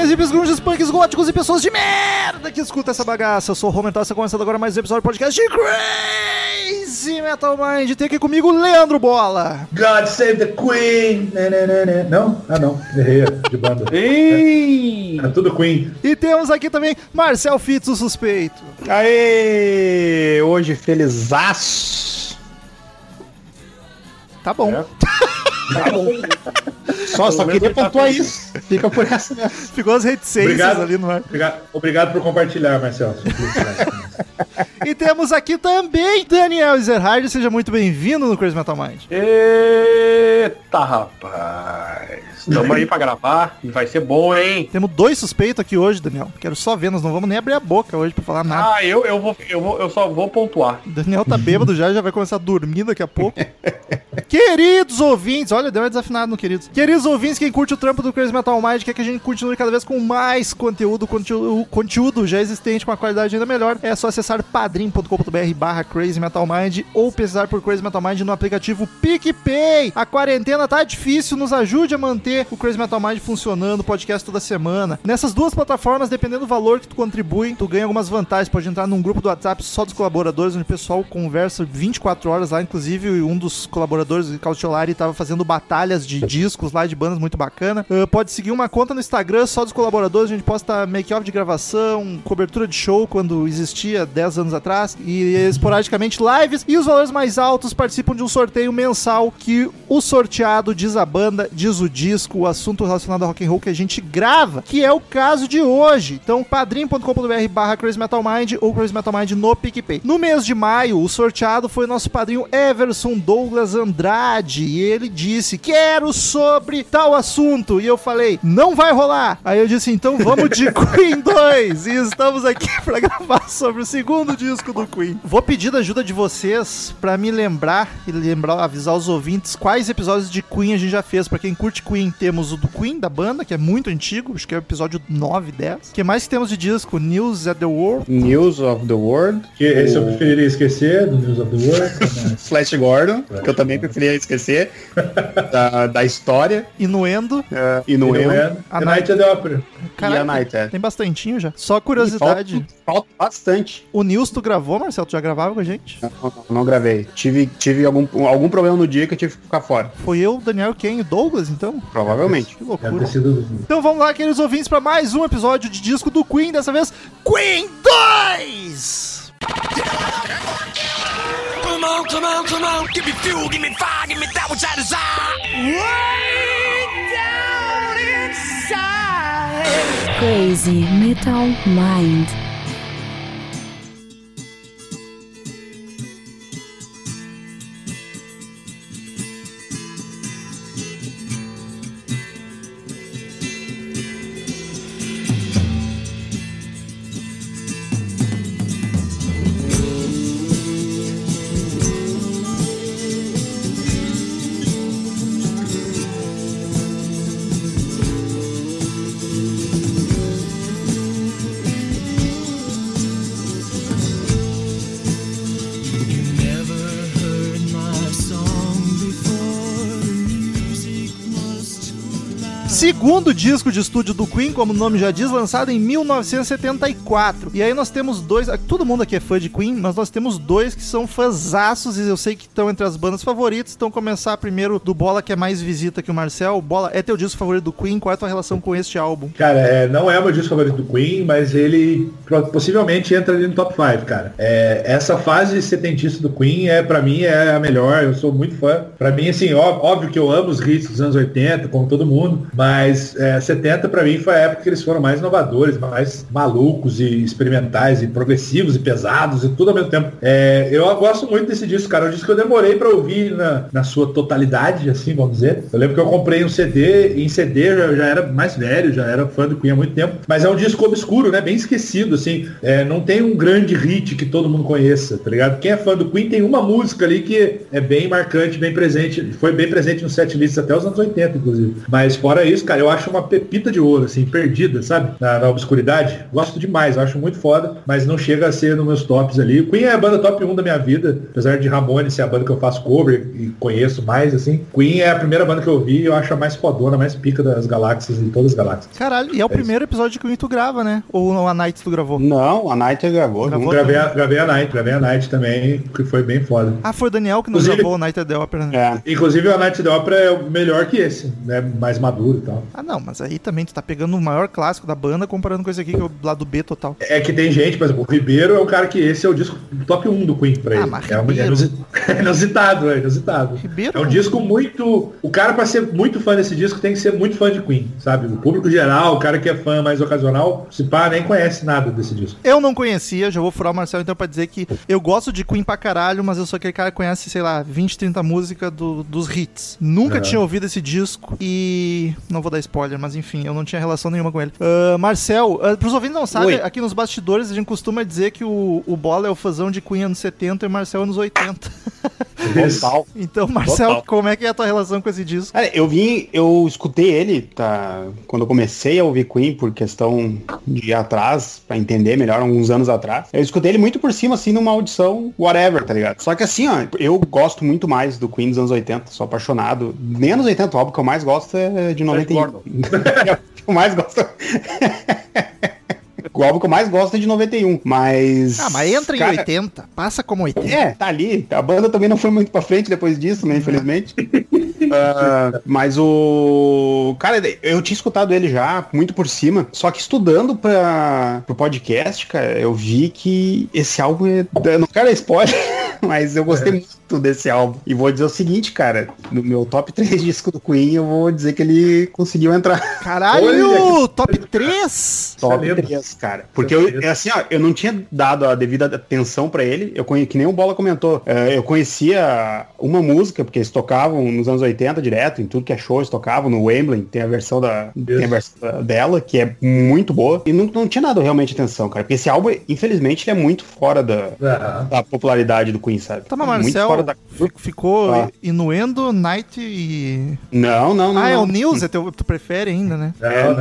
hipsters, hippies, grunges, punks, góticos e pessoas de merda que escuta essa bagaça. Eu sou o Romental, está começando agora mais um episódio do podcast de Crazy Metal Mind. Tem aqui comigo Leandro Bola. God Save the Queen. Não? Ah, não. Errei de banda. É tudo Queen. E temos aqui também Marcel Fitz, o suspeito. Aê! Hoje felizaço. Tá bom. É. Tá bom. Só queria pontuar isso. Fica por essa mesmo. Ficou as reticências ali no ar. Obrigado por compartilhar, Marcelo. E temos aqui também Daniel Ezerhard. Seja muito bem-vindo no Crazy Metal Mind. Eita, rapaz. Estamos aí pra gravar. Vai ser bom, hein? Temos 2 suspeitos aqui hoje, Daniel. Quero só ver, nós não vamos nem abrir a boca hoje pra falar nada. Ah, eu só vou pontuar. O Daniel tá bêbado já vai começar a dormir daqui a pouco. Queridos ouvintes, olha, deu uma desafinada no queridos. Queridos ouvintes, quem curte o trampo do Crazy Metal Mind, quer que a gente continue cada vez com mais conteúdo já existente com uma qualidade ainda melhor, é só acessar padrim.com.br/Crazy Metal Mind ou pesquisar por Crazy Metal Mind no aplicativo PicPay. A quarentena tá difícil, nos ajude a manter o Crazy Metal Mind funcionando, podcast toda semana. Nessas duas plataformas, dependendo do valor que tu contribui, tu ganha algumas vantagens. Pode entrar num grupo do WhatsApp só dos colaboradores, onde o pessoal conversa 24 horas lá, inclusive um dos colaboradores, o Cautiolari, tava fazendo batalhas de discos lá, de bandas muito bacana. Pode seguir uma conta no Instagram só dos colaboradores, a gente posta make-off de gravação, cobertura de show quando existia 10 anos atrás, e esporadicamente lives, e os valores mais altos participam de um sorteio mensal que o sorteado diz a banda, diz o disco, o assunto relacionado a rock and roll que a gente grava, que é o caso de hoje. Então, padrim.com.br/Crazy Metal Mind ou Crazy Metal Mind no PicPay. No mês de maio, o sorteado foi o nosso padrinho Everson Douglas Andrade, e ele disse, quero sobre tal assunto, e eu falei, não vai rolar. Aí eu disse, então vamos de Queen 2, e estamos aqui pra gravar sobre o segundo disco do Queen. Vou pedir a ajuda de vocês pra me lembrar avisar os ouvintes quais episódios de Queen a gente já fez. Pra quem curte Queen, temos o do Queen, da banda, que é muito antigo, acho que é o episódio 9, 10. O que mais que temos de disco? News of the World. News of the World. Que esse eu preferiria esquecer, do News of the World. Flash Gordon, que eu também preferia esquecer, da história. Inuendo. Inuendo. A Night of the Opera. Caraca, e a Night, tem bastantinho já. Só curiosidade. Falta bastante. O News tu gravou, Marcelo? Tu já gravava com a gente? Não gravei. Tive algum problema no dia que eu tive que ficar fora. Foi eu, Daniel, quem? O Douglas, então? Provavelmente. Que loucura. Então vamos lá, queridos ouvintes, para mais um episódio de disco do Queen, dessa vez Queen 2! Come on, come on, come on, give me fuel, give me fire, give me that which I desire. Way down inside. Crazy Metal Mind. Segundo disco de estúdio do Queen, como o nome já diz, lançado em 1974. E aí nós temos dois, todo mundo aqui é fã de Queen, mas nós temos dois que são fãzaços e eu sei que estão entre as bandas favoritas. Então começar primeiro do Bola, que é mais visita que o Marcel. Bola, é teu disco favorito do Queen? Qual é a tua relação com este álbum? Cara, não é o meu disco favorito do Queen, mas ele possivelmente entra ali no top 5, cara. Essa fase setentista do Queen, pra mim, é a melhor. Eu sou muito fã. Pra mim, assim, óbvio que eu amo os hits dos anos 80, como todo mundo, mas 70 pra mim foi a época que eles foram mais inovadores, mais malucos e experimentais e progressivos e pesados e tudo ao mesmo tempo. Eu gosto muito desse disco, cara. É um disco que eu demorei pra ouvir na sua totalidade, assim, vamos dizer. Eu lembro que eu comprei um CD, e em CD eu já era mais velho, já era fã do Queen há muito tempo, mas é um disco obscuro, né? Bem esquecido, assim. Não tem um grande hit que todo mundo conheça, tá ligado? Quem é fã do Queen tem uma música ali que é bem marcante, bem presente, foi bem presente no setlist até os anos 80, inclusive. Mas fora isso, isso, cara, eu acho uma pepita de ouro, assim, perdida, sabe? Na obscuridade. Gosto demais, eu acho muito foda, mas não chega a ser nos meus tops ali. Queen é a banda top 1 da minha vida, apesar de Ramones ser a banda que eu faço cover e conheço mais, assim. Queen é a primeira banda que eu vi e eu acho a mais fodona, a mais pica das galáxias, de todas as galáxias. Caralho, e é o primeiro episódio de Queen tu grava, né? Ou a Night tu gravou? Não, a Night gravou. Gravei a Night também, que foi bem foda. Ah, foi o Daniel que nos gravou o Night at the Opera, né? É. Inclusive a Night at the Opera é melhor que esse, né? Mais maduro e tal. Ah, não, mas aí também tu tá pegando o maior clássico da banda comparando com esse aqui, que é o lado B total. É que tem gente, por exemplo, o Ribeiro é um cara que esse é o disco top 1 do Queen pra ele. Mas É Ribeiro... inusitado, é inusitado. Ribeiro... É um disco muito... O cara, pra ser muito fã desse disco, tem que ser muito fã de Queen, sabe? O público geral, o cara que é fã mais ocasional, se pá, nem conhece nada desse disco. Eu não conhecia, já vou furar o Marcel então pra dizer que eu gosto de Queen pra caralho, mas eu sou aquele cara que conhece, sei lá, 20, 30 músicas dos hits. Nunca tinha ouvido esse disco e... Não vou dar spoiler, mas enfim, eu não tinha relação nenhuma com ele. Marcel, pros ouvintes não sabem, aqui nos bastidores a gente costuma dizer que o Bola é o fãzão de Queen anos 70 e o Marcel anos 80. Total. Então, Marcel, como é que é a tua relação com esse disco? Cara, eu escutei ele, tá? Quando eu comecei a ouvir Queen, por questão de ir atrás, pra entender melhor, alguns anos atrás. Eu escutei ele muito por cima, assim, numa audição whatever, tá ligado? Só que assim, ó, eu gosto muito mais do Queen dos anos 80, sou apaixonado. Nem anos 80, o álbum que eu mais gosto é de 91. O que eu mais gosto... O álbum que eu mais gosto é de 91, mas... mas entra em 80, passa como 80. É, tá ali. A banda também não foi muito pra frente depois disso, né, infelizmente. Mas o... Cara, eu tinha escutado ele já, muito por cima, só que estudando pro podcast, cara, eu vi que esse álbum eu não quero spoiler, mas eu gostei muito desse álbum. E vou dizer o seguinte, cara, no meu top 3 disco do Queen, eu vou dizer que ele conseguiu entrar. Caralho! Top 3? Top 3, cara. Porque eu não tinha dado a devida atenção pra ele. Que nem o Bola comentou. Eu conhecia uma música, porque eles tocavam nos anos 80 direto, em tudo que é show, eles tocavam no Wembley. Tem a versão dela, que é muito boa. E não tinha dado realmente atenção, cara. Porque esse álbum, infelizmente, ele é muito fora da popularidade do Queen, sabe? Tá, mas Marcel, muito fora da... ficou Innuendo, Night e... Não. É o News, tu prefere ainda, né?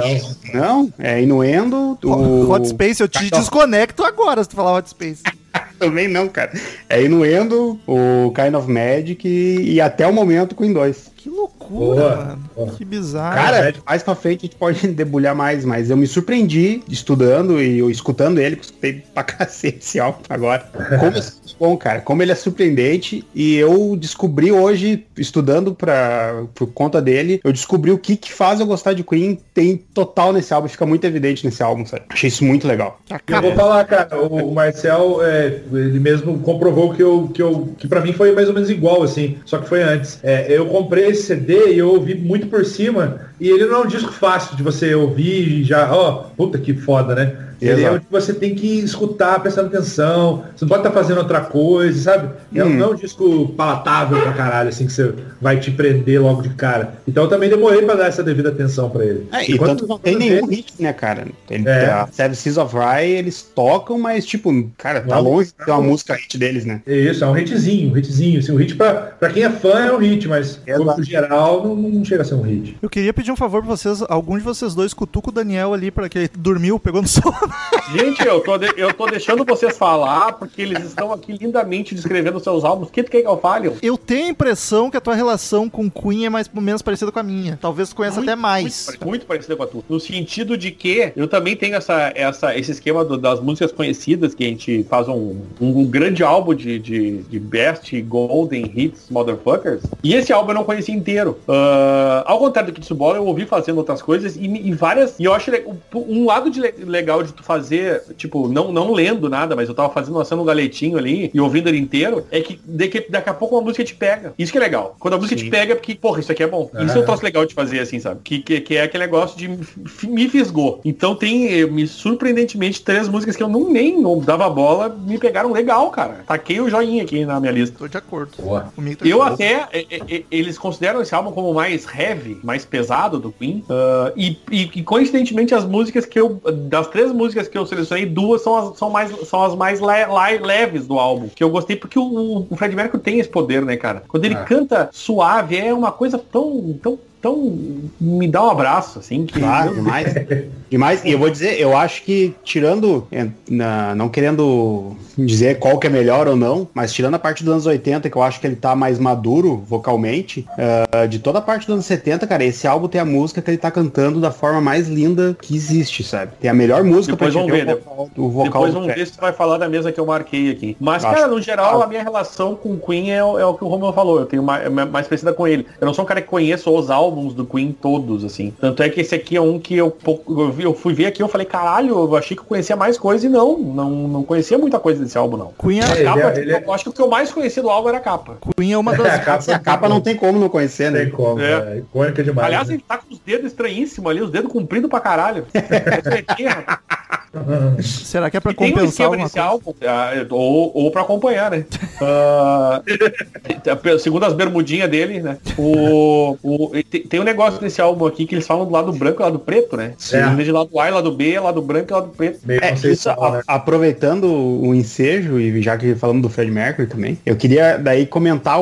Não, é Innuendo... Hot Space, eu te desconecto agora se tu falar Hot Space. Também não, cara. É Innuendo, o Kind of Magic e até o momento Queen 2. Que loucura, mano. Que bizarro. Cara, mais pra frente a gente pode debulhar mais, mas eu me surpreendi estudando e escutando ele, que eu escutei pra cacete esse álbum agora. Como é bom, cara. Como ele é surpreendente. E eu descobri hoje, estudando por conta dele, eu descobri o que faz eu gostar de Queen. Tem total nesse álbum, fica muito evidente nesse álbum, sabe? Achei isso muito legal. Eu vou falar, cara, o Marcel, ele mesmo comprovou que pra mim foi mais ou menos igual, assim, só que foi antes. Eu comprei esse CD e eu ouvi muito por cima, e ele não é um disco fácil de você ouvir e já, puta que foda, né? Ele é onde você tem que escutar, prestando atenção. Você não pode estar fazendo outra coisa, sabe? Não é um disco palatável pra caralho, assim, que você vai te prender logo de cara. Então eu também demorei pra dar essa devida atenção pra ele. E tanto não tem nenhum hit, né, cara? A Seven Seas of Rye, eles tocam, mas, tipo, cara, tá longe de ter uma música hit deles, né? Isso, é um hitzinho, assim, um hit pra quem é fã é um hit, mas no geral não chega a ser um hit. Eu queria pedir um favor pra vocês, algum de vocês dois cutuca o Daniel ali, pra que ele dormiu, pegou no sono. Gente, eu tô deixando vocês falar, porque eles estão aqui lindamente descrevendo seus álbuns. O que tu quer que eu fale? Eu tenho a impressão que a tua relação com Queen é mais ou menos parecida com a minha. Talvez tu conheça até mais. Muito parecida com a tua. No sentido de que eu também tenho esse esquema das músicas conhecidas, que a gente faz um grande álbum de Best Golden Hits Motherfuckers. E esse álbum eu não conheci inteiro. Ao contrário do que Bola, eu ouvi fazendo outras coisas e várias. E eu acho um lado legal de tu fazer, tipo, não lendo nada, mas eu tava lançando um galetinho ali e ouvindo ele inteiro, é que daqui a pouco uma música te pega. Isso que é legal. Quando a música te pega, é porque, porra, isso aqui é bom. Isso é um troço legal de fazer, assim, sabe? Que é aquele negócio de me fisgou. Então tem, surpreendentemente, 3 músicas que eu nem dava bola, me pegaram legal, cara. Taquei o joinha aqui na minha lista. Tô de acordo. Comigo eu até, eles consideram esse álbum como mais heavy, mais pesado do Queen, e coincidentemente as músicas das 3 músicas que eu selecionei, 2 são as mais leves do álbum, que eu gostei porque o Freddie Mercury tem esse poder, né, cara? Quando ele canta suave, é uma coisa tão tão me dá um abraço, assim, que... Claro, demais. Demais. E eu vou dizer, eu acho que tirando, não querendo dizer qual que é melhor ou não, mas tirando a parte dos anos 80, que eu acho que ele tá mais maduro vocalmente, de toda a parte dos anos 70, cara, esse álbum tem a música que ele tá cantando da forma mais linda que existe, sabe? Tem a melhor música depois pra vamos ver, o vocal depois vamos ver se tu vai falar da mesa que eu marquei aqui. Mas, cara, no geral, a minha relação com o Queen é o que o Romulo falou, eu tenho mais parecida com ele. Eu não sou um cara que conheço os álbuns do Queen todos, assim. Tanto é que esse aqui é um que eu fui ver aqui, eu falei, caralho, eu achei que eu conhecia mais coisa e não conhecia muita coisa desse álbum, não. Queen a capa, eu acho que o que eu mais conhecia do álbum era a capa. Queen é uma das... a capa não tem como não conhecer, né? Tem como, é icônica demais. Aliás, né? ele tá com os dedos estranhíssimos ali, os dedos compridos pra caralho. Será que é pra e tem compensar um nesse álbum, ou pra acompanhar, né? Segundo as bermudinhas dele, né? Tem um negócio nesse álbum aqui que eles falam do lado branco e lado preto, né? Em vez de lado A e lado B, lado branco e lado preto. Isso, né? Aproveitando o ensejo, e já que falamos do Fred Mercury também, eu queria daí comentar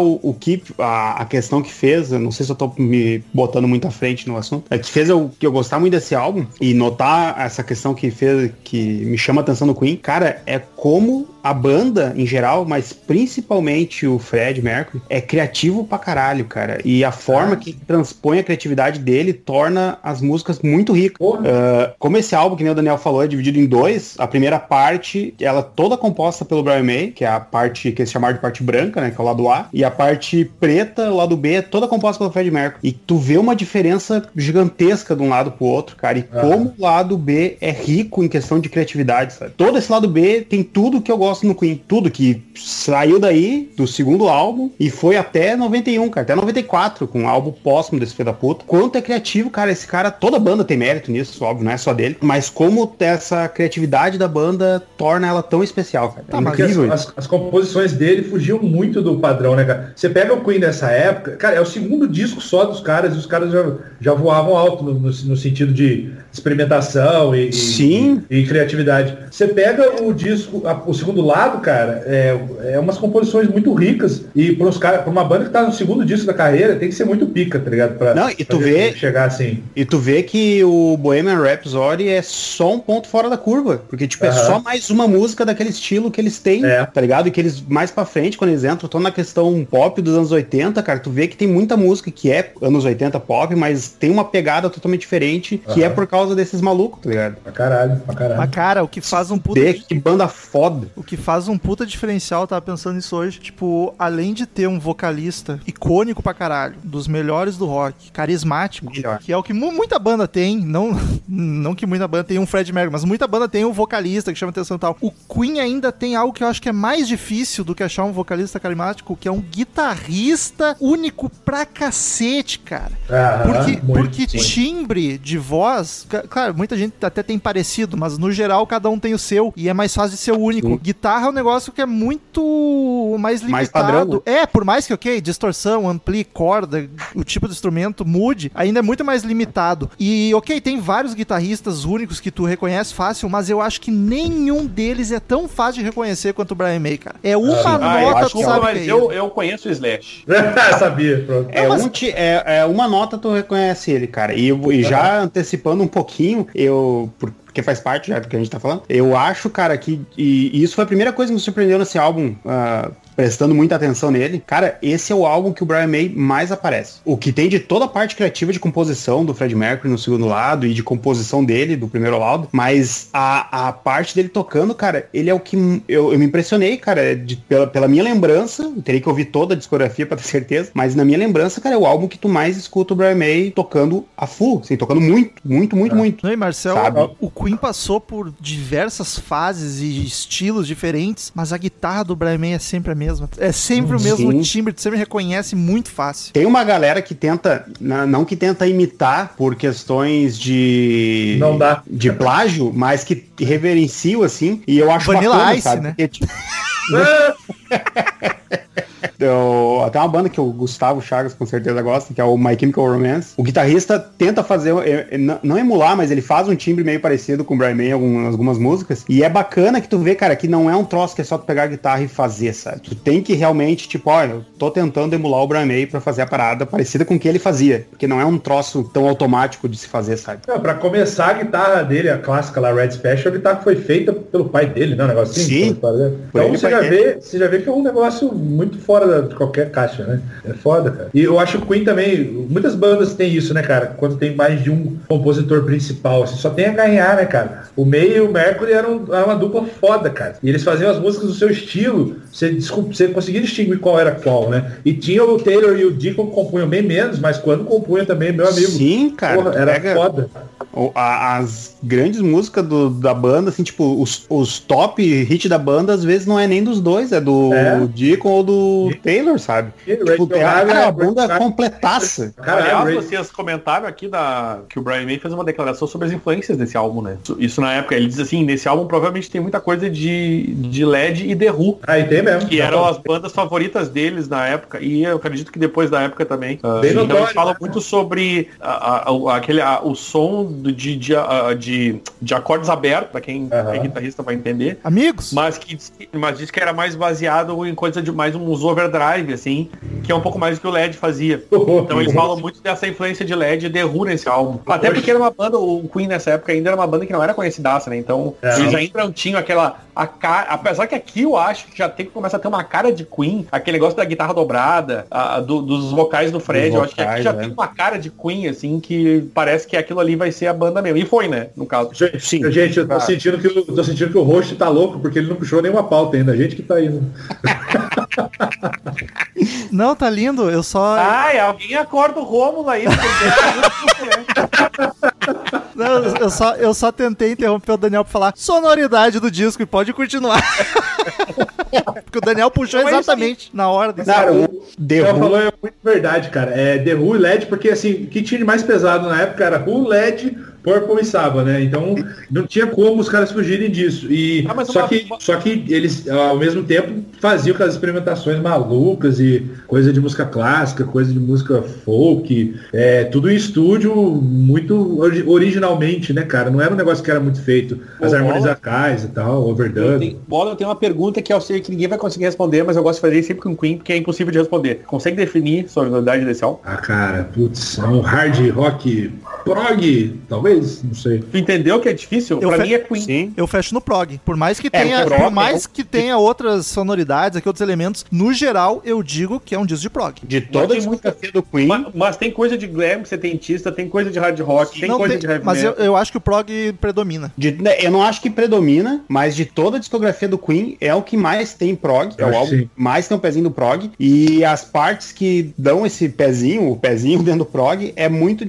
a questão que fez, eu não sei se eu tô me botando muito à frente no assunto, que fez que eu gostar muito desse álbum e notar essa questão que fez, que me chama a atenção no Queen, cara, é como a banda em geral, mas principalmente o Fred Mercury, é criativo pra caralho, cara. E a forma que transpõe a criatividade dele torna as músicas muito ricas. Como esse álbum, que nem o Daniel falou, é dividido em dois, a primeira parte, ela toda composta pelo Brian May, que é a parte que eles chamaram de parte branca, né, que é o lado A, e a parte preta, o lado B, é toda composta pelo Fred Mercury. E tu vê uma diferença gigantesca de um lado pro outro, cara, e como o lado B é rico em questão de criatividade, sabe? Todo esse lado B tem tudo que eu gosto no Queen, tudo que saiu daí do segundo álbum e foi até 91, cara, até 94, com o álbum póstumo desse filho da puta. Quanto é criativo, cara, esse cara, toda banda tem mérito nisso, óbvio, não é só dele, mas como essa criatividade da banda torna ela tão especial, cara. É incrível. As composições dele fugiam muito do padrão, né, cara? Você pega o Queen nessa época, cara, é o segundo disco só dos caras, e os caras já voavam alto no sentido de experimentação e criatividade. Você pega o disco, o segundo lado, cara, é umas composições muito ricas, e pra uma banda que tá no segundo disco da carreira, tem que ser muito pica, tá ligado? Chegar assim. E tu vê que o Bohemian Rhapsody é só um ponto fora da curva, porque, tipo, é só mais uma música daquele estilo que eles têm, tá ligado? E que eles, mais pra frente, quando eles entram, estão na questão pop dos anos 80, cara, tu vê que tem muita música que é anos 80 pop, mas tem uma pegada totalmente diferente, que é por causa desses malucos, tá ligado? Pra caralho. Mas, cara, o que faz um puta... Que banda foda. O que faz um puta diferencial, eu tava pensando nisso hoje, tipo, além de ter um vocalista icônico pra caralho, dos melhores do rock, carismático, que é o que muita banda tem, não que muita banda tem um Fred Mercury, mas muita banda tem um vocalista que chama atenção e tal. O Queen ainda tem algo que eu acho que é mais difícil do que achar um vocalista carismático, que é um guitarrista único pra cacete, cara. Porque timbre de voz, claro, muita gente até tem parecido, mas no geral cada um tem o seu, e é mais fácil de ser o único. Sim. Guitarra é um negócio que é muito mais limitado. Mais padrão. Por mais que, distorção, ampli, corda, o tipo de instrumento mude, ainda é muito mais limitado. E, tem vários guitarristas únicos que tu reconhece fácil, mas eu acho que nenhum deles é tão fácil de reconhecer quanto o Brian May, cara. É uma nota, tu sabe mas eu conheço o Slash. Sabia, pronto. Uma nota tu reconhece ele, cara. E já antecipando um pouquinho, porque faz parte já do que a gente tá falando, eu acho, cara, que e isso foi a primeira coisa que me surpreendeu nesse álbum, prestando muita atenção nele. Cara, esse é o álbum que o Brian May mais aparece. O que tem de toda a parte criativa de composição do Fred Mercury no segundo lado e de composição dele do primeiro lado, mas a parte dele tocando, cara, ele é o que eu me impressionei, cara, pela minha lembrança, eu teria que ouvir toda a discografia pra ter certeza, mas na minha lembrança, cara, é o álbum que tu mais escuta o Brian May tocando a full, assim, tocando muito. Não, e Marcel, o Queen passou por diversas fases e estilos diferentes, mas a guitarra do Brian May é sempre a mesma. É sempre o mesmo timbre, tu sempre reconhece muito fácil. Tem uma galera que tenta, não que tenta imitar por questões de plágio, mas que reverenciam, assim, e eu acho Vanilla bacana, Ice, sabe? né? Porque, tipo... Até uma banda que o Gustavo Chagas com certeza gosta, que é o My Chemical Romance. O guitarrista tenta fazer, não emular, mas ele faz um timbre meio parecido com o Brian May em algumas músicas. E é bacana que tu vê, cara, que não é um troço que é só tu pegar a guitarra e fazer, sabe? Tu tem que realmente, tipo, olha, eu tô tentando emular o Brian May pra fazer a parada parecida com o que ele fazia. Porque não é um troço tão automático de se fazer, sabe? Não, pra começar, a guitarra dele, a clássica lá, Red Special, a guitarra foi feita pelo pai dele, né? Um negocinho. Sim. Então você já vê que é um negócio muito fora de qualquer caixa, né? É foda, cara. E eu acho que o Queen também, muitas bandas têm isso, né, cara? Quando tem mais de um compositor principal, você só tem a ganhar, né, cara? O May e o Mercury eram uma dupla foda, cara. E eles faziam as músicas do seu estilo, você conseguia distinguir qual era qual, né? E tinha o Taylor e o Deacon que compunham bem menos, mas quando compunha também, meu amigo. Sim, cara. Porra, era foda. As grandes músicas da banda, assim, tipo, os top hit da banda, às vezes não é nem dos dois, é do Deacon ou do Taylor, sabe? Tipo, a banda completaça. Aliás, vocês comentaram aqui que o Brian May fez uma declaração sobre as influências desse álbum, né? Isso na época, ele diz assim, nesse álbum provavelmente tem muita coisa de LED e The Who. Aí tem mesmo. Que eram as bandas favoritas deles na época, e eu acredito que depois da época também. Então eles falam muito sobre o som de acordes abertos, pra quem é guitarrista vai entender. Amigos? Mas diz que era mais baseado em coisa de mais uns overdrive, assim, que é um pouco mais do que o LED fazia. Então eles falam muito dessa influência de LED e The Who nesse álbum. Até porque era uma banda, o Queen nessa época ainda era uma banda que não era conhecidaça, né? Então eles ainda não tinham apesar que aqui eu acho que já começa a ter uma cara de Queen, aquele negócio da guitarra dobrada, dos vocais do Fred, eu acho que aqui já tem uma cara de Queen, assim, que parece que aquilo ali vai ser a banda mesmo. E foi, né? No caso. Sim. Gente, eu tô sentindo que o host tá louco, porque ele não puxou nenhuma pauta ainda. A gente que tá indo. Não, tá lindo, eu só... Ai, alguém acorda o Rômulo aí. Não, eu só tentei interromper o Daniel pra falar sonoridade do disco e pode continuar. Porque o Daniel puxou exatamente na ordem. Cara, o The Who falou é muito verdade, cara. É The Who e LED, porque assim, o que tinha de mais pesado na época era Who, LED, Purple e Saba, né? Então não tinha como os caras fugirem disso. E só que eles ao mesmo tempo faziam aquelas experimentações malucas e coisa de música clássica, coisa de música folk, tudo em estúdio muito originalmente, né, cara? Não era um negócio que era muito feito. As harmonias vocais e tal, overdub. Eu tenho uma pergunta que eu sei que ninguém vai conseguir responder, mas eu gosto de fazer sempre com o Queen, porque é impossível de responder. Consegue definir a sonoridade desse álbum? Ah, cara, putz, é um hard rock prog, talvez, não sei. Tu entendeu que é difícil? Pra mim é Queen. Sim. Eu fecho no prog. Por mais que tenha outras sonoridades aqui, outros elementos, no geral, eu digo que é um disco de prog. De toda a discografia do Queen. Mas tem coisa de glam setentista, tem coisa de hard rock, tem coisa de heavy metal. Mas eu acho que o prog predomina. Eu não acho que predomina, mas de toda a discografia do Queen é o que mais tem prog. É o álbum que mais tem um pezinho do prog. E as partes que dão esse pezinho, o pezinho dentro do prog, é muito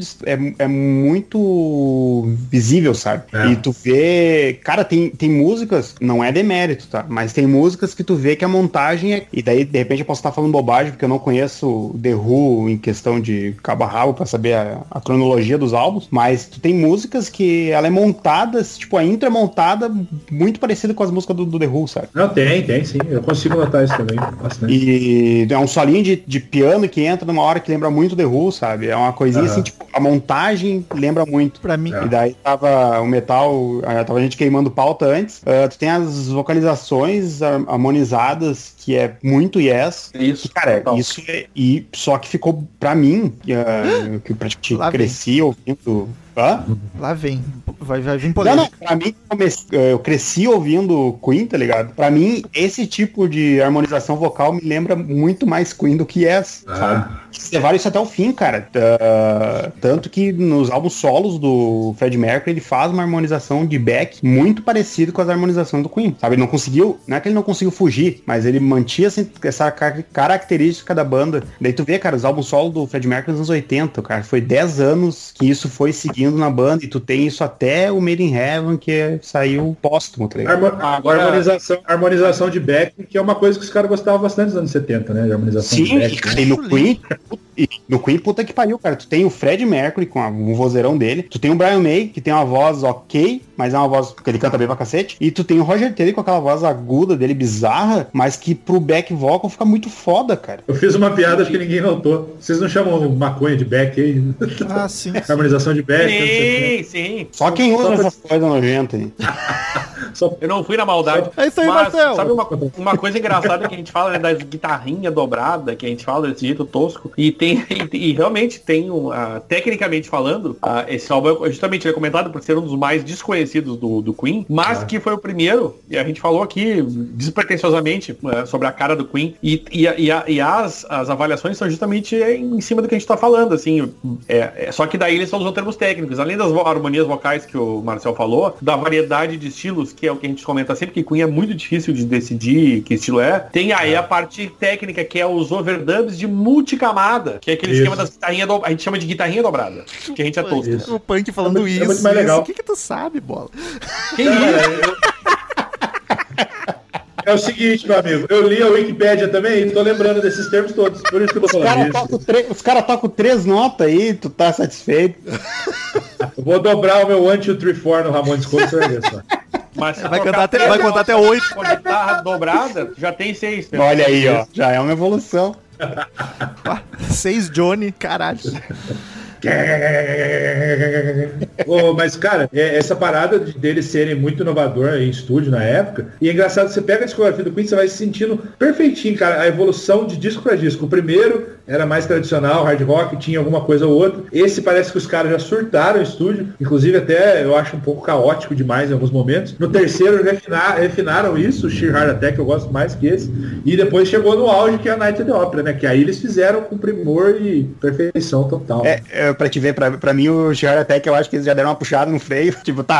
visível, sabe? E tu vê... Cara, tem músicas, não é demérito, tá? Mas tem músicas que tu vê que a montagem é... E daí, de repente, eu posso estar falando bobagem, porque eu não conheço The Who em questão de cabo a rabo pra saber a cronologia dos álbuns, mas tu tem músicas que ela é montada, tipo, a intro é montada muito parecida com as músicas do The Who, sabe? Não, tem, sim. Eu consigo notar isso também, bastante. E é um solinho de piano que entra numa hora que lembra muito The Who, sabe? É uma coisinha assim, tipo, a montagem lembra muito. Pra mim. E daí tava o metal, tava a gente queimando pauta antes. Tu tem as vocalizações harmonizadas, que é muito Yes. Isso. E, cara, isso só que ficou pra mim, que eu praticamente cresci ouvindo... Lá vem. Vai vir polêmica. Não, pra mim, eu cresci ouvindo Queen, tá ligado? Pra mim, esse tipo de harmonização vocal me lembra muito mais Queen do que Yes, sabe? Levaram isso até o fim, cara. Tanto que nos álbuns solos do Fred Mercury, ele faz uma harmonização de back muito parecida com as harmonizações do Queen, sabe? Ele não conseguiu, não é que ele não conseguiu fugir, mas ele mantinha assim, essa característica da banda. Daí tu vê, cara, os álbuns solos do Fred Mercury nos anos 80, cara. Foi 10 anos que isso foi seguindo na banda, e tu tem isso até o Made in Heaven, que saiu póstumo, tá ligado? Agora harmonização de back, que é uma coisa que os caras gostavam bastante dos anos 70, né? De harmonização de back. Sim, e no Queen, E no Queen, puta que pariu, cara. Tu tem o Fred Mercury com um vozeirão dele. Tu tem o Brian May, que tem uma voz ok, mas é uma voz que ele canta bem pra cacete. E tu tem o Roger Taylor com aquela voz aguda dele, bizarra, mas que pro back vocal fica muito foda, cara. Eu fiz uma piada que ninguém notou. Vocês não chamam maconha de back aí? Ah, sim. Harmonização de back. Sim. Só quem usa essas coisas nojentas aí. Eu não fui na maldade. É isso aí, mas, Marcel. sabe uma coisa engraçada que a gente fala, né, das guitarrinhas dobradas, que a gente fala desse jeito tosco, e realmente tem tecnicamente falando, esse álbum justamente é comentado por ser um dos mais desconhecidos do Queen, mas que foi o primeiro, e a gente falou aqui despretensiosamente sobre a cara do Queen, e as avaliações são justamente em cima do que a gente tá falando, assim, só que daí eles estão usando termos técnicos, além das harmonias vocais que o Marcel falou, da variedade de estilos, que é o que a gente comenta sempre, que Queen é muito difícil de decidir que estilo é. Tem aí a parte técnica, que é os overdubs de multicamada, que é aquele esquema das guitarrinhas a gente chama de guitarrinha dobrada, que a gente é tosco. O Punk falando isso. muito mais legal. O que tu sabe, Bola? Que isso? É o seguinte, meu amigo, eu li a Wikipédia também e tô lembrando desses termos todos, por isso que eu tô falando isso. Os caras tocam 3 notas aí, tu tá satisfeito? Eu vou dobrar o meu 1, 2, 3, 4 no Ramones Code, você vai ver só. Mas Vai contar até 8. Com a guitarra dobrada, já tem 6. Olha aí, ó, já é uma evolução. 6 Johnny, caralho. Mas, cara, essa parada deles serem muito inovador em estúdio na época, e é engraçado, você pega a discografia do Queen, você vai se sentindo perfeitinho, cara, a evolução de disco pra disco. O primeiro era mais tradicional, hard rock, tinha alguma coisa ou outra. Esse parece que os caras já surtaram o estúdio, inclusive até eu acho um pouco caótico demais em alguns momentos. No terceiro refinaram isso, o Sheer Heart Attack eu gosto mais que esse, e depois chegou no auge, que é a Night at the Opera, né, que aí eles fizeram com primor e perfeição total. Pra te ver, pra mim o Sheer Attack, eu acho que eles já deram uma puxada no freio, tipo, tá,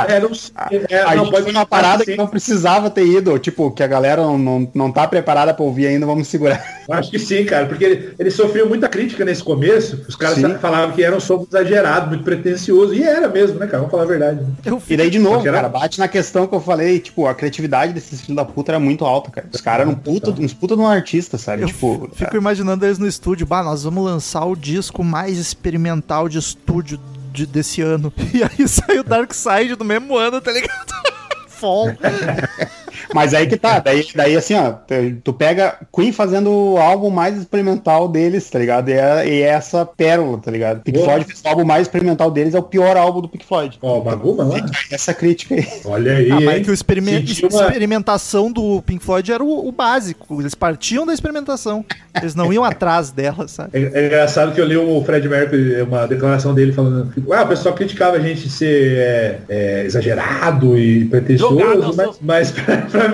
pode ser uma parada que não precisava ter ido, tipo, que a galera não tá preparada pra ouvir ainda, vamos segurar. Eu acho que sim, cara, porque ele sofreu muita crítica nesse começo, os caras falavam que era um som exagerado, muito pretencioso, e era mesmo, né, cara, vamos falar a verdade. E daí, de novo, cara, bate na questão que eu falei, tipo, a criatividade desses filhos da puta era muito alta, cara. Os caras eram uns puta de um artista, sabe? Eu tipo, fico imaginando eles no estúdio, nós vamos lançar o disco mais experimental de estúdio desse ano. E aí saiu Dark Side do mesmo ano, tá ligado? Fall. Mas aí que tá, daí assim, ó, tu pega Queen fazendo o álbum mais experimental deles, tá ligado? E é essa pérola, tá ligado? Pink Floyd fez o álbum mais experimental deles, é o pior álbum do Pink Floyd. Ó, Baguma lá? Essa crítica aí. Olha aí, mas que experimentação do Pink Floyd era o básico. Eles partiam da experimentação. Eles não iam atrás dela, sabe? É engraçado que eu li o Fred Mercury, uma declaração dele falando, o pessoal criticava a gente de ser exagerado e pretensioso, mas pra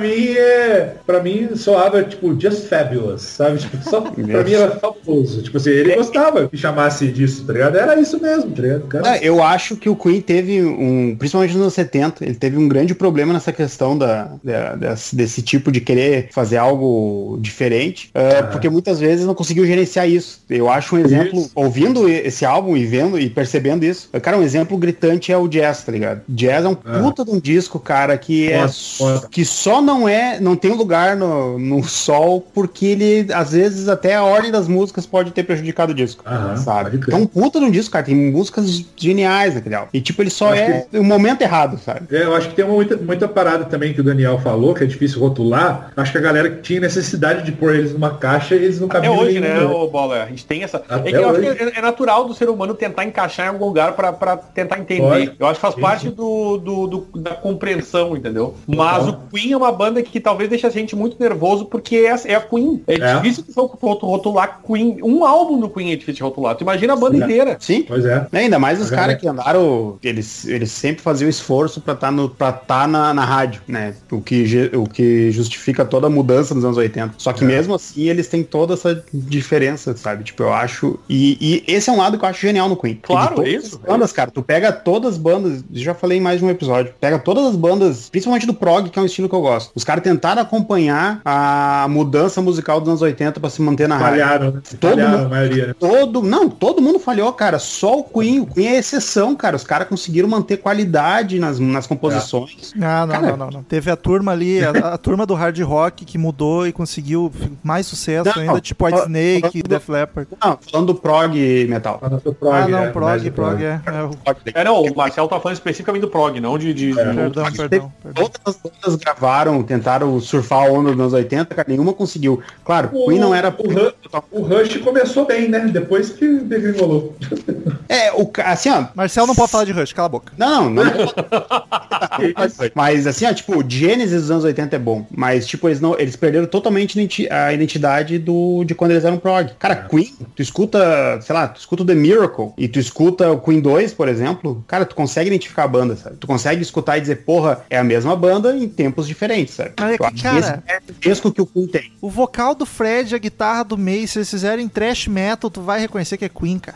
mim soava tipo Just Fabulous, sabe? Tipo, só pra mim era fabuloso. Tipo assim, ele gostava que chamasse disso, tá ligado? Era isso mesmo, tá ligado? Cara... eu acho que o Queen teve principalmente nos anos 70, ele teve um grande problema nessa questão desse tipo de querer fazer algo diferente, porque muitas vezes não conseguiu gerenciar isso. Eu acho um exemplo, ouvindo esse álbum e vendo e percebendo isso, cara, um exemplo gritante é o Jazz, tá ligado? Jazz é um puta de um disco, cara, que que só não tem lugar no sol, porque ele, às vezes, até a ordem das músicas pode ter prejudicado o disco, sabe? Então, um puta de um disco, cara, tem músicas geniais naquele álbum. E, tipo, ele só o momento errado, sabe? Eu acho que tem muita parada também que o Daniel falou, que é difícil rotular. Acho que a galera que tinha necessidade de pôr eles numa caixa, eles não cabiam. Até hoje, né, Bola? A gente tem essa... Eu acho que é natural do ser humano tentar encaixar em algum lugar pra tentar entender. Eu acho que faz parte da compreensão, entendeu? Mas o Queen é uma banda que talvez deixe a gente muito nervoso, porque é a Queen. É difícil de rotular Queen. Um álbum do Queen é difícil de rotular. Tu imagina a banda inteira. Sim. Pois é. Ainda mais os caras que andaram, eles sempre faziam esforço pra estar na rádio, né? O que justifica toda a mudança nos anos 80. Só que mesmo assim, eles têm toda essa diferença, sabe? Tipo, eu acho... E esse é um lado que eu acho genial no Queen. Claro, isso. Bandas, cara, tu pega todas as bandas, já falei em mais de um episódio, pega todas as bandas, principalmente do prog, que é um estilo que eu gosto. gosto. Os caras tentaram acompanhar a mudança musical dos anos 80 pra se manter na rádio. Falharam, né? Falharam a maioria, né? Todo mundo falhou, cara. Só o Queen é exceção, cara. Os caras conseguiram manter qualidade nas composições. Não. Teve a turma ali, a turma do hard rock que mudou e conseguiu mais sucesso ainda, tipo White Snake, Def Leppard. Não, falando do prog metal. Não, o Marcelo tá falando especificamente do prog, não de Perdão. Todas as bandas gravaram, tentaram surfar a onda dos anos 80, cara, nenhuma conseguiu. Claro, o Queen não era... O Rush começou bem, né? Depois que degringolou. Assim, ó... Marcelo não pode falar de Rush, cala a boca. Não. Mas assim, ó, tipo, o Genesis dos anos 80 é bom, mas tipo, eles perderam totalmente a identidade de quando eles eram prog. Cara, Queen, tu escuta o The Miracle e tu escuta o Queen 2, por exemplo, cara, tu consegue identificar a banda, sabe? Tu consegue escutar e dizer, porra, é a mesma banda em tempos diferentes, sabe? Cara, esse é o risco que o Queen tem. O vocal do Fred, a guitarra do Mace, se eles fizerem thrash metal, tu vai reconhecer que é Queen, cara.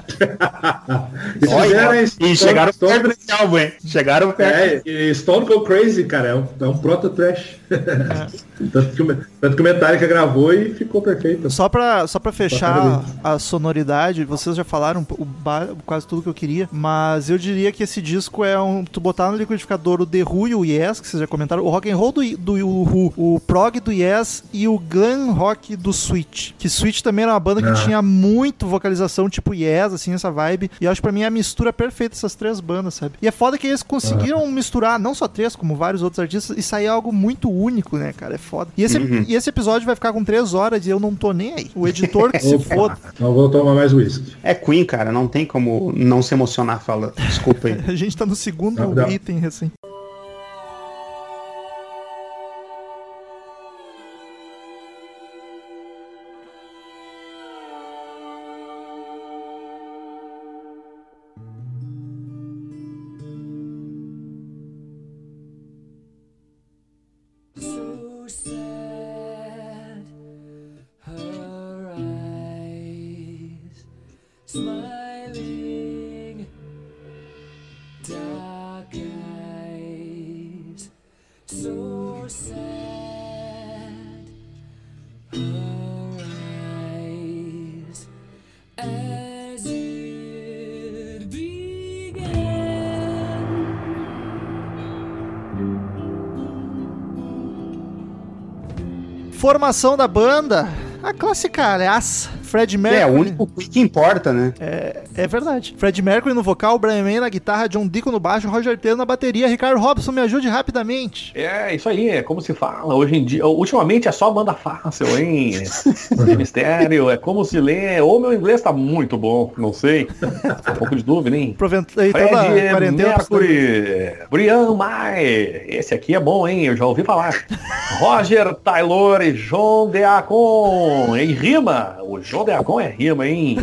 E chegaram perto desse álbum, hein? Chegaram perto. E Stone Cold Crazy, cara, é um proto-trash. Tanto que o Metallica gravou e ficou perfeito. Só pra fechar a sonoridade, vocês já falaram quase tudo que eu queria, mas eu diria que esse disco é tu botar no liquidificador o The Who e o Yes, que vocês já comentaram, o rock and roll do Who, o prog do Yes e o glam rock do Sweet. Que Sweet também era uma banda que tinha muito vocalização, tipo Yes, assim, essa vibe, e eu acho que pra mim é a mistura perfeita dessas três bandas, sabe? E é foda que eles conseguiram misturar, não só três, como vários outros artistas, e sair algo muito único, né, cara? É foda. E esse episódio vai ficar com 3 horas e eu não tô nem aí. O editor que se foda. Não vou tomar mais whisky. É Queen, cara, não tem como não se emocionar, fala. Desculpa aí. A gente tá no segundo item, assim. Smiling, dark eyes, so sad. Her eyes, as it began. Formação da banda, a classicalhaça. Fred Mercury. É o único que importa, né? É verdade. Fred Mercury no vocal, Brian May na guitarra, John Deacon no baixo, Roger Taylor na bateria. Ricardo Robson, me ajude rapidamente. É, isso aí, é como se fala hoje em dia. Ultimamente é só banda fácil, hein? Mistério, é como se lê. Ou meu inglês tá muito bom, não sei. Um pouco de dúvida, hein? Aproveitando Fred a quarentena. Mercury, Brian May. Esse aqui é bom, hein? Eu já ouvi falar. Roger Taylor e John Deacon. Em rima. O John Deacon é rima, hein?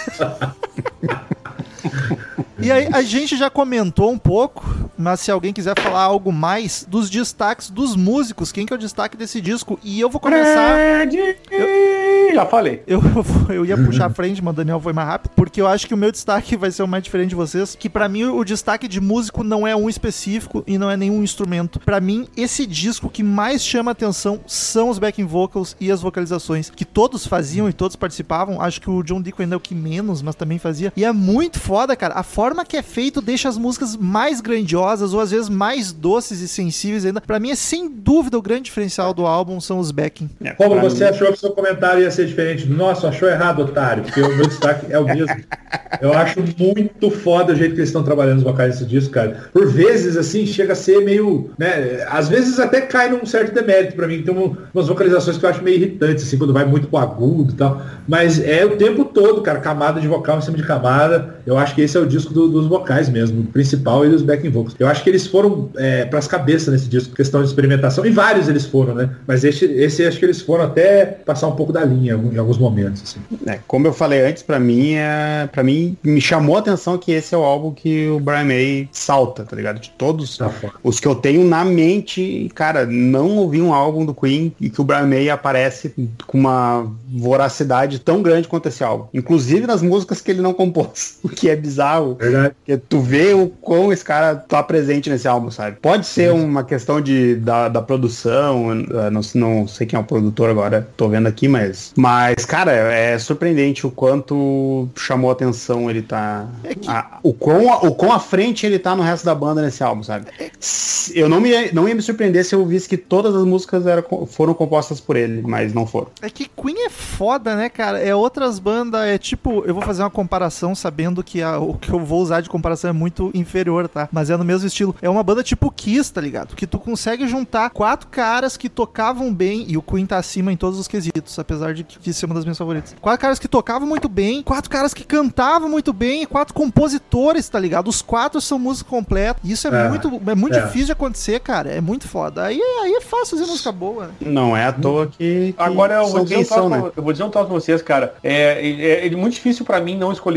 E aí, a gente já comentou um pouco, mas se alguém quiser falar algo mais dos destaques dos músicos, quem que é o destaque desse disco? E eu vou começar... Já falei. Eu ia puxar a frente, mas o Daniel foi mais rápido, porque eu acho que o meu destaque vai ser o mais diferente de vocês, que pra mim o destaque de músico não é um específico e não é nenhum instrumento. Pra mim, esse disco que mais chama atenção são os backing vocals e as vocalizações, que todos faziam e todos participavam. Acho que o John Deacon ainda é o que menos, mas também fazia. E é muito foda, cara. A forma que é feito deixa as músicas mais grandiosas ou às vezes mais doces e sensíveis ainda. Pra mim é sem dúvida o grande diferencial do álbum são os backing. Como você achou que o seu comentário ia ser diferente do nosso? Achou errado, otário, porque o meu destaque é o mesmo. Eu acho muito foda o jeito que eles estão trabalhando os vocais desse disco, cara. Por vezes, assim, chega a ser meio, né, às vezes até cai num certo demérito pra mim. Tem umas vocalizações que eu acho meio irritantes, assim, quando vai muito pro agudo e tal. Mas é o tempo todo, cara, camada de vocal em cima de camada. Eu acho que esse é o disco dos vocais mesmo, o principal e dos backing vocals. Eu acho que eles foram pras cabeças nesse disco, questão de experimentação, e vários eles foram, né? Mas esse acho que eles foram até passar um pouco da linha. em alguns momentos, assim. Como eu falei antes, pra mim me chamou a atenção que esse é o álbum que o Brian May salta, tá ligado? De todos os que eu tenho na mente, cara, não ouvi um álbum do Queen e que o Brian May aparece com uma voracidade tão grande quanto esse álbum. Inclusive nas músicas que ele não compôs, o que é bizarro. Verdade. Porque tu vê o quão esse cara tá presente nesse álbum, sabe? Pode ser uma questão da produção, não sei quem é o produtor agora, tô vendo aqui, mas cara, é surpreendente o quanto chamou a atenção ele tá... o quão à frente ele tá no resto da banda nesse álbum, sabe? Eu não ia me surpreender se eu visse que todas as músicas foram compostas por ele, mas não foram. É que Queen é foda, né, cara? Outras bandas, tipo, eu vou fazer uma comparação sabendo que o que eu vou usar de comparação é muito inferior, tá? Mas é no mesmo estilo. É uma banda tipo Kiss, tá ligado? Que tu consegue juntar 4 caras que tocavam bem, e o Queen tá acima em todos os quesitos, apesar de Kiss ser uma das minhas favoritas. 4 caras que tocavam muito bem, 4 caras que cantavam muito bem, e 4 compositores, tá ligado? Os 4 são música completa. Isso é muito difícil de acontecer, cara. É muito foda. Aí é fácil fazer música boa, né? Não é à toa que agora eu vou dizer eu vou dizer um troço pra vocês, cara. É muito difícil pra mim não escolher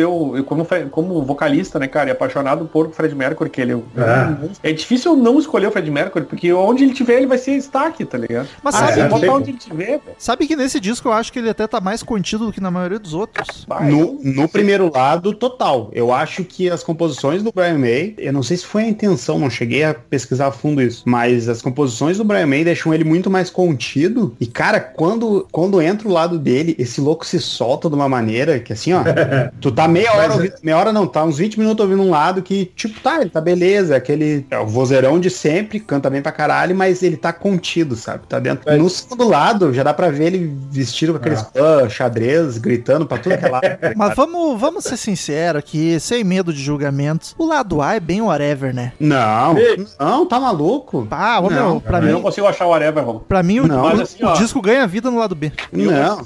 como vocalista, né, cara, e apaixonado por Fred Mercury, que ele é difícil eu não escolher o Fred Mercury, porque onde ele tiver, ele vai ser destaque, tá ligado? Mas sabe, onde ele tiver, sabe que nesse disco eu acho que ele até tá mais contido do que na maioria dos outros. No primeiro lado, total. Eu acho que as composições do Brian May, eu não sei se foi a intenção, não cheguei a pesquisar a fundo isso, mas as composições do Brian May deixam ele muito mais contido. E, cara, quando entra o lado dele, esse louco se solta de uma maneira que, assim, ó, tu tá meia hora não, tá uns 20 minutos ouvindo um lado que, tipo, ele tá beleza, é o vozeirão de sempre, canta bem pra caralho, mas ele tá contido, sabe? Tá dentro. No segundo lado, já dá pra ver ele vestido com aqueles xadrez, gritando pra tudo que é lado. Mas vamos ser sinceros aqui, sem medo de julgamentos. O lado A é bem whatever, né? Não, tá maluco? Pra mim... Eu não consigo achar o whatever, Rom. Pra mim, o disco ganha vida no lado B. Não,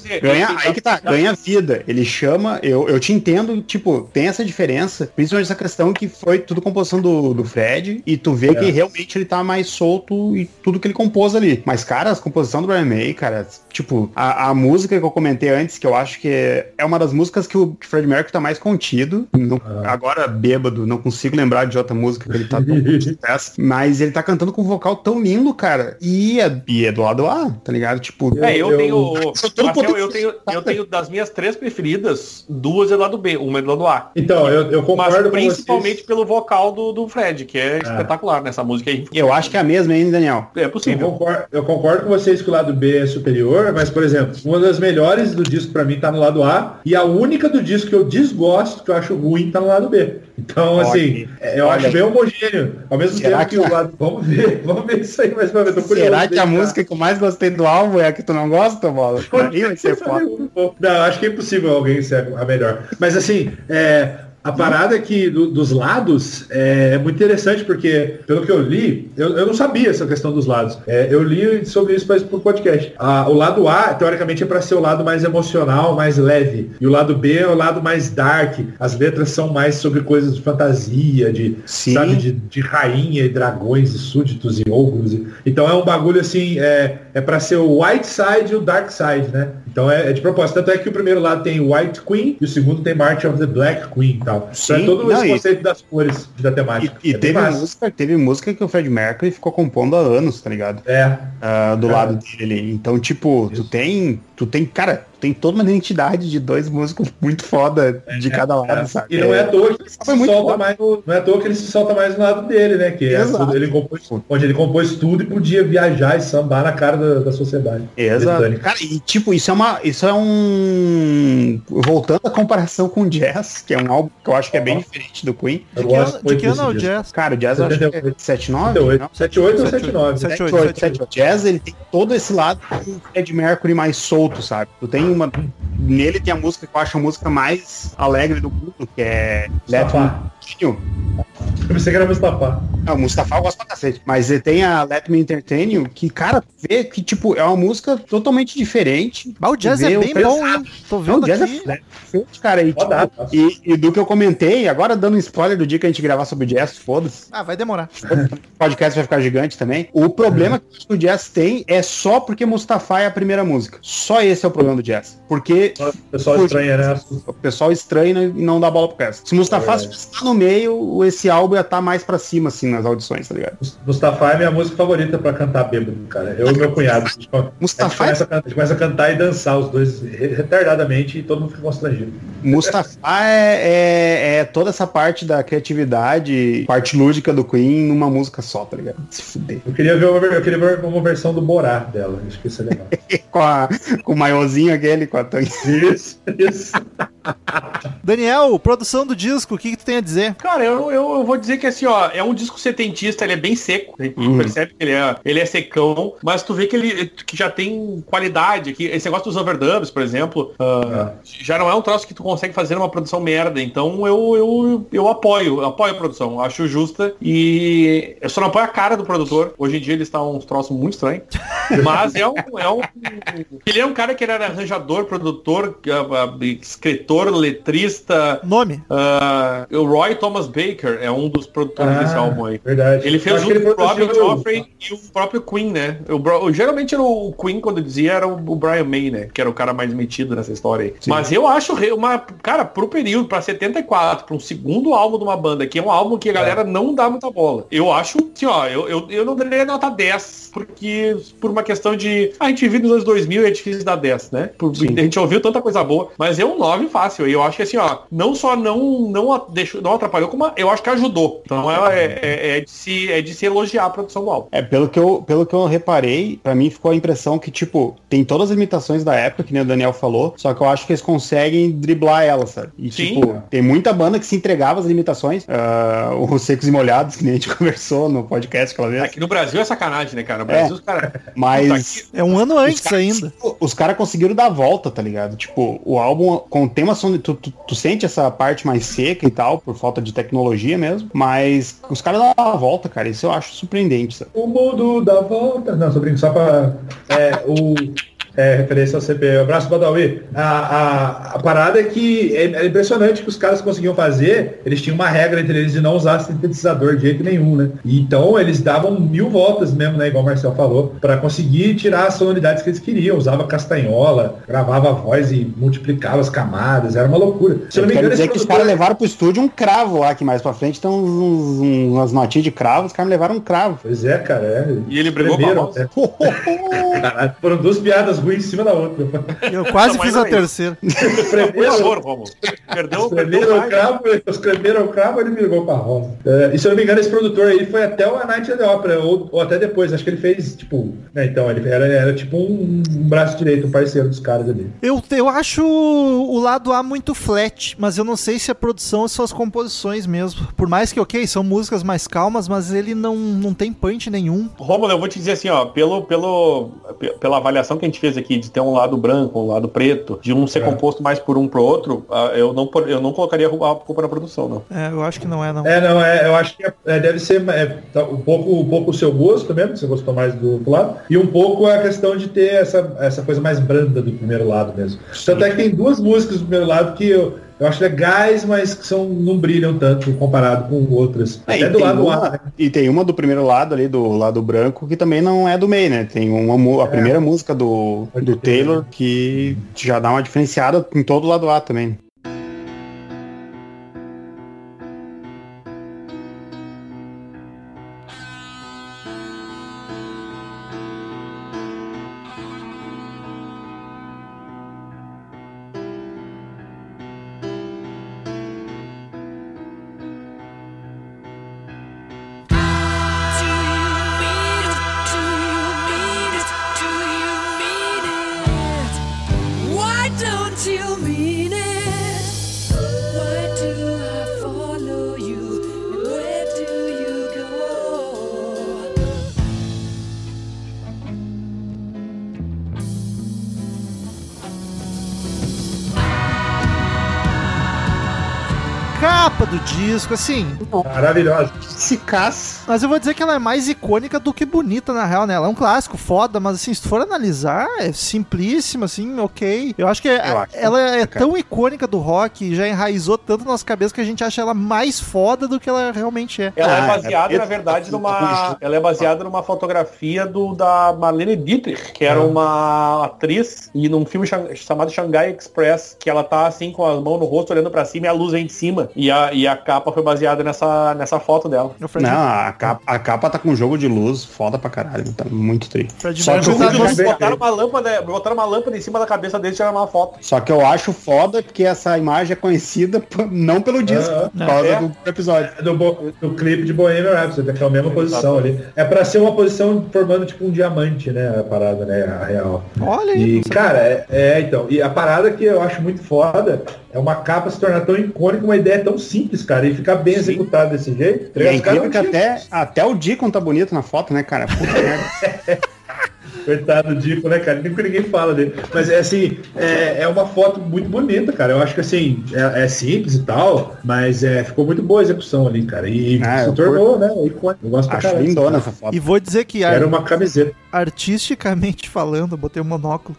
ganha vida. Ele chama, eu te entendo, tipo, tem essa diferença, principalmente essa questão que foi tudo composição do Fred, e tu vê que realmente ele tá mais solto e tudo que ele compôs ali. Mas, cara, as composições do Brian May, cara, tipo, a música que eu comentei antes, que eu acho que é uma das músicas que o Fred Mercury tá mais contido. Agora, bêbado, não consigo lembrar de outra música que ele tá tão contido dessa, mas ele tá cantando com um vocal tão lindo, cara. E é do lado A, tá ligado? Tipo, eu tenho das minhas 3 preferidas, 2 é do lado B, uma é do lado A. Então, eu concordo com principalmente pelo vocal do Fred, que é espetacular nessa música aí. Eu acho que é a mesma, hein, Daniel? É possível. Eu concordo com vocês que o lado B é superior, mas, por exemplo, uma das melhores do disco pra mim tá no lado A, e a única do disco que eu desgosto, que eu acho ruim, tá no lado B. Então, assim, eu acho bem homogêneo. Ao mesmo tempo que o lado... Vamos ver isso aí mais pra ver. Será que a música que eu mais gostei do álbum é a que tu não gosta, Bola? Aí vai ser foda. Não, acho que é impossível alguém ser a melhor. Mas, assim, a parada aqui dos lados é muito interessante, porque, pelo que eu li, eu não sabia essa questão dos lados. Eu li sobre isso por podcast. O lado A, teoricamente, é para ser o lado mais emocional, mais leve. E o lado B é o lado mais dark. As letras são mais sobre coisas de fantasia, sabe, de rainha e dragões e súditos e ogros. Então é um bagulho assim, é para ser o white side e o dark side, né? Então é de propósito. Tanto é que o primeiro lado tem White Queen e o segundo tem March of the Black Queen e tal. Sim, então é todo esse conceito das cores da temática. E teve música que o Fred Mercury ficou compondo há anos, tá ligado? Do lado dele. Então, tipo, tu tem, cara, tem toda uma identidade de 2 músicos muito foda de cada lado, sabe? E não é à toa que ele se solta mais não é à toa que ele se solta mais no lado dele, né? Que onde ele compôs tudo e podia viajar e sambar na cara da sociedade. Exato. Cara, e tipo, isso é um... Voltando à comparação com o Jazz, que é um álbum que eu acho que é bem diferente do Queen. De que ano é o Jazz? Cara, o Jazz eu acho que é 79? 78 ou 79? 78. O Jazz, ele tem todo esse lado do Fred Mercury mais solto, sabe? Tu tem nele tem a música que eu acho a música mais alegre do mundo, que é Let Me Eu pensei que era Mustafa. Não, o Mustafa eu gosto pra cacete. Mas tem a Let Me Entertain You, que, cara, vê que, tipo, é uma música totalmente diferente. Mas o jazz Vê é o bem pesado. bom, hein? Tô Não, vendo o jazz aqui. é perfeito, cara. E, Rodado. e do que eu comentei, agora dando um spoiler do dia que a gente gravar sobre jazz, foda-se. Ah, vai demorar. O podcast vai ficar gigante também. O problema que o jazz tem é só porque Mustafa é a primeira música. Só esse é o problema do jazz. Porque O pessoal estranha, né? o pessoal estranha e não dá bola pro resto. Se Mustafa está no meio, esse álbum ia estar mais pra cima, assim, nas audições, tá ligado? Mustafa é minha música favorita pra cantar bêbado, cara. Eu e meu cunhado. Mustafa a gente começa a cantar e dançar os dois retardadamente e todo mundo fica constrangido. Mustafa é toda essa parte da criatividade, parte lúdica do Queen numa música só, tá ligado? Se fuder. Eu queria ver uma versão do Borá dela. Acho que isso é legal. com o maiozinho aquele, com a tangue. Isso. Daniel, produção do disco, o que tu tem a dizer? Cara, eu vou dizer que assim, ó, é um disco setentista, ele é bem seco. A gente percebe que ele é secão, mas tu vê que ele que já tem qualidade. Que esse negócio dos overdubs, por exemplo, já não é um troço que tu consegue fazer numa produção merda. Então eu apoio a produção. Acho justa. E eu só não apoio a cara do produtor. Hoje em dia ele está uns troços muito estranhos. Mas ele é um cara que era arranjador, produtor, escritor, letrista. Nome? O Roy Thomas Baker é um dos produtores desse álbum aí. Verdade. Ele fez Acho que junto ele com o Robin produziu- Joffrey e o próprio Queen, né? Geralmente era o Queen, quando dizia, era o Brian May, né? Que era o cara mais metido nessa história aí. Mas eu acho cara, pro período, pra 74, pra um segundo álbum de uma banda, que é um álbum que a galera não dá muita bola. Eu acho, assim, ó, eu não daria nota 10, porque por uma questão de... a gente vive nos anos 2000 e é difícil dar 10, né? A gente ouviu tanta coisa boa, mas é um 9 fácil. E eu acho que, assim, ó, não só não atrapalhou, como eu acho que ajudou. Então é de se elogiar a produção do álbum. Pelo que eu reparei, pra mim ficou a impressão que, tipo, tem todas as limitações da época, que nem o Daniel falou, só que eu acho que eles conseguem driblar elas, sabe? E, Sim. tipo, tem muita banda que se entregava às limitações. Os Secos e Molhados, que nem a gente conversou no podcast aquela vez. Aqui no Brasil é sacanagem, né, cara? No Brasil os caras... Mas... É um ano antes ainda. Os caras conseguiram dar a volta, tá ligado? Tipo, o álbum com o tema tu sente essa parte mais seca e tal, por falta de tecnologia mesmo, mas os caras dão a volta, cara. Isso eu acho surpreendente, sabe? O mundo dá volta. Não, só pra... referência ao CP. Abraço, Badawi. A parada é que é impressionante que os caras conseguiam fazer. Eles tinham uma regra entre eles de não usar sintetizador de jeito nenhum, né? E então eles davam 1000 voltas mesmo, né? Igual o Marcel falou, pra conseguir tirar as sonoridades que eles queriam. Usava castanhola, gravava a voz e multiplicava as camadas. Era uma loucura. Se eu não me Quero engano, dizer esse que os produtor- caras levaram pro estúdio um cravo lá, que mais pra frente tem umas notinhas de cravo, os caras me levaram um cravo. Pois é, cara. E ele brigou com a Tremeram voz. até. Caralho, foram duas piadas ruins em cima da outra. Eu quase Não, fiz mas a aí. terceira. Por favor, Romulo. Perdeu Os cremeram o cravo, ele me ligou pra rosa. E se eu não me engano, esse produtor aí foi até o A Night at the Opera, ou até depois. Acho que ele fez, tipo... né, então, ele era tipo um braço direito, um parceiro dos caras ali. Eu acho o lado A muito flat, mas eu não sei se a produção ou suas composições mesmo. Por mais que, ok, são músicas mais calmas, mas ele não tem punch nenhum. Romulo, eu vou te dizer assim, ó, pela avaliação que a gente fez aqui, de ter um lado branco, um lado preto, de um ser composto mais por um pro outro, eu não colocaria a culpa na produção, não. Eu acho que não é, não. Eu acho que deve ser um pouco o seu gosto mesmo, você gostou mais do outro lado, e um pouco a questão de ter essa coisa mais branda do primeiro lado mesmo. Tanto é que tem duas músicas do primeiro lado que eu acho legais, mas que não brilham tanto comparado com outras. Até do lado A, né? E tem uma do primeiro lado ali, do lado branco, que também não é do May, né? Tem a primeira música do Taylor, que já dá uma diferenciada em todo o lado A também. Why don't you mean it? Why do I follow you? And where do you go? capa do disco, assim. Maravilhosa. Se caça. Mas eu vou dizer que ela é mais icônica do que bonita, na real, né? Ela é um clássico, foda, mas assim, se tu for analisar, é simplíssima, assim, ok. Eu acho que ela é tão icônica do rock e já enraizou tanto na nossa cabeça que a gente acha ela mais foda do que ela realmente é. Ela é baseada, na verdade, ela é baseada numa fotografia da Marlene Dietrich, que era uma atriz, e num filme chamado Shanghai Express, que ela tá assim com as mãos no rosto, olhando pra cima e a luz vem de cima. E a capa foi baseada nessa foto dela. Não, a capa tá com um jogo de luz foda pra caralho. Tá muito triste. Só que Botaram uma lâmpada em cima da cabeça dele e tiraram uma foto. Só que eu acho foda porque essa imagem é conhecida não pelo disco, por causa do episódio. Do clipe de Bohemian Rhapsody, que é a mesma posição ali. É pra ser uma posição formando tipo um diamante, né? A parada, né? A real. Olha aí. E, cara, então. E a parada que eu acho muito foda é uma capa se tornar tão icônica, uma ideia tão simples, cara, e ficar bem executada desse jeito. E é incrível que até o Deacon tá bonito na foto, né, cara? Puta merda. Coitado do Dico, né, cara? Ninguém fala dele. Mas é assim, é uma foto muito bonita, cara. Eu acho que assim, é simples e tal, mas ficou muito boa a execução ali, cara. E se tornou, né? Icônico. Eu gosto pra acho caralho. lindona essa foto. E vou dizer que Era uma camiseta. artisticamente falando, eu botei um monóculo.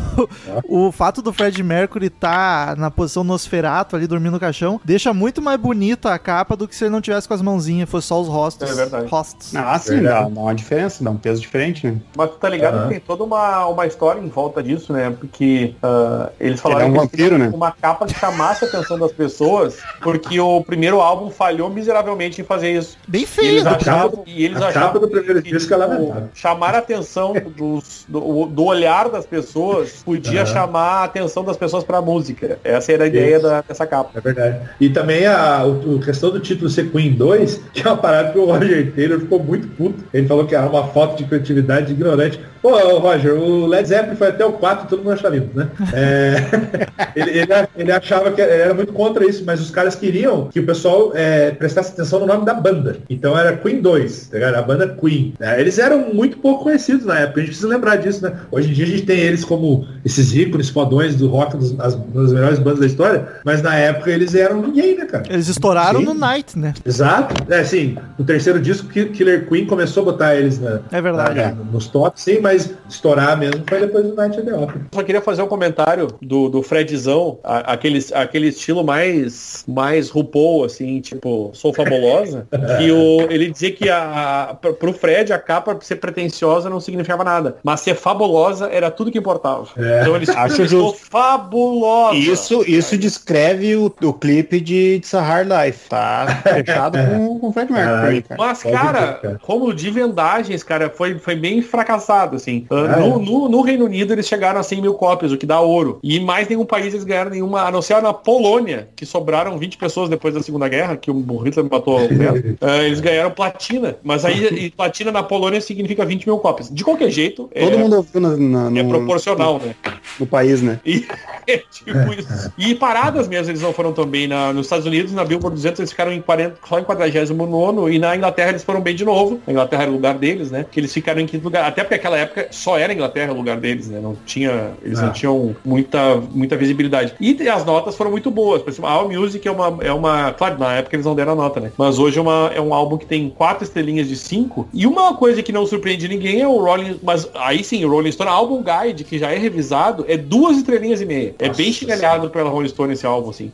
O fato do Freddie Mercury tá na posição Nosferatu ali dormindo no caixão deixa muito mais bonita a capa do que se ele não tivesse com as mãozinhas, fosse só os rostos. É verdade. Rostos. Ah, sim, dá uma diferença, dá um peso diferente, né? Mas tu tá ligado que tem toda uma história em volta disso, né? Porque eles falaram Ele é um vampiro, né? uma capa que chamasse a atenção das pessoas, porque o primeiro álbum falhou miseravelmente em fazer isso. Bem E feio. eles né? achavam capa do primeiro disco é lamentável. chamar a atenção do olhar das pessoas podia chamar a atenção das pessoas pra música. Essa era a ideia dessa capa. É verdade. E também a questão do título ser Queen 2, que é uma parada que o Roger Taylor ficou muito puto. Ele falou que era uma foto de criatividade ignorante. Pô, Roger, o Led Zeppelin foi até o 4, todo mundo achava lindo, né? Ele achava que ele era muito contra isso, mas os caras queriam que o pessoal prestasse atenção no nome da banda. Então era Queen 2, tá ligado? A banda Queen. Eles eram muito pouco conhecidos na época, a gente precisa lembrar disso, né? Hoje em dia a gente tem eles como esses ícones fodões do rock, das melhores bandas da história, mas na época eles eram ninguém, né, cara? Eles estouraram no Night, né? Exato. Sim, no terceiro disco, Killer Queen começou a botar eles É verdade. nos tops, sim, mas estourar mesmo foi depois do Night at the Opera. Só queria fazer um comentário do Fredzão, aquele estilo mais RuPaul, assim, tipo, sou fabulosa, que ele dizia que pro Fred a capa ser pretensiosa não significava nada, mas ser fabulosa era tudo que importava. Então ele Acho sou fabulosa. Isso descreve o clipe de It's a Hard Life. Tá fechado com o Fred Mercury, cara. Mas, cara, como de vendagens, cara, foi bem fracassado, assim. No Reino Unido eles chegaram a 100 mil cópias, o que dá ouro. E em mais nenhum país eles ganharam nenhuma, a não ser na Polônia, que sobraram 20 pessoas depois da Segunda Guerra, que o Hitler matou o Neto. Eles ganharam platina. Mas aí platina na Polônia significa 20 mil cópias. De qualquer jeito, Todo mundo ouviu é proporcional, né? no país, né? E, tipo isso. E paradas mesmo eles não foram tão bem. Nos Estados Unidos, na Billboard 200, eles ficaram só em 49º, e na Inglaterra eles foram bem de novo. A Inglaterra era o lugar deles, né? Que eles ficaram em quinto lugar. Até porque naquela época só era a Inglaterra o lugar deles, né? Eles não tinham muita visibilidade. E as notas foram muito boas. Por exemplo, a All Music é uma... Claro, na época eles não deram a nota, né? Mas hoje é um álbum que tem 4 estrelinhas de 5. E uma coisa que não surpreende ninguém é o Rolling... Mas aí sim, o Rolling Stone, Album Guide, que já é revisado, é 2 estrelinhas e meia. É bem chinelhado pela Rolling Stone esse álbum, assim.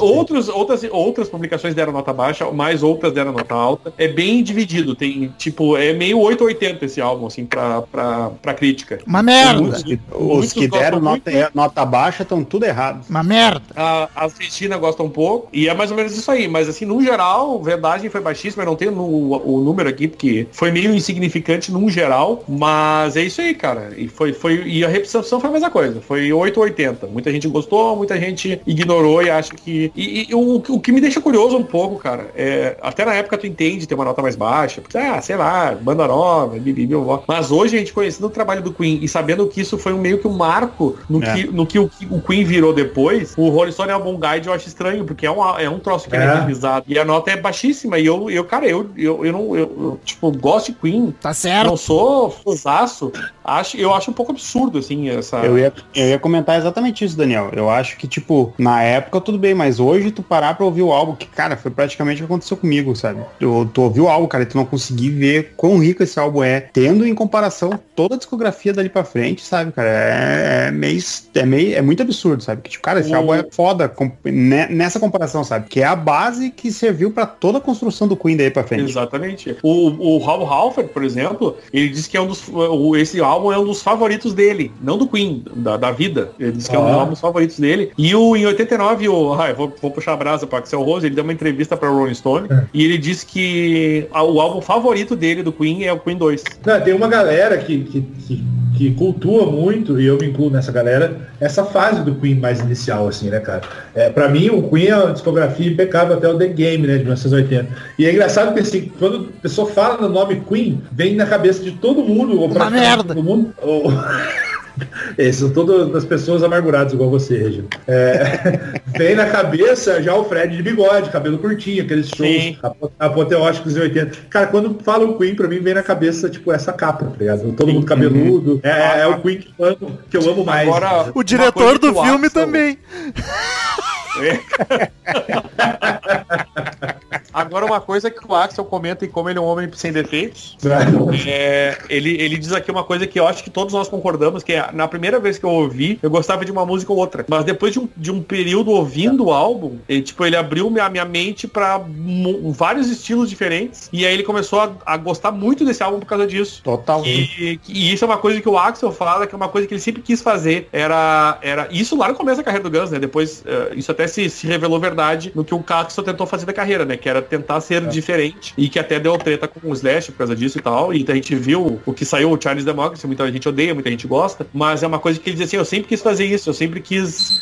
Outras publicações deram nota baixa, mais outras deram nota alta. É bem dividido. Tem, tipo, é meio 880 esse álbum, assim, pra crítica. Uma merda. Os que deram nota baixa estão tudo errado. Uma merda. A Cristina gosta um pouco, e é mais ou menos isso aí. Mas, assim, no geral, verdade foi baixíssima. Eu não tenho o número aqui, porque foi meio insignificante num geral. Mas é isso aí, cara. E a recepção foi a mesma coisa. Foi 880. Muita gente gostou, muita gente ignorou e acha que... E o que me deixa curioso um pouco, cara, até na época tu entende ter uma nota mais baixa. Porque, sei lá, banda nova, mas hoje a gente conhecendo o trabalho do Queen e sabendo que isso foi meio que um marco no É. que o Queen virou depois, o Rolling Stone Album Guide eu acho estranho, porque é um troço que é eternizado. E a nota é baixíssima. E eu tipo, gosto de Queen. Tá certo. Não sou fãzaço. Eu acho um pouco absurdo, assim, essa... Eu ia comentar exatamente isso, Daniel. Eu acho que, tipo, na época tudo bem, mas hoje tu parar pra ouvir o álbum, que, cara, foi praticamente o que aconteceu comigo, sabe? Tu ouviu o álbum, cara, e tu não conseguir ver quão rico esse álbum é, tendo em comparação toda a discografia dali pra frente, sabe, cara? É muito absurdo, sabe? Que, tipo, cara, esse álbum é foda nessa comparação, sabe? Que é a base que serviu pra toda a construção do Queen daí pra frente. Exatamente. O Rob Halford, por exemplo, ele disse que esse álbum é um dos favoritos dele, não do Queen, da vida. Ele disse que é um dos álbuns favoritos dele. E em 89, vou puxar a brasa para Axl Rose, ele deu uma entrevista para Rolling Stone e ele disse que o álbum favorito dele do Queen é o Queen 2. Não, tem uma galera que cultua muito, e eu me incluo nessa galera, essa fase do Queen mais inicial, assim, né, cara? Pra mim, o Queen é uma discografia impecável até o The Game, né, de 1980. E é engraçado que, assim, quando a pessoa fala no nome Queen, vem na cabeça de todo mundo, ou uma merda. Todo mundo, esses são todas as pessoas amarguradas igual você, Regina. Vem na cabeça já o Fred de bigode, cabelo curtinho, aqueles shows apoteóticos em 80. Cara, quando fala o Queen, pra mim vem na cabeça, tipo, essa capa, tá ligado? Todo mundo cabeludo. É o Queen que eu amo mais. Agora, O diretor do filme também. Agora, uma coisa que o Axl comenta e como ele é um homem sem defeitos, ele diz aqui uma coisa que eu acho que todos nós concordamos, que é, na primeira vez que eu ouvi, eu gostava de uma música ou outra. Mas depois de um período ouvindo o álbum, ele abriu minha mente pra vários estilos diferentes. E aí ele começou a gostar muito desse álbum por causa disso. Total. E isso é uma coisa que o Axl fala, que é uma coisa que ele sempre quis fazer. Era isso lá no começo da carreira do Guns, né? Depois, isso até se revelou verdade no que o Axl tentou fazer da carreira, né? Que era tentar ser diferente, e que até deu treta com o Slash por causa disso e tal, e a gente viu o que saiu, o Chinese Democracy, muita gente odeia, muita gente gosta, mas é uma coisa que ele diz assim, eu sempre quis fazer isso, eu sempre quis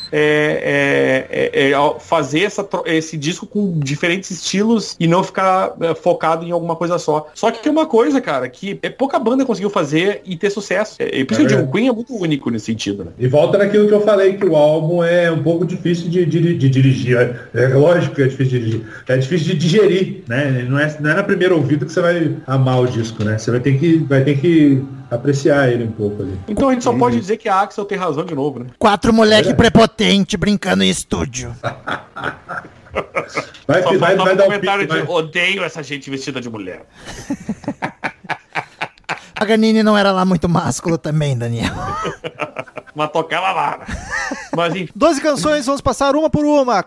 fazer esse disco com diferentes estilos e não ficar focado em alguma coisa só. Só que tem uma coisa, cara, que pouca banda conseguiu fazer e ter sucesso. Por isso que eu digo, o Queen é muito único nesse sentido, né? E volta naquilo que eu falei, que o álbum é um pouco difícil de dirigir. É lógico que é difícil de dirigir. É difícil de digerir, né? Não é na primeira ouvida que você vai amar o disco, né? Você vai ter que apreciar ele um pouco ali. Então a gente só pode dizer que a Axl tem razão de novo, né? 4 moleque prepotente brincando em estúdio. Vai dar dar um comentário de odeio essa gente vestida de mulher. A Ganini não era lá muito másculo também, Daniel. Mas tocava lá. Mas enfim. 12 canções, vamos passar uma por uma.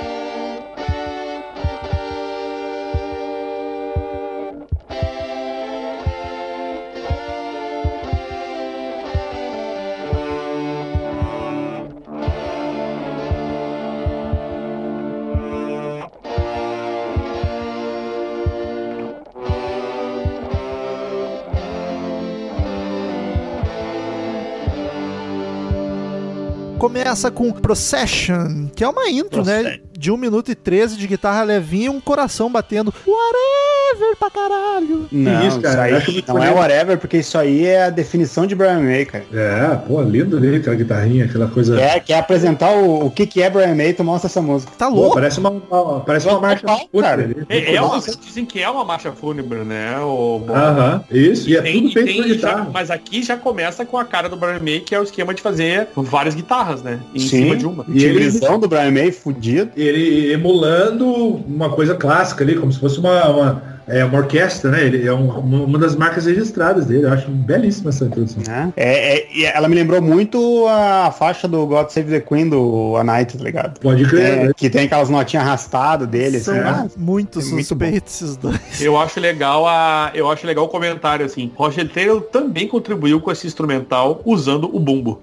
Começa com Procession, que é uma intro, né? De 1 minuto e 13 de guitarra levinha e um coração batendo. Whatever pra caralho. Não, isso, cara, isso aí não é whatever, porque isso aí é a definição de Brian May, cara. Pô, lindo ali, aquela guitarrinha, aquela coisa. Quer apresentar o que é Brian May, tu mostra essa música. Tá louco? Parece uma marcha fúnebre. Dizem que é uma marcha fúnebre, né? Isso, e é tudo feito com guitarra. Mas aqui já começa com a cara do Brian May, que é o esquema de fazer várias guitarras, né? Em cima de uma. E a visão do Brian May fudido. Ele emulando uma coisa clássica ali, como se fosse uma orquestra, né? Ele é uma das marcas registradas dele. Eu acho belíssima essa introdução. Ela me lembrou muito a faixa do God Save the Queen do A Night, tá ligado? Pode crer, né? Que tem aquelas notinhas arrastadas dele. São muito suspeitos esses dois. Eu acho legal o comentário assim. Roger Taylor também contribuiu com esse instrumental usando o bumbo.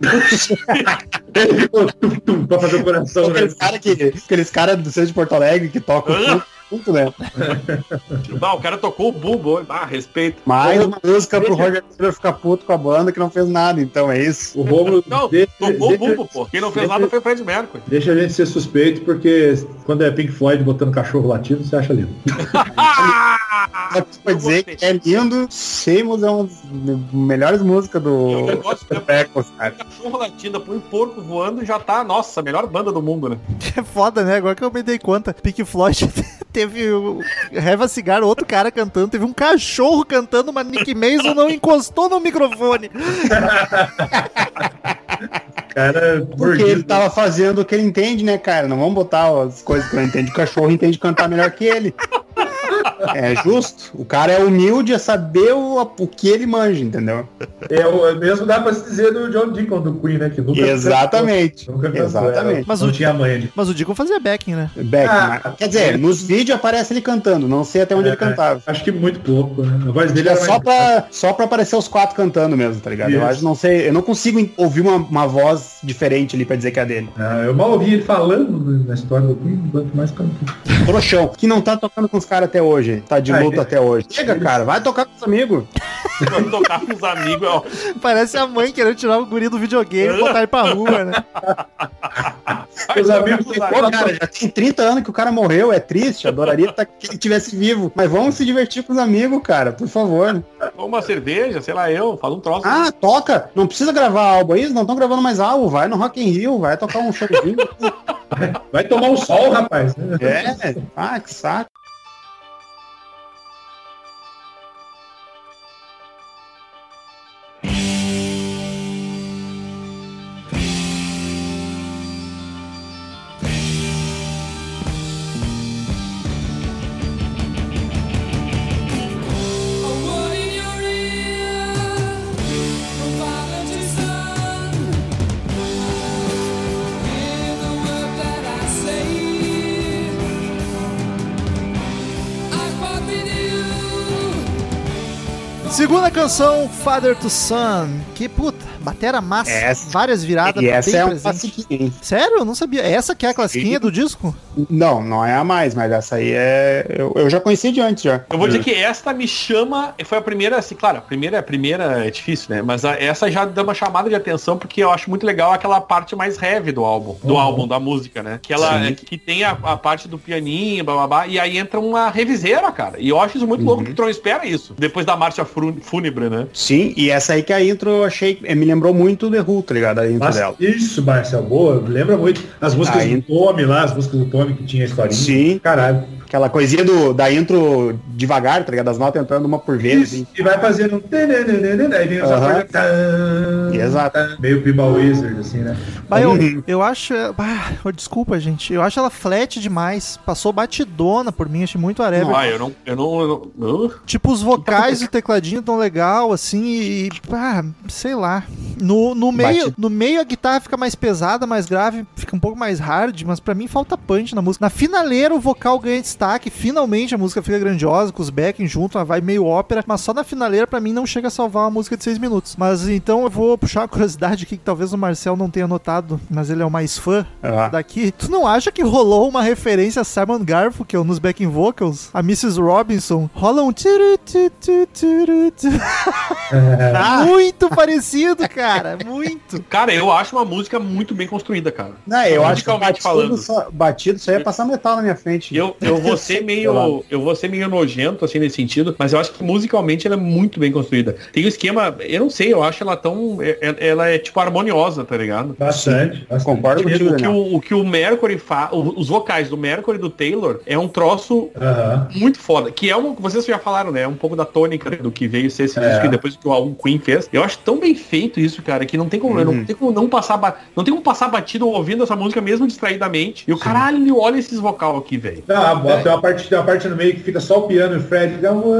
Pra fazer o coração, né? Aqueles caras do centro de Porto Alegre que tocam muito, né? Não, o cara tocou o bumbo. Respeito. Mais uma música pro Roger Taylor ficar puto com a banda que não fez nada, então é isso. O Romulo tocou o bumbo, pô. Quem não fez nada foi o Fred Mercury. Deixa a gente ser suspeito, porque quando é Pink Floyd botando cachorro latindo, você acha lindo. Pode dizer que é lindo. Seamus é uma das melhores músicas do Beckles, cara. Cachorro latindo, põe porco voando e já tá, nossa, a melhor banda do mundo, né? É foda, né? Agora que eu me dei conta. Pink Floyd teve o Have a Cigar, outro cara cantando. Teve um cachorro cantando, mas Nick Mason não encostou no microfone. Cara, Porque ele tava fazendo o que ele entende, né, cara? Não vamos botar as coisas que ele entende. O cachorro entende cantar melhor que ele. É justo. O cara é humilde a saber o que ele manja, entendeu? o mesmo dá pra se dizer do John Deacon, do Queen, né? Que nunca Exatamente. Nunca cantou, Exatamente. Mas não o- tinha manha de... Mas o Deacon fazia backing, né? Quer dizer, nos vídeos aparece ele cantando. Não sei até onde ele cantava. Acho que muito pouco, né? A voz dele É era só pra aparecer os 4 cantando mesmo, tá ligado? Eu Isso. acho, não sei, eu não consigo ouvir uma voz diferente ali pra dizer que é dele. Eu mal ouvi ele falando na história do Queen, quanto mais cantando. Trouxão, que não tá tocando com os caras até hoje. Tá de luta até hoje. Chega, cara, vai tocar com os amigos. Vai tocar com os amigos, ó. Parece a mãe querendo tirar o guri do videogame e botar ele pra rua, né? Os amigos Os têm Pô, cara, já tem 30 anos que o cara morreu, é triste, adoraria que ele tivesse vivo. Mas vamos se divertir com os amigos, cara, por favor. Uma cerveja, sei lá, fala um troço. Ah, toca, não precisa gravar álbum aí, não estão gravando mais álbum, vai no Rock in Rio, vai tocar um showzinho. Vai tomar um sol, rapaz. Que saco. A word in your ear, from father to son. Hear the word that I say. I fought with you. Segunda canção, Father to Son. Que puta, batera massa. Essa- Várias viradas. E essa bem é um presente. classiquinho, hein? Sério? Eu não sabia. Essa que é a classiquinha do disco? Não, não é a mais, mas essa aí é. Eu já conheci de antes já. Eu vou dizer que esta me chama, foi a primeira, assim, claro, a primeira é difícil, né? Mas essa já dá uma chamada de atenção porque eu acho muito legal aquela parte mais heavy do álbum, da música, né? Que ela que tem a parte do pianinho, bababá, e aí entra uma reviseira, cara. E eu acho isso muito louco, porque tu não espera isso. Depois da marcha fúnebre, né? Sim, e essa aí que a intro eu achei. Me lembrou muito The Who, tá ligado? A intro Mas dela. isso, Marcel, boa. Lembra muito as músicas Aí- do Tommy lá, as músicas do Tommy que tinha historinha. Sim. Caralho. Aquela coisinha da intro devagar, tá ligado? As notas entrando uma por vez, Isso. assim. E vai fazendo um... Aí vem os Aham. acordes... Tan, Exato. tan, meio Pinball Wizard, assim, né? Mas Uhum. eu acho... desculpa, gente. Eu acho ela flat demais. Passou batidona por mim. Achei muito whatever. Ah, eu não. Tipo, os vocais do tecladinho tão legal, assim, e sei lá. No meio a guitarra fica mais pesada, mais grave, fica um pouco mais hard, mas pra mim falta punch na música. Na finaleira o vocal ganha destaque, finalmente a música fica grandiosa, com os backing junto, ela vai meio ópera, mas só na finaleira pra mim não chega a salvar uma música de 6 minutos. Mas então eu vou puxar uma curiosidade aqui que talvez o Marcel não tenha notado, mas ele é o mais fã daqui. Tu não acha que rolou uma referência a Simon Garfunkel nos backing vocals? A Mrs. Robinson rola um muito parecido, cara, muito. Cara, eu acho uma música muito bem construída, cara. Não, eu acho que Musicalmente falando. batido só ia passar metal na minha frente. Eu vou ser meio nojento, assim, nesse sentido, mas eu acho que musicalmente ela é muito bem construída. Tem um esquema, eu não sei, eu acho ela tão... Ela é, tipo, harmoniosa, tá ligado? Bastante. Concordo contigo, Daniel. O que o Mercury faz, os vocais do Mercury e do Taylor é um troço Aham. muito foda, que é vocês já falaram, né? É um pouco da tônica do que veio ser esse disco e depois que o álbum Queen fez. Eu acho tão bem feito isso, cara, que não tem como, não tem como não passar batido ouvindo essa música mesmo distraidamente. E o caralho, olha esses vocal aqui, velho. Tem uma parte no meio que fica só o piano e o Fred.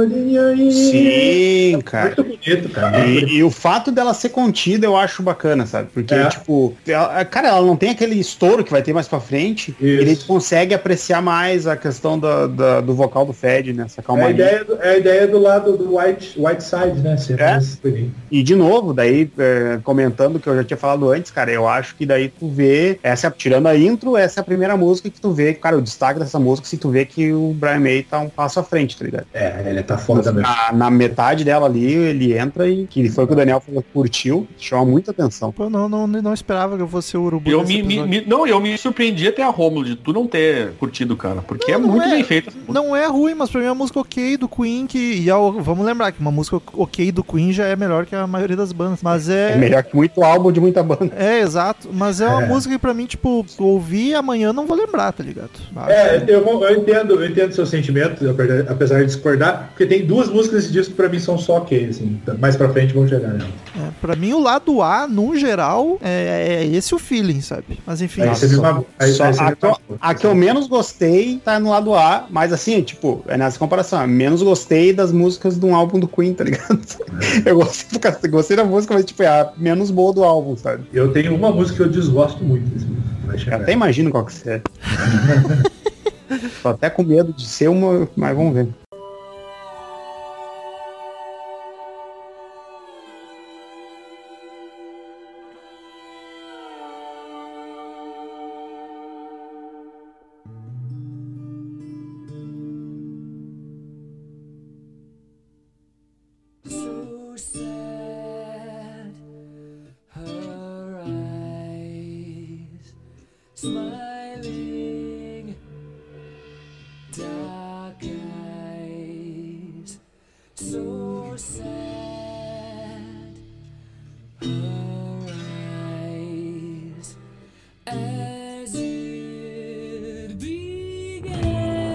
Sim, cara. Muito bonito, cara. E o fato dela ser contida eu acho bacana, sabe? Porque, tipo, ela não tem aquele estouro que vai ter mais pra frente. Isso. Ele consegue apreciar mais a questão do vocal do Fred, né? Essa calmaria. É a ideia do lado do White Side, né? E de novo, daí, comentando o que eu já tinha falado antes, cara, eu acho que daí tu vê, tirando a intro, essa é a primeira música que tu vê, cara, o destaque dessa música, se tu vê que o Brian May tá um passo à frente, tá ligado? Ele tá foda mesmo. Na metade dela ali, ele entra e que foi o que o Daniel falou, curtiu, chama muita atenção. Pô, não esperava que eu fosse o urubu Eu desse episódio. eu me surpreendi até a Rômulo de tu não ter curtido, cara. Porque é muito bem feita. Não é ruim, mas pra mim é uma música ok do Queen, vamos lembrar que uma música ok do Queen já é melhor que a maioria das bandas, mas É melhor que muito álbum de muita banda. É, exato, mas é uma música que pra mim, tipo, ouvir amanhã não vou lembrar, tá ligado? Eu entendo seu sentimento, apesar de discordar, porque tem duas músicas desse disco que pra mim são só ok, assim, mais pra frente vamos chegar nela. Pra mim o lado A, no geral, é esse o feeling, sabe? Mas enfim. A que eu menos gostei tá no lado A, mas assim, tipo, é nessa comparação, menos gostei das músicas de um álbum do Queen, tá ligado? Eu gostei da música, mas tipo, é a menos boa do álbum, sabe? Eu tenho uma música que eu desgosto muito desse música. Eu até imagino qual que você é. Tô até com medo de ser uma, mas vamos ver. So sad, her eyes smiling, dark eyes. So sad, her eyes as it began.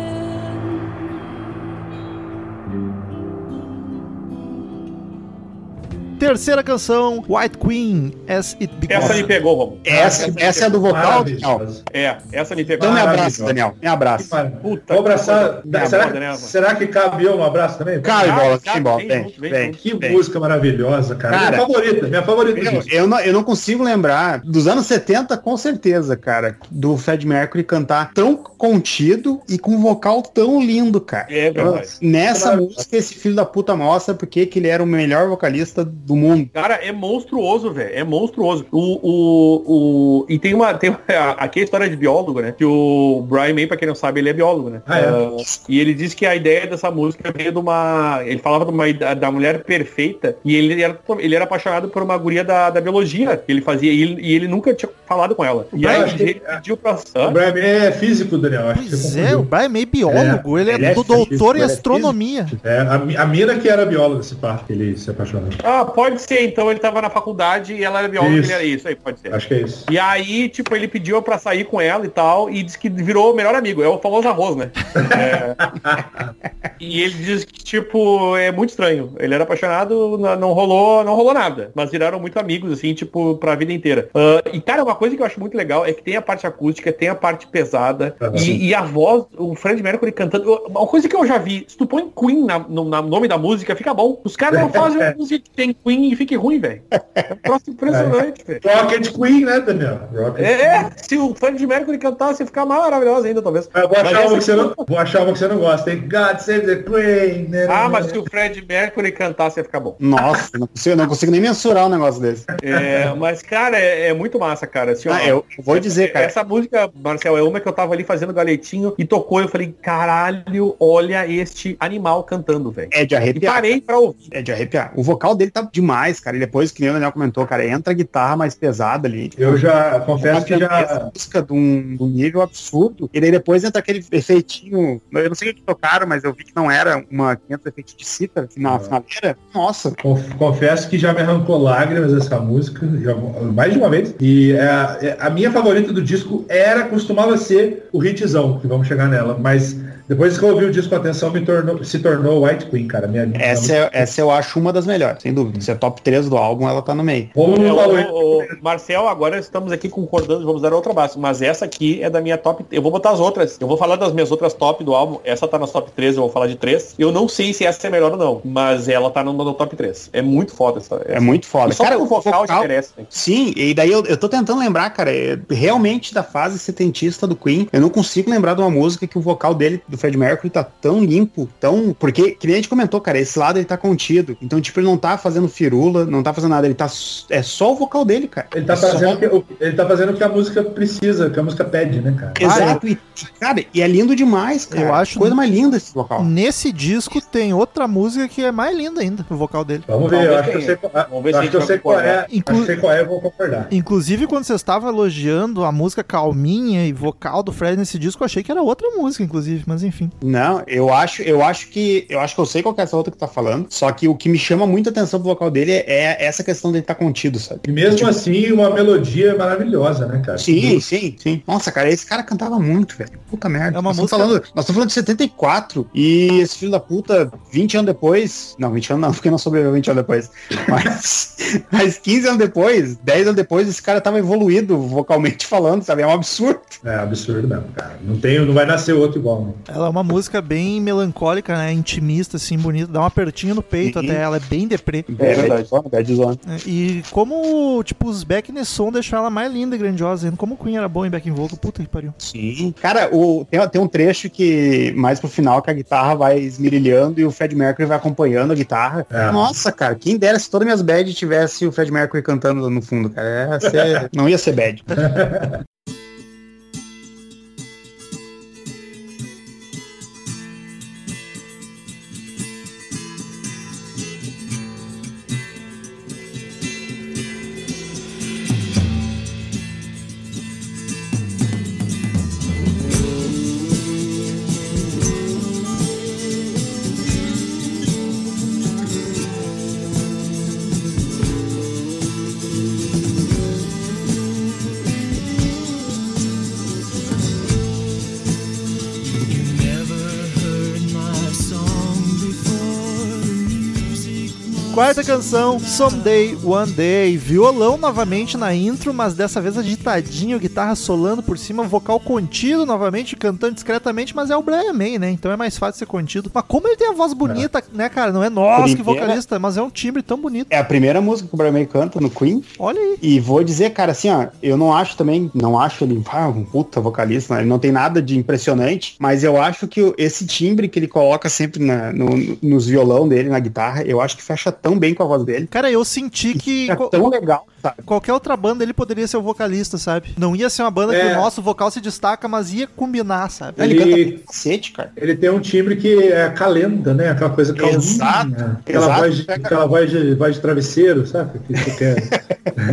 Terceira canção, White Queen, As It Began. Essa me pegou, Romulo. Essa é do vocal, Daniel? Essa me pegou. Então me abraça, Maravilhoso. Daniel. Me abraça. Puta, Vou abraçar. que Será, foda, né, será que cabe eu no abraço também? Cai, bola, cara, tem bola. vem Vem, junto, vem vem. junto. Que Bem. música maravilhosa, cara. Cara, Minha favorita disso. Eu não consigo lembrar dos anos 70, com certeza, cara, do Fred Mercury cantar tão contido e com um vocal tão lindo, cara. É verdade. Nessa música, esse filho da puta mostra porque que ele era o melhor vocalista do mundo. Cara, é monstruoso, velho. É monstruoso. E tem aqui a história de biólogo, né? Que o Brian May, pra quem não sabe, ele é biólogo, né? E ele disse que a ideia dessa música veio de uma... Ele falava da mulher perfeita e ele era apaixonado por uma guria da biologia que ele fazia e ele nunca tinha falado com ela. E aí ele pediu pra... O Brian May é físico, Daniel. Acho que Pois você é, confundiu. o Brian May é biólogo, ele é físico, doutor em ele é astronomia. A mina que era bióloga desse parque, ele se apaixonou. Ah, pode ser. Então ele tava na faculdade e ela era bióloga, Isso. ele era isso aí, pode ser. Acho que é isso. E aí, tipo, ele pediu pra sair com ela e tal, e disse que virou o melhor amigo. É o famoso arroz, né? E ele diz que, tipo, é muito estranho. Ele era apaixonado, não rolou nada. Mas viraram muito amigos, assim, tipo, pra vida inteira. E, cara, uma coisa que eu acho muito legal é que tem a parte acústica, tem a parte pesada, e a voz, o Fred Mercury cantando. Uma coisa que eu já vi, se tu põe Queen no nome da música, fica bom. Os caras não fazem uma música que tem Queen e fique ruim, velho. É um troço impressionante, velho. Rocket Queen, né, Daniel? Se o Fred Mercury cantasse, ia ficar maravilhoso ainda, talvez. Eu vou achar Mas uma essa- vou achar uma que você não gosta. Tem God Save the Queen. Né, Ah, mas se o Fred Mercury cantasse, ia ficar bom. Nossa, eu não consigo nem mensurar um negócio desse. Mas, cara, é muito massa, cara. Assim, ó, Eu vou dizer, cara. Essa música, Marcel, é uma que eu tava ali fazendo galetinho e tocou. Eu falei, caralho, olha este animal cantando, velho. É de E arrepiar. parei pra ouvir. É de arrepiar. O vocal dele tá demais, cara. E depois, que nem o Daniel comentou, cara, entra a guitarra mais pesada ali. Eu já confesso que Essa já... música de um nível absurdo. E daí depois entra aquele efeitinho. Eu não sei o que tocaram, mas eu vi que não era uma 500 efeitos de cítara na finaleira. Nossa. Confesso que já me arrancou lágrimas essa música, mais de uma vez. E a minha favorita do disco costumava ser o hitzão, que vamos chegar nela. Mas depois que eu ouvi o disco com atenção, se tornou White Queen, cara. Essa eu acho uma das melhores, sem dúvida. Se é top 3 do álbum, ela tá no meio. Marcel, agora estamos aqui concordando, vamos dar outra base. Mas essa aqui é da minha top. Eu vou botar as outras. Eu vou falar das minhas outras top do álbum. Essa tá nas top 3, eu vou falar de 3. Eu não sei se essa é melhor ou não, mas ela tá no top 3. É muito foda essa. É muito foda. E só Cara, o vocal diferença. Né? Sim, e daí eu tô tentando lembrar, cara, realmente da fase setentista do Queen, eu não consigo lembrar de uma música que o vocal dele, do Fred Mercury, tá tão limpo, tão... Porque, que nem a gente comentou, cara, esse lado ele tá contido. Então, tipo, ele não tá fazendo firula, não tá fazendo nada, ele tá... É só o vocal dele, cara. Ele tá fazendo o que a música precisa, o que a música pede, né, cara? Exato, e, cara, e é lindo demais, cara. Eu acho- coisa mais linda esse vocal. Nesse disco tem outra música que é mais linda ainda, o vocal dele. Vamos ver, eu acho que eu sei, Vamos ver se a acho gente que eu vai sei qual é. concordar. Acho que eu sei qual é, eu vou concordar. Inclusive, quando você estava elogiando a música calminha e vocal do Fred nesse disco, eu achei que era outra música, inclusive, mas enfim. Não, eu acho que eu sei qual que é essa outra que tá falando, só que o que me chama muita atenção pro vocal dele é essa questão dele tá contido, sabe? E mesmo assim, uma melodia maravilhosa, né, cara? Sim. Nossa, cara, esse cara cantava muito, velho. Puta merda. É uma nós música- estamos falando de 74 e esse filho da puta, 20 anos depois, não, 20 anos não, porque não sobreviveu 20 anos depois, mas 15 anos depois, 10 anos depois, esse cara tava evoluído vocalmente falando, sabe? É um absurdo. É absurdo mesmo, cara. Não vai nascer outro igual, não. Ela é uma música bem melancólica, né? Intimista, assim, bonita. Dá uma apertinha no peito Sim. até. Ela é bem deprê. É verdade. Bad Zone. E como, tipo, os back nesse som deixam ela mais linda e grandiosa ainda. Como o Queen era bom em back vocal, puta que pariu. Sim. Cara, tem um trecho que mais pro final que a guitarra vai esmirilhando e o Fred Mercury vai acompanhando a guitarra. É. Nossa, cara, quem dera se todas minhas bad tivesse o Fred Mercury cantando no fundo, cara. Não ia ser bad. Quarta canção, Someday, One Day. Violão novamente na intro, mas dessa vez agitadinho, guitarra solando por cima, vocal contido novamente, cantando discretamente, mas é o Brian May, né? Então é mais fácil ser contido. Mas como ele tem a voz bonita, né, cara? Não é nossa, que vocalista, mas é um timbre tão bonito. É a primeira música que o Brian May canta no Queen. Olha aí. E vou dizer, cara, assim, ó, eu não acho ele um puta vocalista, né? Ele não tem nada de impressionante, mas eu acho que esse timbre que ele coloca sempre nos violão dele, na guitarra, eu acho que fecha tão bem com a voz dele. Cara, eu senti que É tão legal, sabe? qualquer outra banda ele poderia ser o vocalista, sabe? Não ia ser uma banda que o nosso vocal se destaca, mas ia combinar, sabe? Ele canta bem pra cacete, cara. Ele tem um timbre que é calenda, né? Aquela coisa calminha. Exato, Aquela voz de travesseiro, sabe? Que tu quer.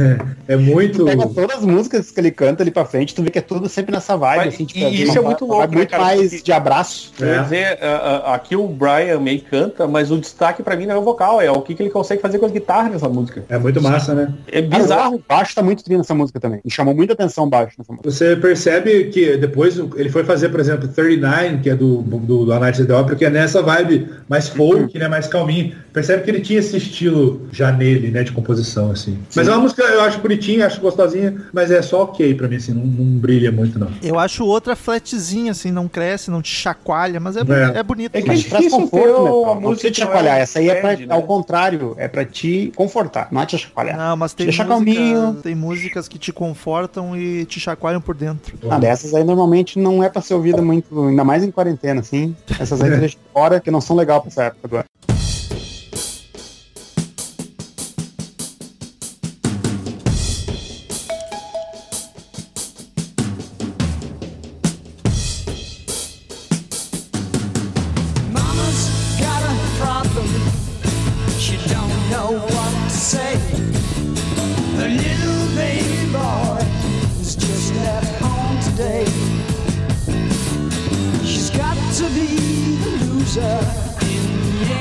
É muito... Pega todas as músicas que ele canta ali pra frente, tu vê que é tudo sempre nessa vibe, Mas- assim, tipo, e isso é muito louco, né, muito cara? mais Porque- de abraço. Eu ia dizer, aqui o Brian May canta, mas o destaque pra mim não é o vocal, é o que ele consegue fazer com as guitarras nessa música. É muito massa, né? É Cara, bizarro. o baixo tá muito tri nessa música também. Me chamou muita atenção o baixo nessa música. Você percebe que depois ele foi fazer, por exemplo, 39, que é do A Night at the Opera, que é nessa vibe mais folk, né, mais calminho. Percebe que ele tinha esse estilo já nele, né, de composição, assim. Mas é uma música, eu acho bonitinha, acho gostosinha, mas é só ok pra mim, assim, não brilha muito, não. Eu acho outra flatzinha, assim, não cresce, não te chacoalha, mas é bonito. É que Mas traz difícil ter conforto, né? uma Não música precisa te que não chacoalhar. é Essa aí é Fred, pra, né? ao contrário, é pra te confortar, não é te chacoalhar. Não, mas tem, Deixa calminho. tem músicas que te confortam e te chacoalham por dentro. Ah, dessas aí normalmente não é pra ser ouvida muito, ainda mais em quarentena, assim. Essas aí tu deixa fora, que não são legais pra essa época do ano. Mama's got a problem. She don't know what to say. Her little baby boy is just left home today. She's got to be the loser in the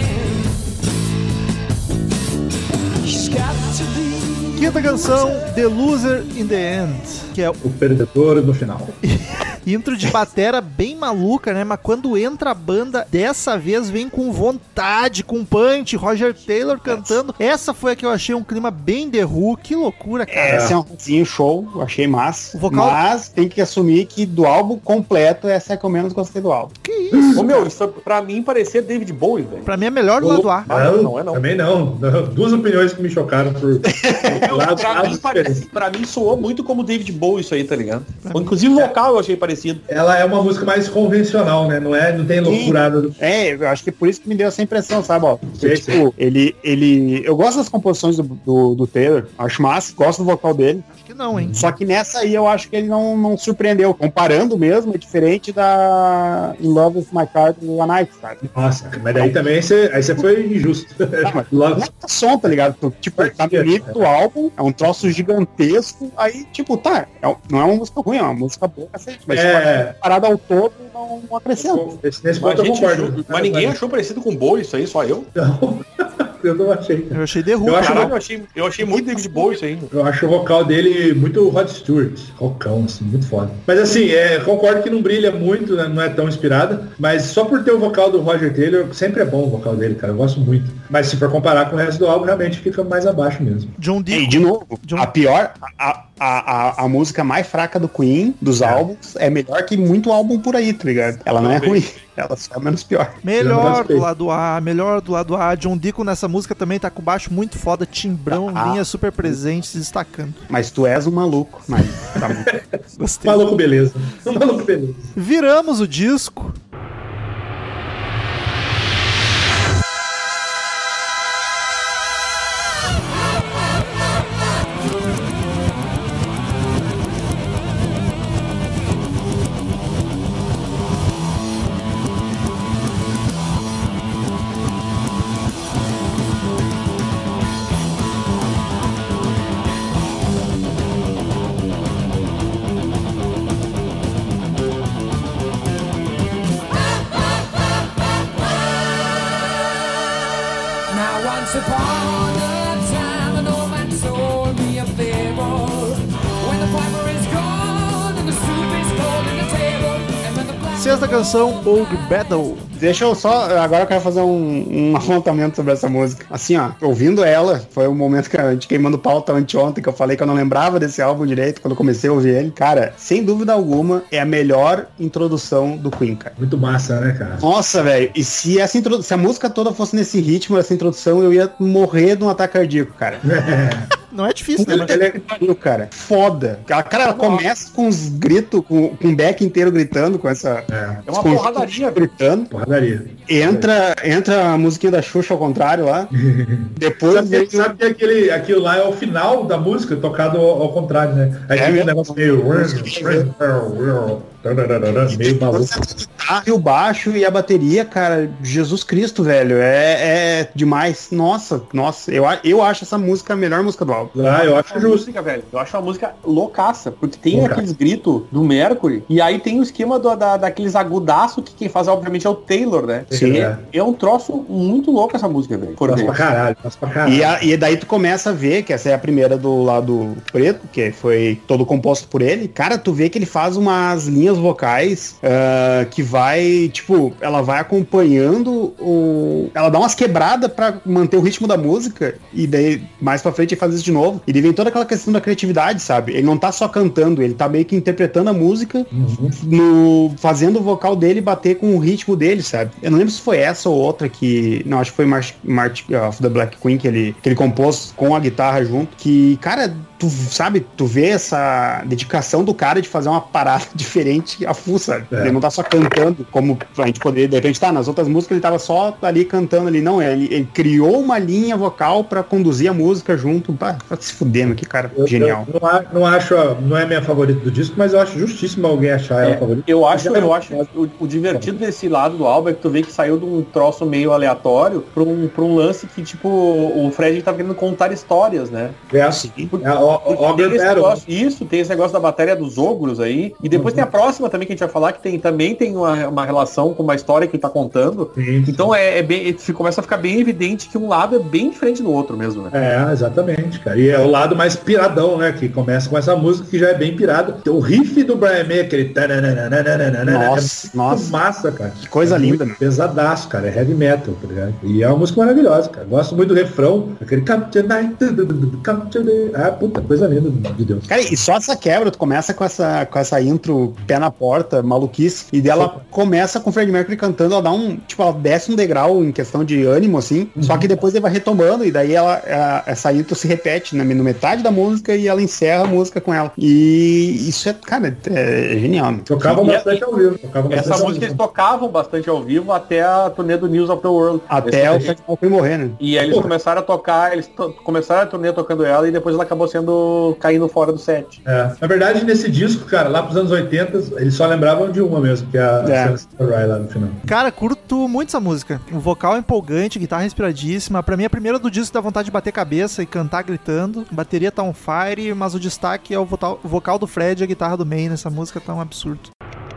end. She's got to be. Quinta canção, The Loser in the End, que é O perdedor no final. intro de batera bem maluca, né? Mas quando entra a banda, dessa vez vem com vontade, com punch, Roger Taylor cantando. Essa foi a que eu achei um clima bem The Who. Que loucura, cara. Esse é um rockzinho show, eu achei massa. O vocal- Mas tem que assumir que do álbum completo, essa é a que eu menos gostei do álbum. Que Ô, meu, isso pra mim parecia David Bowie, velho. Pra mim é melhor do lado A. Não. Também não. Duas opiniões que me chocaram por pra mim soou muito como David Bowie isso aí, tá ligado? Inclusive o vocal eu achei parecido. Ela é uma música mais convencional, né? Não tem loucurada. Eu acho que por isso que me deu essa impressão, sabe? Ó, tipo, eu gosto das composições do Taylor, acho massa, gosto do vocal dele. Acho que não, hein? Só que nessa aí eu acho que ele não surpreendeu. Comparando mesmo, é diferente da In Love With My Car do One Night, sabe? Nossa, mas daí também você foi injusto. Não é som, tá ligado? Tipo, tá no nível do álbum, é um troço gigantesco, aí, tipo, tá, não é uma música ruim, é uma música boa, cacete, mas parada ao todo não acrescenta. Nesse ponto eu concordo. Mas ninguém achou parecido com Bowie isso aí, só eu? Não. Eu não achei. Eu achei The Who. Eu achei muito David Bowie isso aí. Eu acho o vocal dele muito Rod Stewart. Rockão, assim, muito foda. Mas assim, concordo que não brilha muito, né? Não é tão inspirada. Mas só por ter o vocal do Roger Taylor, sempre é bom o vocal dele, cara. Eu gosto muito. Mas se for comparar com o resto do álbum, realmente fica mais abaixo mesmo. John Deacon. E de novo, a pior, a música mais fraca do Queen, dos álbuns, é melhor que muito álbum por aí, tá ligado? Ela não é ruim. Ela só é menos pior. Melhor do lado A. John Deacon nessa música também tá com baixo muito foda, timbrão, linha super presente, se destacando. Mas tu és um maluco. Mas tá muito... Gostei. Maluco beleza. Maluco beleza. Viramos o disco. Once upon a time, an old man told me a fable. When the piper is gone and the soup is cold in the table, and when the black... Sexta canção, Old Battle. Deixa eu só, agora eu quero fazer um apontamento sobre essa música. Assim, ó, ouvindo ela, foi o momento que a gente queimando pauta anteontem, que eu falei que eu não lembrava desse álbum direito, quando eu comecei a ouvir ele. Cara, sem dúvida alguma, é a melhor introdução do Queen, cara. Muito massa, né, cara? Nossa, velho, e se a música toda fosse nesse ritmo, essa introdução, eu ia morrer de um ataque cardíaco, cara. Não é difícil, né? Ele é cara. Foda. Ela começa com os gritos, com o back inteiro gritando, com essa... É uma porradaria. Gritando. Porradaria. Entra a musiquinha da Xuxa ao contrário lá. Depois... Sabe que aquilo lá é o final da música, tocado ao contrário, né? Aí fica um negócio meio... meio maluco. E o baixo e a bateria, cara, Jesus Cristo, velho, é demais. Nossa, eu acho essa música a melhor música do álbum. Eu acho justo. Música, velho. Eu acho uma música loucaça, porque tem aqueles gritos do Mercury, e aí tem o esquema daqueles agudaços que quem faz, obviamente, é o Taylor, né? Sim. É um troço muito louco essa música, velho. Nossa pra caralho. E daí tu começa a ver que essa é a primeira do lado preto, que foi todo composto por ele. Cara, tu vê que ele faz umas linhas vocais que vai, tipo, ela vai acompanhando ela dá umas quebradas pra manter o ritmo da música, e daí mais pra frente ele faz isso de novo, e daí vem toda aquela questão da criatividade, sabe? Ele não tá só cantando, ele tá meio que interpretando a música, fazendo o vocal dele bater com o ritmo dele, sabe? Eu não lembro se foi essa ou outra que, não, acho que foi March of the Black Queen que ele compôs com a guitarra junto, que, cara, tu vê essa dedicação do cara de fazer uma parada diferente a full, sabe? Ele não tá só cantando, como a gente poderia, de repente, nas outras músicas ele tava só ali cantando ali, não, ele criou uma linha vocal pra conduzir a música junto, pra se fudendo, que cara genial. Eu não é minha favorita do disco, mas eu acho justíssimo alguém achar ela favorita. Eu acho o divertido desse lado do álbum é que tu vê que saiu de um troço meio aleatório pra um lance que, tipo, o Fred tá querendo contar histórias, né? É assim. Tem esse negócio da bateria dos ogros aí. E depois tem a próxima também que a gente vai falar, que também tem uma relação com uma história que ele tá contando. Sim. Então começa a ficar bem evidente que um lado é bem diferente do outro mesmo, né? Exatamente, cara. E é o lado mais piradão, né? Que começa com essa música que já é bem pirada. O riff do Brian May, aquele... Nossa. Massa, cara. Que coisa linda, né? Pesadaço, cara. É heavy metal, tá ligado? E é uma música maravilhosa, cara. Gosto muito do refrão. Aquele... puta, coisa linda de Deus. Cara, e só essa quebra, tu começa com essa intro, pé na porta, maluquice, e dela começa com o Freddie Mercury cantando, ela dá ela desce um degrau em questão de ânimo, assim, só que depois ele vai retomando, e daí essa intro se repete no metade da música, e ela encerra a música com ela. E isso é genial, né? Tocavam bastante ao vivo. Essa música eles tocavam bastante ao vivo até a turnê do News of the World. Até o Freddie Mercury morrer, né? E aí eles começaram a tocar, começaram a turnê tocando ela, e depois ela acabou caindo fora do set. Na verdade, nesse disco, cara, lá pros anos 80, eles só lembravam de uma mesmo, que é a Samurai lá no final. Cara, curto muito essa música. O vocal é empolgante, guitarra inspiradíssima. Pra mim, a primeira do disco dá vontade de bater cabeça e cantar gritando. A bateria tá on fire, mas o destaque é o vocal do Fred e a guitarra do May nessa música, tá um absurdo.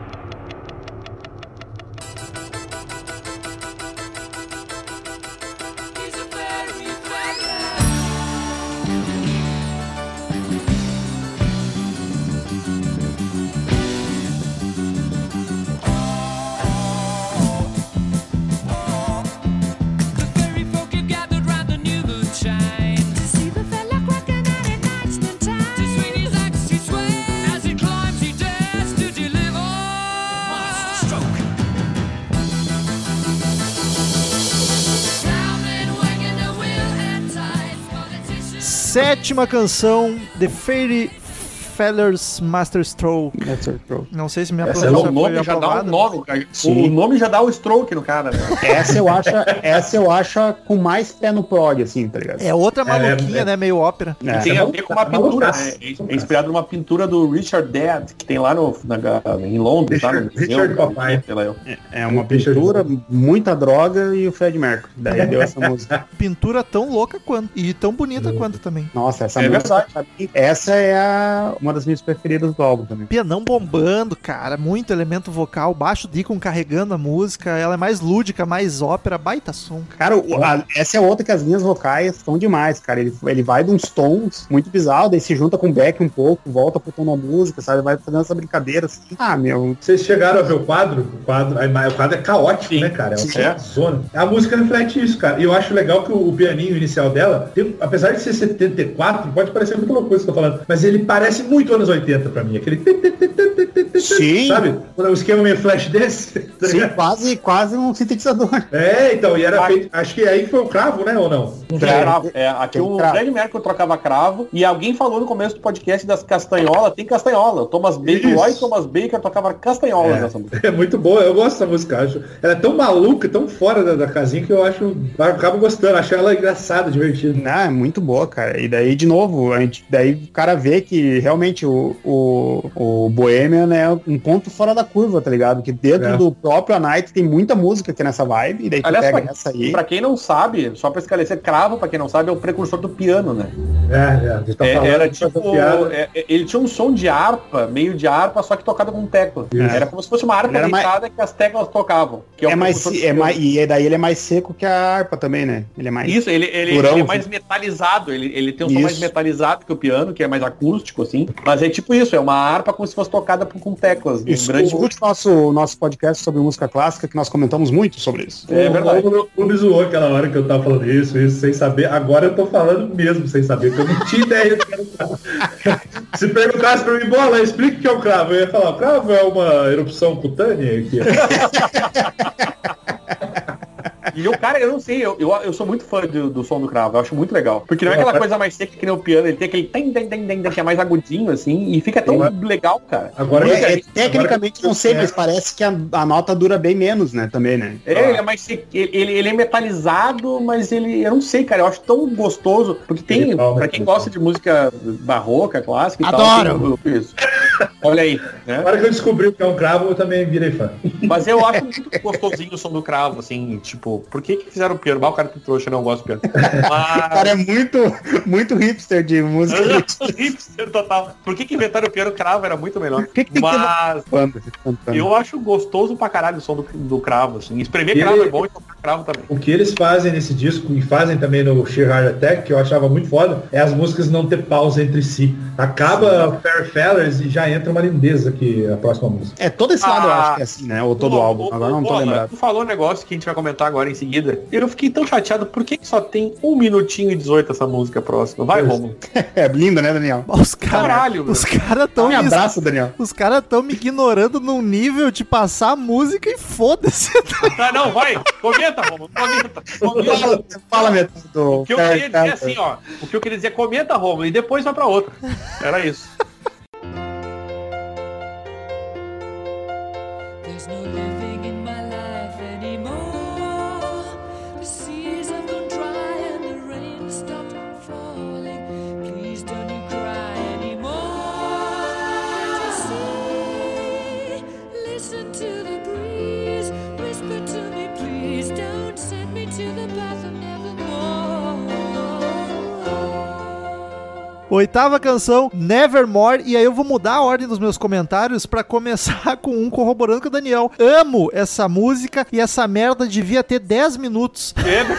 Sétima canção, The Fairy Fellers Master Stroke. Não sei se minha pronúncia foi aprovada. O nome já dá o stroke no cara, né? Essa eu acho com mais pé no prog, assim, tá ligado? É outra maluquinha, né? Meio ópera. Tem a ver com uma pintura, né? É inspirado numa pintura do Richard Dead, que tem lá em Londres, Richard Papai. É uma pintura, muita droga e o Fred Mercury. Daí deu essa música. Pintura tão louca quanto. E tão bonita quanto também. Nossa, essa música, essa é uma das minhas preferidas do álbum também. Pianão bombando, cara, muito elemento vocal, baixo Deacon carregando a música, ela é mais lúdica, mais ópera, baita som. Cara, essa é outra que as linhas vocais são demais, cara, ele vai de uns tons muito bizarros, daí se junta com o back um pouco, volta pro tom da música, sabe, vai fazendo essa brincadeira assim. Vocês chegaram a ver o quadro? O quadro é caótico, né, cara? É uma zona. A música reflete isso, cara, e eu acho legal que o pianinho inicial dela, apesar de ser 74, pode parecer muito louco isso que eu tô falando, mas ele parece muito anos 80 pra mim, aquele sim, sabe? Um esquema meio flash desse, tá sim, quase um sintetizador. Então, e era feito, acho que aí que foi o cravo, né, ou não? Cravo. Aqui o Fred Mercury trocava cravo, e alguém falou no começo do podcast das castanholas, tem castanhola, o Thomas Baker tocava castanholas nessa música. É muito boa, eu gosto dessa música, acho. Ela é tão maluca, tão fora da casinha que eu acabo gostando, acho ela engraçada, divertida. Não, é muito boa, cara, e daí de novo, daí o cara vê que realmente o Bohemian é um ponto fora da curva, tá ligado? Que dentro do próprio A Night tem muita música aqui nessa vibe, e daí tu pega essa aí. Pra quem não sabe, só pra esclarecer, cravo, pra quem não sabe, é o precursor do piano, né? Era tipo, ele tinha um som de harpa, meio de harpa, só que tocado com tecla. Era como se fosse uma harpa deitada que as teclas tocavam. Que e daí ele é mais seco que a harpa também, né? Ele é mais... Isso, ele é mais metalizado, ele tem um som mais metalizado que o piano, que é mais acústico, assim. Mas é tipo isso, é uma harpa como se fosse tocada com teclas. Escute nosso podcast sobre música clássica, que nós comentamos muito sobre isso. É verdade. O meu clube zoou aquela hora que eu tava falando isso, sem saber. Agora eu tô falando mesmo sem saber, porque eu não tinha ideia do que era o cravo. Se perguntasse pra mim, Bola, explica o que é o cravo. Eu ia falar, o cravo é uma erupção cutânea aqui. E o cara, eu não sei, eu sou muito fã do som do cravo, eu acho muito legal. Porque não é aquela coisa mais seca que nem o piano, ele tem aquele que é mais agudinho, assim, e fica tão legal, cara. Agora tecnicamente não sei, mas parece que a nota dura bem menos, né, também, né? Ele é mais seco, ele é metalizado, mas eu não sei, cara, eu acho tão gostoso, porque tem, pra quem gosta de música barroca, clássica e Adoro. Tal, isso. Olha aí, né? Na hora que eu descobri o que é um cravo, eu também virei fã. Mas eu acho muito gostosinho o som do cravo, assim, tipo, por que fizeram o piano? O cara que trouxa não gosta do piano. Mas... O cara é muito hipster de música. Hipster total. Por que inventaram o piano? Cravo era muito melhor. Por que tem Mas eu acho gostoso pra caralho o som do cravo, assim. Espremer cravo é bom e tocar cravo também. O que eles fazem nesse disco, e fazem também no Sheer Heart Attack, que eu achava muito foda, é as músicas não ter pausa entre si. Acaba Fairy Fellers e já entra uma lindeza aqui a próxima música. Todo esse lado eu acho que é assim, né? Ou todo o álbum. Agora não tô lembrado. Tu falou um negócio que a gente vai comentar agora em seguida. Eu fiquei tão chateado, por que só tem 1 minutinho e 18 essa música próxima? Vai, Romulo. É linda, né, Daniel? Os caras Caralho, tão Me abraço, Daniel. Os caras tão me ignorando num nível de passar a música e foda-se. Tá, não, vai. Comenta, Romulo. Comenta. Fala, metade do... O que eu queria dizer é assim, ó. O que eu queria dizer é comenta, Romulo, e depois vai pra outra. Era isso. There's no living in my life anymore. The seas have gone dry and the rain stopped falling. Please don't you cry anymore. Can't you see? Listen to the breeze. Whisper to me, please. Don't send me to the path of nevermore. Oitava canção, Nevermore, e aí eu vou mudar a ordem dos meus comentários pra começar com um corroborando com o Daniel. Amo essa música e essa merda devia ter 10 minutos.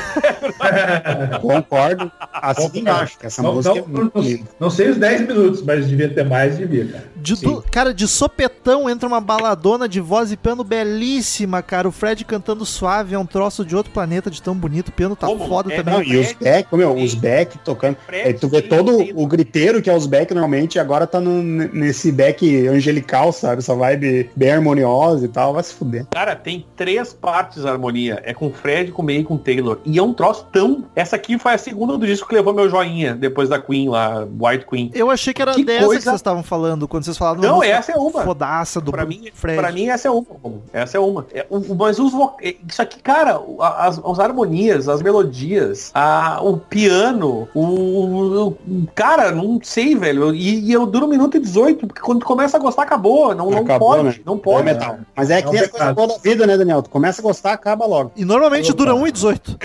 Concordo. Assim embaixo. Essa música é muito linda. Não sei os 10 minutos, mas devia ter mais, devia, cara. Cara, de sopetão entra uma baladona de voz e piano belíssima, cara. O Fred cantando suave, é um troço de outro planeta de tão bonito. O piano tá foda também. Não, e os Beck, os Beck tocando. Tu vê todo o griteiro que é os Beck normalmente, agora tá nesse Beck angelical, sabe? Essa vibe bem harmoniosa e tal, vai se fuder. Cara, tem 3 partes da harmonia. É com o Fred, com o May e com o Taylor. E é um troço tão... Essa aqui foi a segunda do disco que levou meu joinha, depois da Queen lá, White Queen. Eu achei que era dessa que vocês estavam falando, quando vocês falavam... Não, essa é uma. Fodaça do Fred. Pra mim, essa é uma. Essa é uma. Mas isso aqui, cara, as harmonias, as melodias, o piano, cara, não sei, velho. E eu duro 1 minuto e 18, porque quando tu começa a gostar, acabou. Não Acabou, pode. né? Não pode. Metal. Mas é que tem as coisas boas da vida, né, Daniel? Tu começa a gostar, acaba logo. E normalmente dura 1 e 18.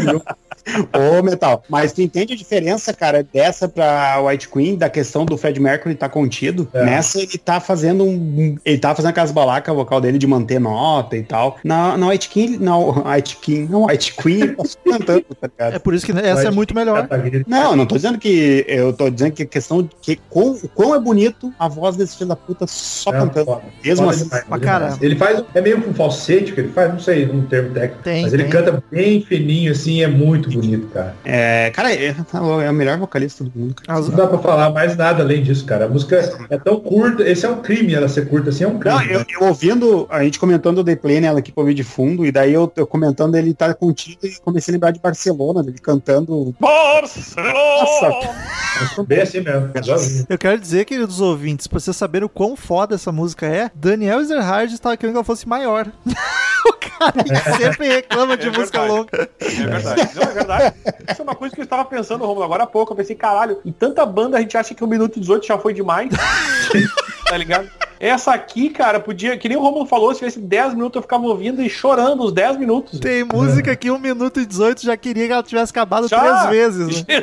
Ô, Metal. Mas tu entende a diferença, cara, dessa pra White Queen, da questão do Fred Mercury tá contido? Nessa ele tá fazendo ele tá fazendo aquelas balacas vocal dele de manter nota e tal. Na White Queen, White Queen, ele tá cantando, tá ligado? É por isso que essa é muito melhor. Não, eu não tô dizendo que... Eu tô dizendo que a questão de que quão é bonito a voz desse filho da puta só cantando. Mesmo assim. Mas, cara... Ele faz... É meio um falsete que ele faz, não sei, um termo técnico. Mas ele canta bem fininho, assim, é muito bonito, cara. Cara, é o melhor vocalista do mundo, cara. Não dá pra falar mais nada além disso, cara. A música é tão curta. Esse é um crime, ela ser curta assim, é um crime. Não, eu ouvindo, a gente comentando o The Play nela aqui pra ouvir de fundo, e daí eu comentando ele tá contigo e comecei a lembrar de Barcelona, ele cantando... Barcelona! Nossa, bem assim mesmo. Eu quero dizer, queridos ouvintes, pra vocês saberem o quão foda essa música é, Daniel Ezerhard estava querendo que ela fosse maior. O cara que sempre reclama de música longa. É verdade. Não, é verdade. Isso é uma coisa que eu estava pensando, Romulo, agora há pouco. Eu pensei, caralho, em tanta banda a gente acha que 1 minuto e 18 já foi demais. Tá ligado? Essa aqui, cara, podia, que nem o Romulo falou, se tivesse 10 minutos eu ficava ouvindo e chorando os 10 minutos. Tem música que 1 minuto e 18 já queria que ela tivesse acabado 3 vezes, né?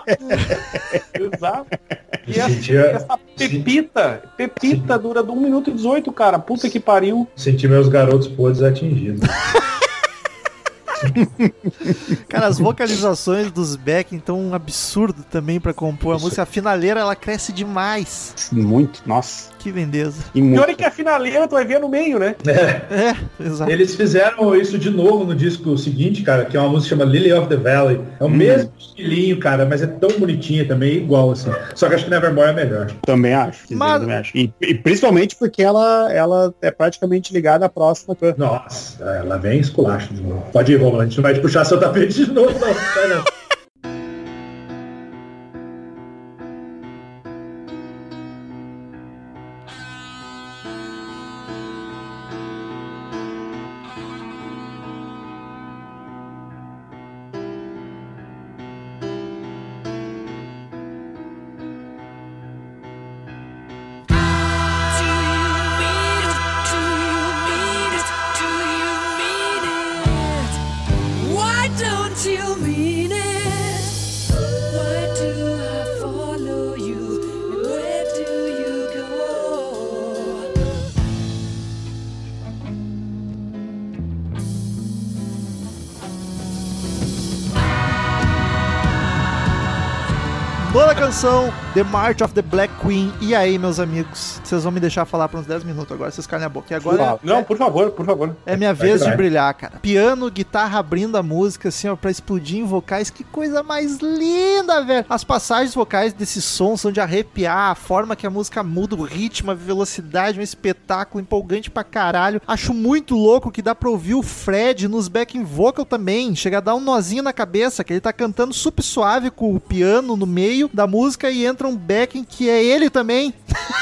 Exato. E essa pepita dura de 1 minuto e 18, cara. Puta que pariu. Senti meus garotos podres atingidos. Cara, as vocalizações dos Beck então um absurdo também pra compor a música. A finaleira, ela cresce demais. Muito, nossa. Que lindeza. E pior é que a finaleira tu vai ver no meio, né? Exato. Eles fizeram isso de novo no disco seguinte, cara, que é uma música chamada Lily of the Valley. É o mesmo estilinho, cara, mas é tão bonitinha também, igual assim. Só que acho que Nevermore é melhor. Também acho. Também acho. E principalmente porque ela é praticamente ligada à próxima. Nossa, ela vem esculacho de novo. Pode ir, Romulo, a gente não vai te puxar seu tapete de novo, não. Why don't you mean it? Nona canção, The March of the Black Queen. E aí, meus amigos, vocês vão me deixar falar por uns 10 minutos agora, vocês calem a boca. E agora Não, por favor. é minha vez de brilhar, cara. Piano, guitarra abrindo a música, assim, ó, pra explodir em vocais. Que coisa mais linda, velho. As passagens vocais desse som são de arrepiar, a forma que a música muda, o ritmo, a velocidade, um espetáculo empolgante pra caralho. Acho muito louco que dá pra ouvir o Fred nos backing vocal também. Chega a dar um nozinho na cabeça, que ele tá cantando super suave com o piano no meio da música e entra um backing que é ele também.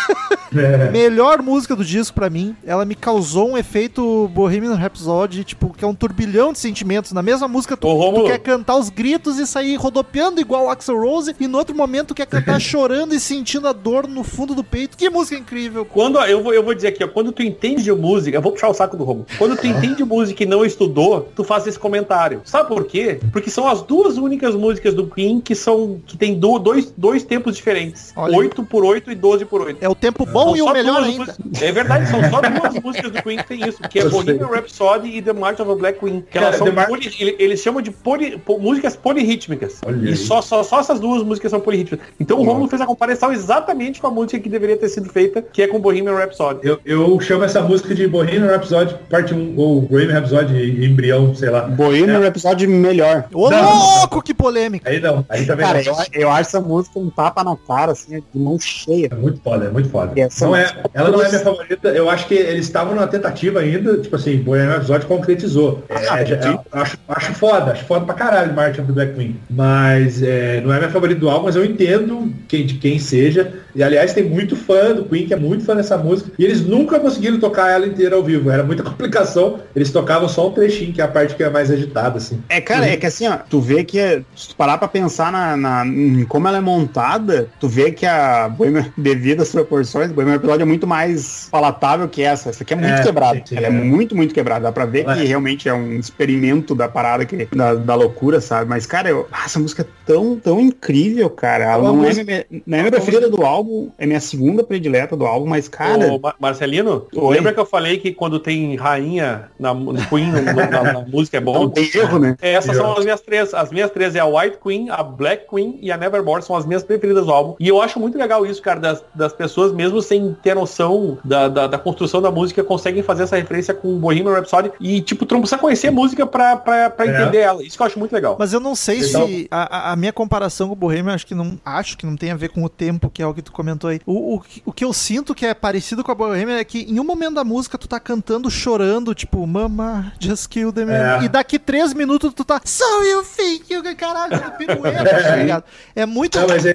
Melhor música do disco pra mim. Ela me causou um efeito Bohemian Rhapsody, tipo, que é um turbilhão de sentimentos. Na mesma música tu quer cantar os gritos e sair rodopiando igual o Axl Rose, e no outro momento tu quer cantar chorando e sentindo a dor no fundo do peito. Que música incrível. Quando eu vou dizer aqui, ó, quando tu entende de música, eu vou puxar o saco do Romulo. Quando tu entende de música e não estudou, tu faz esse comentário. Sabe por quê? Porque são as duas únicas músicas do Queen que tem dois tempos diferentes. 8x8 e 12x8. É o tempo bom e o melhor ainda. É verdade, são só duas músicas do Queen que tem isso, que é Bohemian Rhapsody e The March of a Black Queen. Que elas são eles chamam de músicas polirrítmicas. E só essas duas músicas são polirrítmicas. Então o Romulo fez a comparação exatamente com a música que deveria ter sido feita, que é com Bohemian Rhapsody. Eu chamo essa música de Bohemian Rhapsody parte 1, ou Bohemian Rhapsody embrião, sei lá. Bohemian Rhapsody melhor. Ô, louco, que polêmica. Aí não, aí também cara, não. eu acho essa música um tapa na cara, assim, de mão cheia. É muito foda, é muito foda. Ela não é minha favorita, eu acho que eles estavam numa tentativa ainda, tipo assim, Bohemian Rhapsody concretizou. Acho foda pra caralho March of the Black Queen. Mas não é minha favorita do álbum, mas eu entendo de quem seja. E aliás, tem muito fã do Queen, que é muito fã dessa música. E eles nunca conseguiram tocar ela inteira ao vivo. Era muita complicação. Eles tocavam só um trechinho, que é a parte que é mais agitada, assim. Cara, é que assim, ó, tu vê que se tu parar pra pensar em como ela é montada, tu vê que a Bohemian, devido às proporções, a Bohemian Rhapsody é muito mais palatável que essa. Essa aqui é muito quebrada. Ela é muito, muito quebrada. Dá pra ver que realmente é um experimento da parada, da loucura, sabe? Mas, cara, essa música é tão incrível, cara. Ela não é minha preferida do álbum, é minha segunda predileta do álbum, mas, cara... Ô, Marcelino, lembra que eu falei que quando tem rainha no Queen, na música é bom? Não tem erro, né? Essas são as minhas três. As minhas três é a White Queen, a Black Queen e a Nevermore, são as minhas preferidas do álbum. E eu acho muito legal isso, cara, das pessoas, mesmo sem ter noção da construção da música, conseguem fazer essa referência com Bohemian Rhapsody e, tipo, tu não precisa conhecer a música pra entender ela. Isso que eu acho muito legal. Mas eu não sei se a minha comparação com o Bohemian, acho que não tem a ver com o tempo, que é o que tu comentou aí. O que eu sinto que é parecido com a Bohemian é que em um momento da música tu tá cantando, chorando, tipo, Mama, just kill the man. E daqui 3 minutos tu tá, so you think you... Caralho, pirueta, tá ligado? É muito...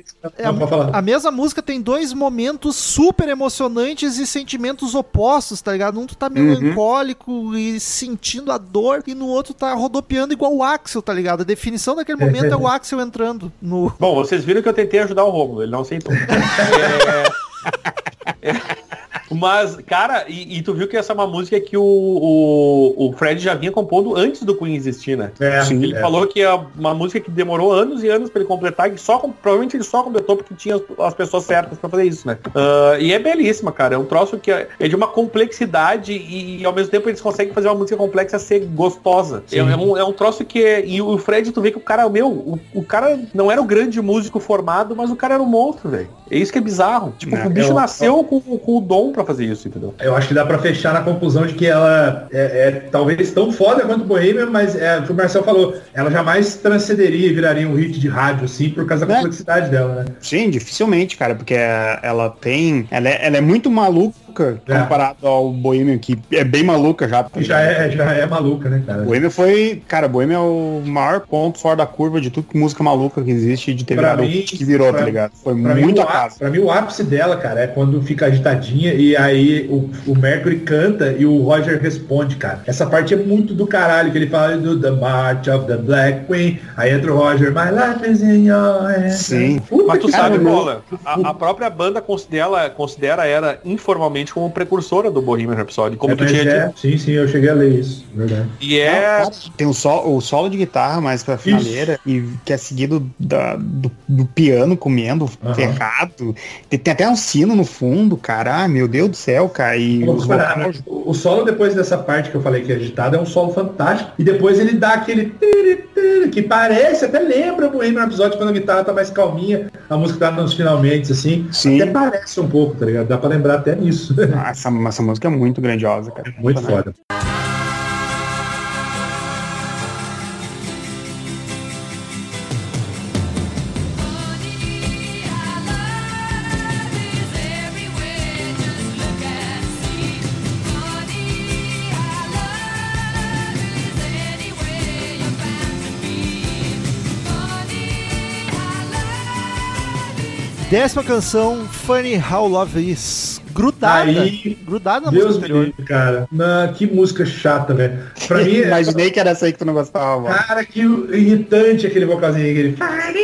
A mesma música tem 2 momentos super emocionantes e sentimentos opostos, tá ligado? Um tu tá melancólico e sentindo a dor, e no outro tá rodopiando igual o Axl, tá ligado? A definição daquele momento é o Axl entrando no... Bom, vocês viram que eu tentei ajudar o Romulo, ele não aceitou. Mas, cara, e tu viu que essa é uma música que o Fred já vinha compondo antes do Queen existir, né? Ele falou que é uma música que demorou anos e anos pra ele completar, e provavelmente ele só completou porque tinha as pessoas certas pra fazer isso, né? E é belíssima, cara. É um troço que é de uma complexidade e ao mesmo tempo eles conseguem fazer uma música complexa ser gostosa. É um troço que E o Fred, tu vê que o cara, o cara não era o grande músico formado, mas o cara era um monstro, velho. É isso que é bizarro. Tipo, o bicho nasceu com o dom pra fazer isso, entendeu? Eu acho que dá pra fechar na conclusão de que ela é talvez tão foda quanto o Bohemian, mas o que o Marcel falou, ela jamais transcenderia e viraria um hit de rádio, assim, por causa da complexidade dela, né? Sim, dificilmente, cara, porque ela é muito maluca comparado ao Bohemian, que é bem maluca já. Já é maluca, né, cara? Bohemian Bohemian é o maior ponto fora da curva de tudo que música maluca que existe de ter virado que virou, tá ligado? Foi muito acaso. Pra mim, o ápice dela, cara, é quando fica agitadinha e aí o Mercury canta e o Roger responde, cara. Essa parte é muito do caralho, que ele fala do The March of the Black Queen, aí entra o Roger, My life is in your hands. Sim. Mas tu sabe, Bola, a própria banda considera ela informalmente como precursora do Bohemian Rhapsody, como tu tinha dito. Sim, eu cheguei a ler isso, verdade. E tem o solo de guitarra mais pra finaleira, e que é seguido do piano comendo, ferrado. Tem até um sino no fundo, cara. Ai, meu Deus do céu, cara. E o solo depois dessa parte que eu falei que é agitado é um solo fantástico. E depois ele dá aquele... Que parece, até lembra Bohemian Rhapsody quando a guitarra tá mais calminha, a música tá nos finalmente, assim. Sim. Até parece um pouco, tá ligado? Dá pra lembrar até nisso. Essa música é muito grandiosa, cara. Muito foda. Décima canção, Funny How Love Is. Grudada. Aí, Grudada na Deus música anterior. me livre, cara. Que música chata, velho. Pra mim, Imaginei que era essa aí que tu não gostava, mano. cara, que irritante aquele vocalzinho, aquele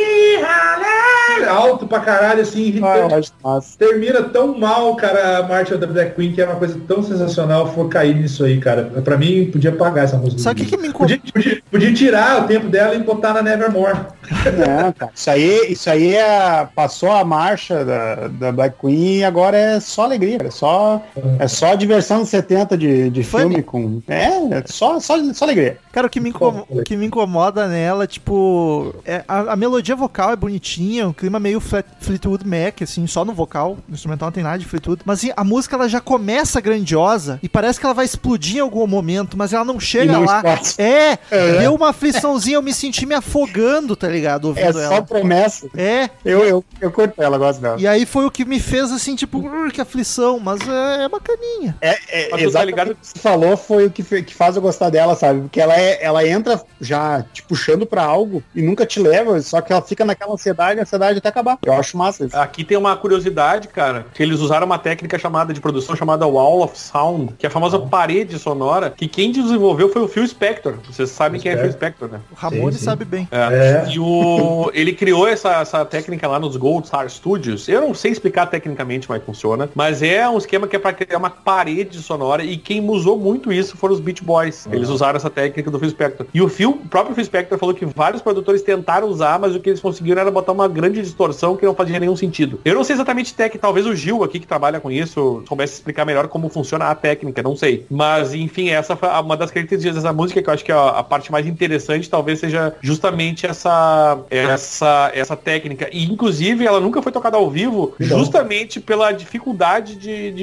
alto pra caralho, assim, irritante. Eu acho massa. Termina tão mal, cara, a March of the Black Queen, que é uma coisa tão sensacional, for cair nisso aí, cara. Pra mim, podia apagar essa música. Sabe o que me incomoda? Podia tirar o tempo dela e botar na Nevermore. Não, cara. Isso aí passou a marcha da Black Queen e agora é só alegria, cara. É só diversão dos 70 de filme com... É só alegria. Cara, o que me incomoda nela, tipo... A melodia vocal é bonitinha, um clima meio Fleetwood Mac, assim, só no vocal. No instrumental não tem nada de Fleetwood. Mas assim, a música ela já começa grandiosa e parece que ela vai explodir em algum momento, mas ela não chega não lá. explode. Deu uma afliçãozinha, eu me senti me afogando, tá ligado? Ouvindo É ela. só promessa. Eu curto ela, gosto dela. E aí foi o que me fez assim, tipo, que aflição, mas é bacaninha. Exatamente o que você falou foi o que faz eu gostar dela, sabe? Porque ela entra já te puxando pra algo e nunca te leva, só que ela fica naquela ansiedade até acabar. Eu acho massa isso. Aqui tem uma curiosidade, cara, que eles usaram uma técnica de produção chamada Wall of Sound, que é a famosa parede sonora, que quem desenvolveu foi o Phil Spector. Vocês sabem quem é Phil Spector, né? O Ramone Sim. sabe bem. E ele criou essa técnica lá nos Gold Star Studios. Eu não sei explicar tecnicamente como é que funciona, mas é um esquema que é pra criar uma parede sonora, e quem usou muito isso foram os Beach Boys. Eles usaram essa técnica do Phil Spector. E o próprio Phil Spector falou que vários produtores tentaram usar, mas o que eles conseguiram era botar uma grande distorção que não fazia nenhum sentido. Eu não sei exatamente talvez o Gil aqui que trabalha com isso soubesse explicar melhor como funciona a técnica, não sei. Mas enfim, essa foi uma das características dessa música, que eu acho que a parte mais interessante talvez seja justamente essa técnica. E inclusive ela nunca foi tocada ao vivo, justamente pela dificuldade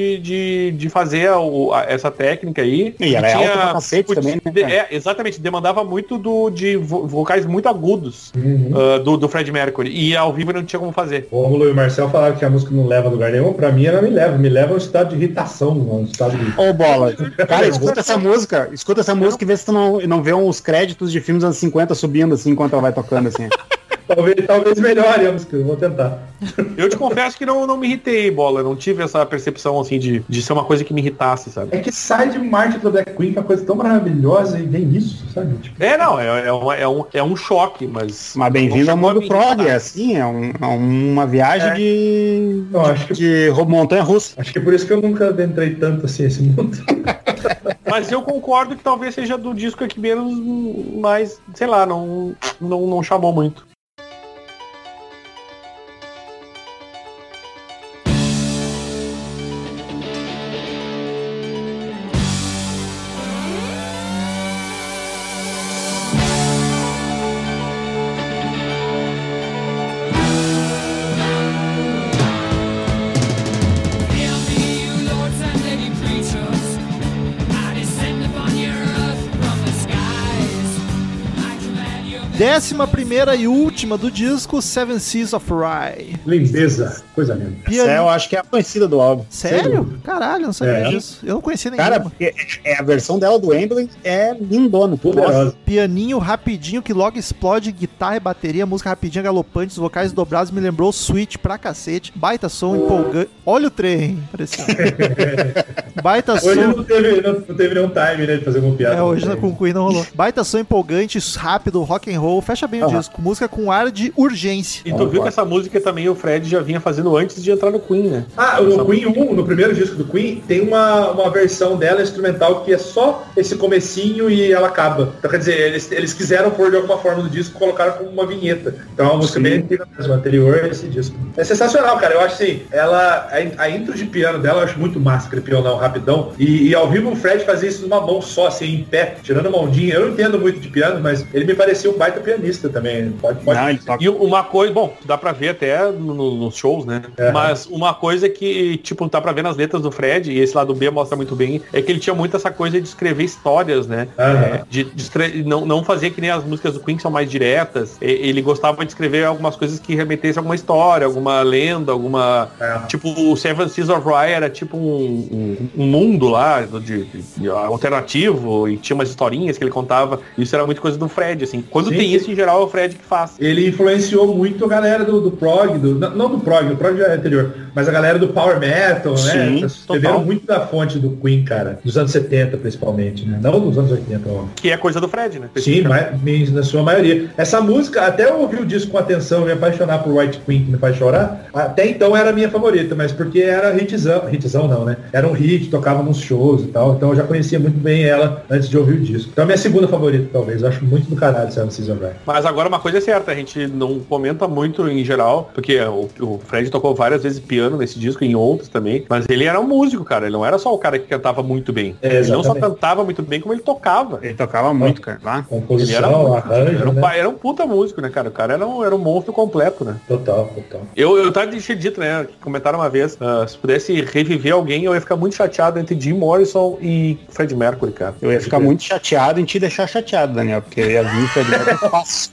de fazer essa técnica aí. E ela é alta pra cacete também, né? Exatamente, demandava muito de vocais muito agudos do Fred Mercury, e ao vivo não tinha como fazer. O Romulo e o Marcel falaram que a música não leva a lugar nenhum. Pra mim ela me leva a um estado de irritação, um estado de... Ô, Bola, cara, escuta essa música e vê se tu não vê uns créditos de filmes dos anos 50 subindo assim enquanto ela vai tocando assim. Talvez melhore a música, eu vou tentar. Eu te confesso que não me irritei, Bola. Eu não tive essa percepção, assim, de ser uma coisa que me irritasse, sabe? É que sai de March of the Black Queen, que é uma coisa tão maravilhosa e bem isso, sabe? Tipo... É um choque, mas... Mas bem-vindo ao mundo prog, é assim, é uma viagem de montanha-russa. Acho que é por isso que eu nunca entrei tanto assim nesse mundo. Mas eu concordo que talvez seja do disco aqui menos, mas, sei lá, não chamou muito. Décima primeira e última do disco, Seven Seas of Rhye. Lindeza, coisa linda. Essa eu acho que é a conhecida do álbum. Sério? Caralho, eu não sabia disso. Eu não conhecia nenhuma. Cara, porque a versão dela do Emblem é lindona. Poderosa. Pianinho rapidinho que logo explode, guitarra e bateria, música rapidinha, galopante, os vocais dobrados, me lembrou Switch pra cacete. Baita som empolgante. Olha o trem, parecia. Baita som. Hoje não teve nenhum time, né, de fazer uma piada. Hoje com o Queen não rolou. Baita som empolgante, rápido, rock and roll, fecha bem o disco. Música com ar de urgência. E tu viu que essa música também o Fred já vinha fazendo antes de entrar no Queen, né? No Queen 1, no primeiro disco do Queen, tem uma versão dela instrumental que é só esse comecinho e ela acaba. Então, quer dizer, eles quiseram pôr de alguma forma no disco e colocaram como uma vinheta. Então é uma música bem antiga mesmo, anterior a esse disco. É sensacional, cara. Eu acho assim, a intro de piano dela eu acho muito massa, aquele pianão rapidão. E ao vivo o Fred fazia isso numa mão só, assim, em pé, tirando a mãozinha. Eu não entendo muito de piano, mas ele me parecia um baita baita pianista também. Pode. Não, ele toca. E uma coisa, bom, dá pra ver até nos shows, né? Mas uma coisa que, tipo, dá pra ver nas letras do Fred, e esse lado B mostra muito bem, é que ele tinha muito essa coisa de escrever histórias, né? Não fazer que nem as músicas do Queen, que são mais diretas. Ele gostava de escrever algumas coisas que remetessem a alguma história, alguma lenda, alguma... Tipo, o Seven Seas of Rye era tipo um mundo lá de alternativo, e tinha umas historinhas que ele contava. Isso era muito coisa do Fred, assim. Quando tem isso, em geral, é o Fred que faz. Ele influenciou muito a galera do prog, não do prog, o prog já é anterior, mas a galera do power metal, né? Beberam muito da fonte do Queen, cara, dos anos 70 principalmente, né? Não dos anos 80, óbvio. Que é coisa do Fred, né? Sim, mas na sua maioria. Essa música, até eu ouvi o disco com atenção e me apaixonar por White Queen, que me faz chorar, até então era a minha favorita, mas porque era hitzão não, né? Era um hit, tocava nos shows e tal, então eu já conhecia muito bem ela antes de ouvir o disco. Então é a minha segunda favorita, talvez. Eu acho muito do caralho Seven Seas of Rye. Mas agora uma coisa é certa, a gente não comenta muito em geral, porque o Fred tocou várias vezes piano nesse disco, em outros também, mas ele era um músico, cara, ele não era só o cara que cantava muito bem. Ele não só cantava muito bem, como ele tocava. Ele tocava muito, cara. Lá. Composição, arranjo, era um puta músico, né, cara? O cara era um monstro completo, né? Total. Eu tava dito, né, que comentaram uma vez, se pudesse reviver alguém, eu ia ficar muito chateado entre Jim Morrison e Fred Mercury, cara. Eu ia ficar muito chateado em te deixar chateado, Daniel, porque eu ia vir o Fred Mercury fácil.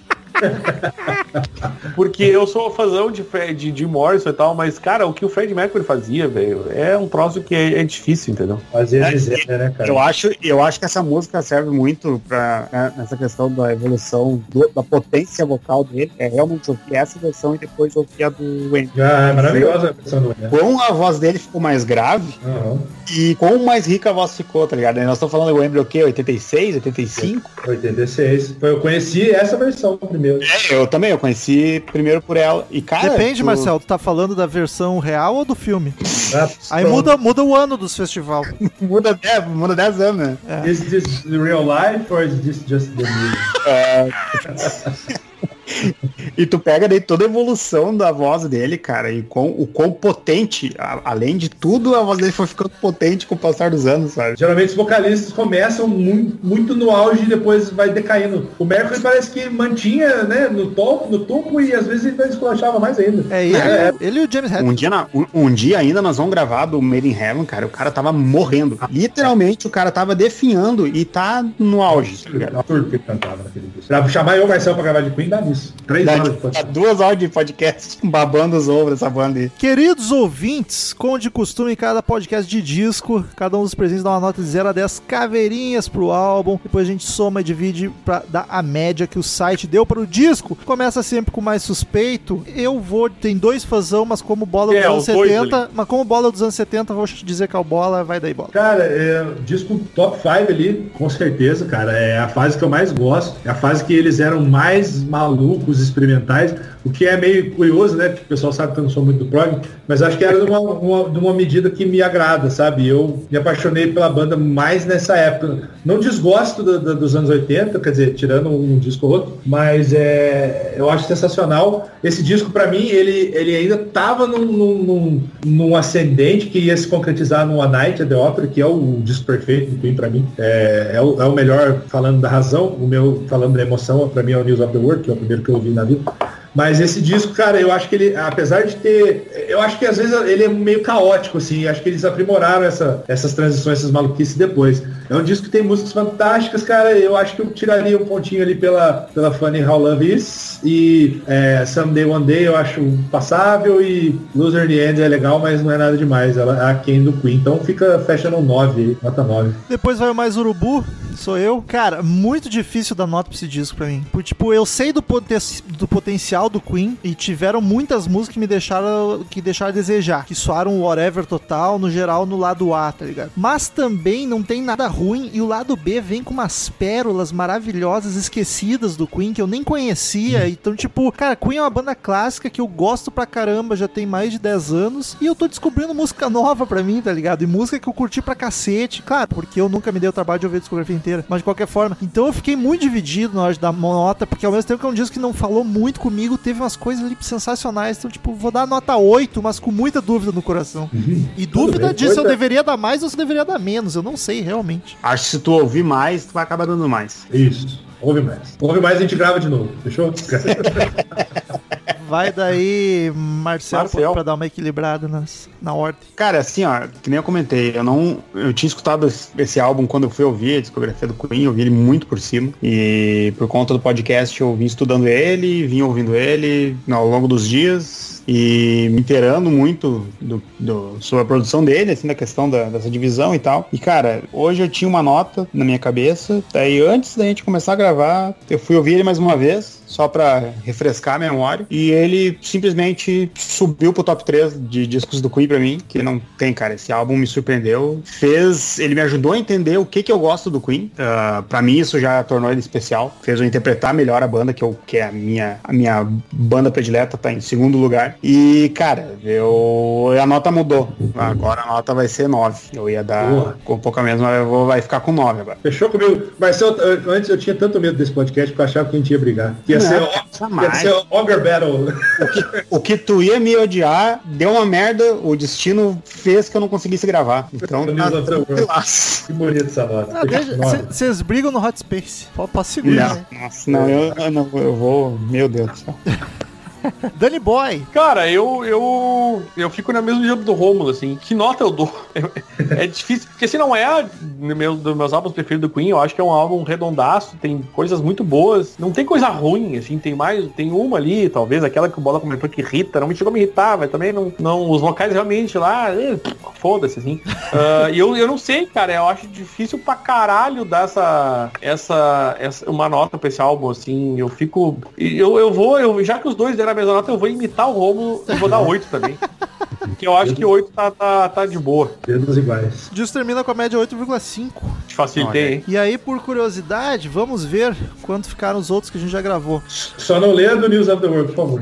Porque eu sou fãzão de Jim Morrison e tal, mas, cara, o que o Fred Mercury fazia, velho, é um troço que é difícil, entendeu? Às vezes né, cara? Eu acho que essa música serve muito pra nessa questão da evolução da potência vocal dele. É realmente ouvir essa versão e depois ouvir a do Wayne. É maravilhosa a versão do Wayne. Quão a voz dele ficou mais grave e quão mais rica a voz ficou, tá ligado? Nós estamos falando do Wayne o quê? 86, 85? 86. Eu conheci essa versão primeiro. Eu também, eu conheci primeiro por ela. E, cara, depende, Marcelo, tu tá falando da versão real ou do filme? Aí muda o ano dos festival. muda 10 anos, né? Is this the real life or is this just the music? E tu pega daí toda a evolução da voz dele, cara, e o quão potente, além de tudo, a voz dele foi ficando potente com o passar dos anos, sabe? Geralmente os vocalistas começam muito no auge e depois vai decaindo. O Mercury parece que mantinha, né, no topo e às vezes ele esculachava mais ainda. Ele e o James Hetfield. Um dia ainda nós vamos gravar do Made in Heaven, cara, o cara tava morrendo. Literalmente o cara tava definhando e tá no auge. Absurdo que ele cantava naquele disco. Pra chamar eu e o Marcelo pra gravar de Queen, dá nisso. 3 horas de podcast. 2 horas de podcast babando os ovos dessa banda aí. Queridos ouvintes, como de costume em cada podcast de disco, cada um dos presentes dá uma nota de 0 a 10 caveirinhas pro álbum, depois a gente soma e divide pra dar a média que o site deu para o disco. Começa sempre com o mais suspeito. Tem 2 fãzão, mas como bola dos anos 70, vou te dizer que é o bola, vai daí bola. Cara, disco top 5 ali, com certeza, cara, é a fase que eu mais gosto, é a fase que eles eram mais malucos, experimentais, o que é meio curioso, né, porque o pessoal sabe que eu não sou muito do prog, mas acho que era de uma medida que me agrada, sabe? Eu me apaixonei pela banda mais nessa época. Não desgosto dos anos 80, quer dizer, tirando um disco ou outro, mas eu acho sensacional. Esse disco, pra mim, ele ainda tava num ascendente que ia se concretizar no A Night at the Opera, que é o disco perfeito do Queen pra mim. É o melhor falando da razão, o meu falando da emoção, pra mim é o News of the World, que é o primeiro que eu ouvi na vida. Mas esse disco, cara, eu acho que ele, apesar de ter... Eu acho que às vezes ele é meio caótico, assim. Acho que eles aprimoraram essas transições, essas maluquices depois. É um disco que tem músicas fantásticas, cara. Eu acho que eu tiraria um pontinho ali pela Funny How Love Is. E Someday One Day eu acho passável. E Loser in the End é legal, mas não é nada demais. Ela é aquém do Queen. Então fecha no 9 aí, nota 9. Depois vai o mais urubu. Sou eu. Cara, muito difícil dar nota pra esse disco pra mim. Porque, tipo, eu sei do potencial do Queen e tiveram muitas músicas que me deixaram a desejar. Que soaram whatever total, no geral, no lado A, tá ligado? Mas também não tem nada ruim e o lado B vem com umas pérolas maravilhosas, esquecidas do Queen, que eu nem conhecia. Então, tipo, cara, Queen é uma banda clássica que eu gosto pra caramba, já tem mais de 10 anos e eu tô descobrindo música nova pra mim, tá ligado? E música que eu curti pra cacete. Claro, porque eu nunca me dei o trabalho de ouvir a discografia inteira, mas de qualquer forma. Então eu fiquei muito dividido na hora de dar nota, porque ao mesmo tempo que é um disco que não falou muito comigo, teve umas coisas ali sensacionais. Então, tipo, vou dar nota 8, mas com muita dúvida no coração. E dúvida disso, se eu deveria dar mais ou se eu deveria dar menos, eu não sei realmente. Acho que se tu ouvir mais, tu vai acabar dando mais. Isso. Ouve mais. Ouve mais e a gente grava de novo. Fechou? Vai daí, Marcel. Pra dar uma equilibrada na ordem. Cara, assim, ó, que nem eu comentei, eu tinha escutado esse álbum quando eu fui ouvir a discografia do Queen, eu ouvi ele muito por cima, e por conta do podcast eu vim estudando ele, vim ouvindo ele ao longo dos dias, e me inteirando muito sobre a produção dele, assim, da questão dessa divisão e tal. E, cara, hoje eu tinha uma nota na minha cabeça, daí antes da gente começar a gravar, eu fui ouvir ele mais uma vez, só pra refrescar a memória, e ele simplesmente subiu pro top 3 de discos do Queen pra mim, que não tem, cara, esse álbum me surpreendeu, ele me ajudou a entender o que eu gosto do Queen, pra mim isso já tornou ele especial, fez eu interpretar melhor a banda, que é a minha banda predileta, tá em segundo lugar, e, cara, a nota mudou, agora a nota vai ser 9, eu ia dar com um pouco a mesma, vai ficar com 9 agora. Fechou comigo? Mas antes eu tinha tanto medo desse podcast, porque eu achava que a gente ia brigar. Ia ser Ogre Battle. O que tu ia me odiar, deu uma merda, o destino fez que eu não conseguisse gravar. Então, que bonito essa nota. Vocês brigam no Hot Space. Posso segurar, né? Nossa, não, eu vou... Meu Deus do céu. Danny Boy. Cara, eu fico na mesma nível do Rômulo, assim. Que nota eu dou? É difícil, porque se não é dos meus álbuns preferidos do Queen, eu acho que é um álbum redondaço, tem coisas muito boas, não tem coisa ruim, assim, tem uma ali, talvez, aquela que o Bola comentou que irrita, não me chegou a me irritar, mas também não os vocais realmente lá, foda-se, assim. E eu não sei, cara, eu acho difícil pra caralho dar uma nota pra esse álbum, assim, eu fico, já que os dois deram a mesma nota, eu vou imitar o Rômulo e vou dar 8 também. Porque eu acho que 8 tá de boa. Dedos iguais. Disso termina com a média 8,5. Te facilitei, hein? E aí, por curiosidade, vamos ver quanto ficaram os outros que a gente já gravou. Só não leia do News of the World, por favor.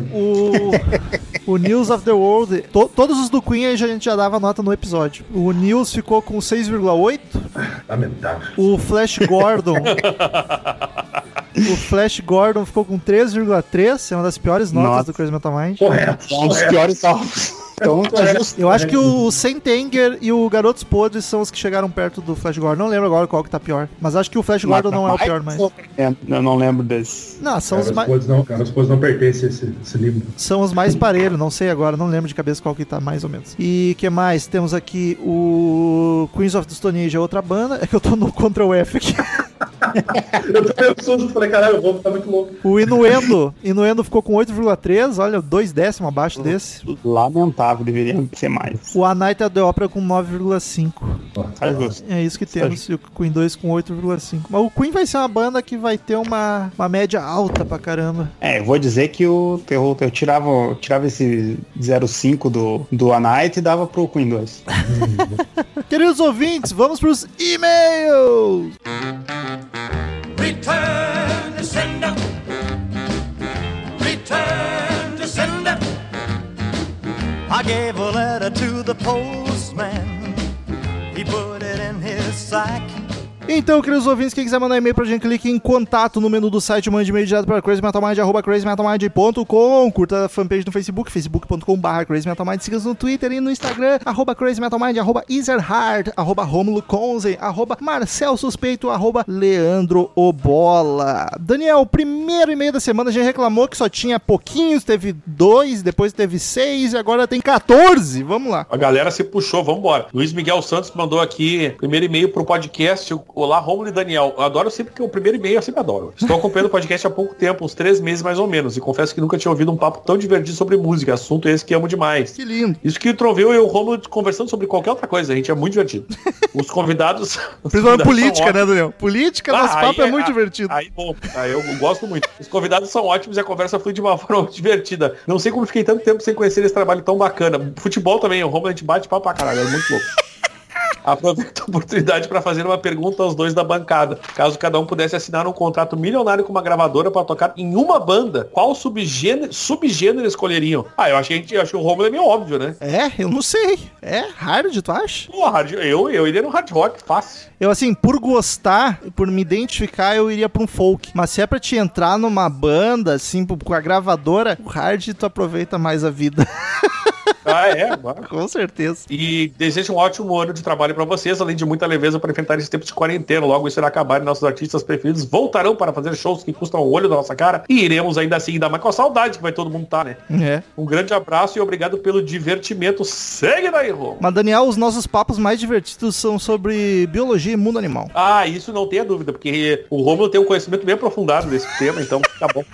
O News of the World, todos os do Queen a gente já dava nota no episódio. O News ficou com 6,8. Lamentável. O Flash Gordon ficou com 3,3, é uma das piores notas do Crazy Metal Mind. Correto. É um dos piores álbuns. Então, eu acho que o Sentenger e o Garotos Podres são os que chegaram perto do Flash Gordon. Não lembro agora qual que tá pior. Mas acho que o Flash Gordon não é o pior mais. Eu não lembro desse. Não, são os mais... Garotos Podres não pertence a esse livro. São os mais parelhos, não sei agora. Não lembro de cabeça qual que tá mais ou menos. E que mais? Temos aqui o Queens of the Stone Age, é outra banda. É que eu tô no Ctrl F aqui. Eu tô meio susto, falei, caralho, o Romulo tá muito louco. O Inuendo ficou com 8,3, olha, 2 décimos abaixo desse. Lamentável, deveria ser mais. O A Night at the Opera com 9,5. É isso que temos, e o Queen 2 com 8,5. Mas o Queen vai ser uma banda que vai ter uma média alta pra caramba. Eu vou dizer que eu tirava esse 0,5 do A Night e dava pro Queen 2. Queridos ouvintes, vamos pros e-mails! Return to sender. Return to sender. I gave a letter to the postman. He put it in his sack. Então, queridos ouvintes, quem quiser mandar e-mail pra gente, clique em contato no menu do site, mande e-mail direto para crazymetalmind, @crazymetalmind.com. Curta a fanpage no Facebook, facebook.com/crazymetalmind. Siga-nos no Twitter e no Instagram, @crazymetalmind, @ezerhard, @romulo conze, @marcel suspeito, @leandro obola. Daniel, primeiro e-mail da semana, a gente reclamou que só tinha pouquinhos, teve 2, depois teve 6 e agora tem 14. Vamos lá. A galera se puxou, vambora. Luiz Miguel Santos mandou aqui, primeiro e-mail pro podcast. Olá, Rômulo e Daniel. Eu adoro sempre que o primeiro e-mail eu sempre adoro. Estou acompanhando o podcast há pouco tempo, uns 3 meses mais ou menos, e confesso que nunca tinha ouvido um papo tão divertido sobre música, assunto esse que amo demais. Que lindo. Isso que troveu eu e o Rômulo conversando sobre qualquer outra coisa, a gente é muito divertido. Os convidados... Principalmente política, né, Daniel? Política, nosso papo é muito divertido. Aí eu gosto muito. Os convidados são ótimos e a conversa flui de uma forma muito divertida. Não sei como fiquei tanto tempo sem conhecer esse trabalho tão bacana. Futebol também, o Rômulo a gente bate papo pra caralho, é muito louco. Aproveito a oportunidade para fazer uma pergunta aos dois da bancada. Caso cada um pudesse assinar um contrato milionário com uma gravadora para tocar em uma banda, qual subgênero escolheriam? Eu acho que o Rômulo é meio óbvio, né? Eu não sei. Hard, tu acha? Pô, eu iria no hard rock, fácil. Eu, assim, por gostar, por me identificar, eu iria pra um folk. Mas se é pra te entrar numa banda, assim, com a gravadora, o hard tu aproveita mais a vida. Ah, é? Claro. Com certeza. E desejo um ótimo ano de trabalho pra vocês, além de muita leveza para enfrentar esse tempo de quarentena. Logo isso irá acabar e nossos artistas preferidos voltarão para fazer shows que custam o olho da nossa cara e iremos ainda assim dar mais com a saudade que vai todo mundo tá, né? É. Um grande abraço e obrigado pelo divertimento. Segue daí, Rô. Mas, Daniel, os nossos papos mais divertidos são sobre biologia e mundo animal. Ah, isso não tenha dúvida, porque o Rômulo tem um conhecimento bem aprofundado desse tema, então tá bom.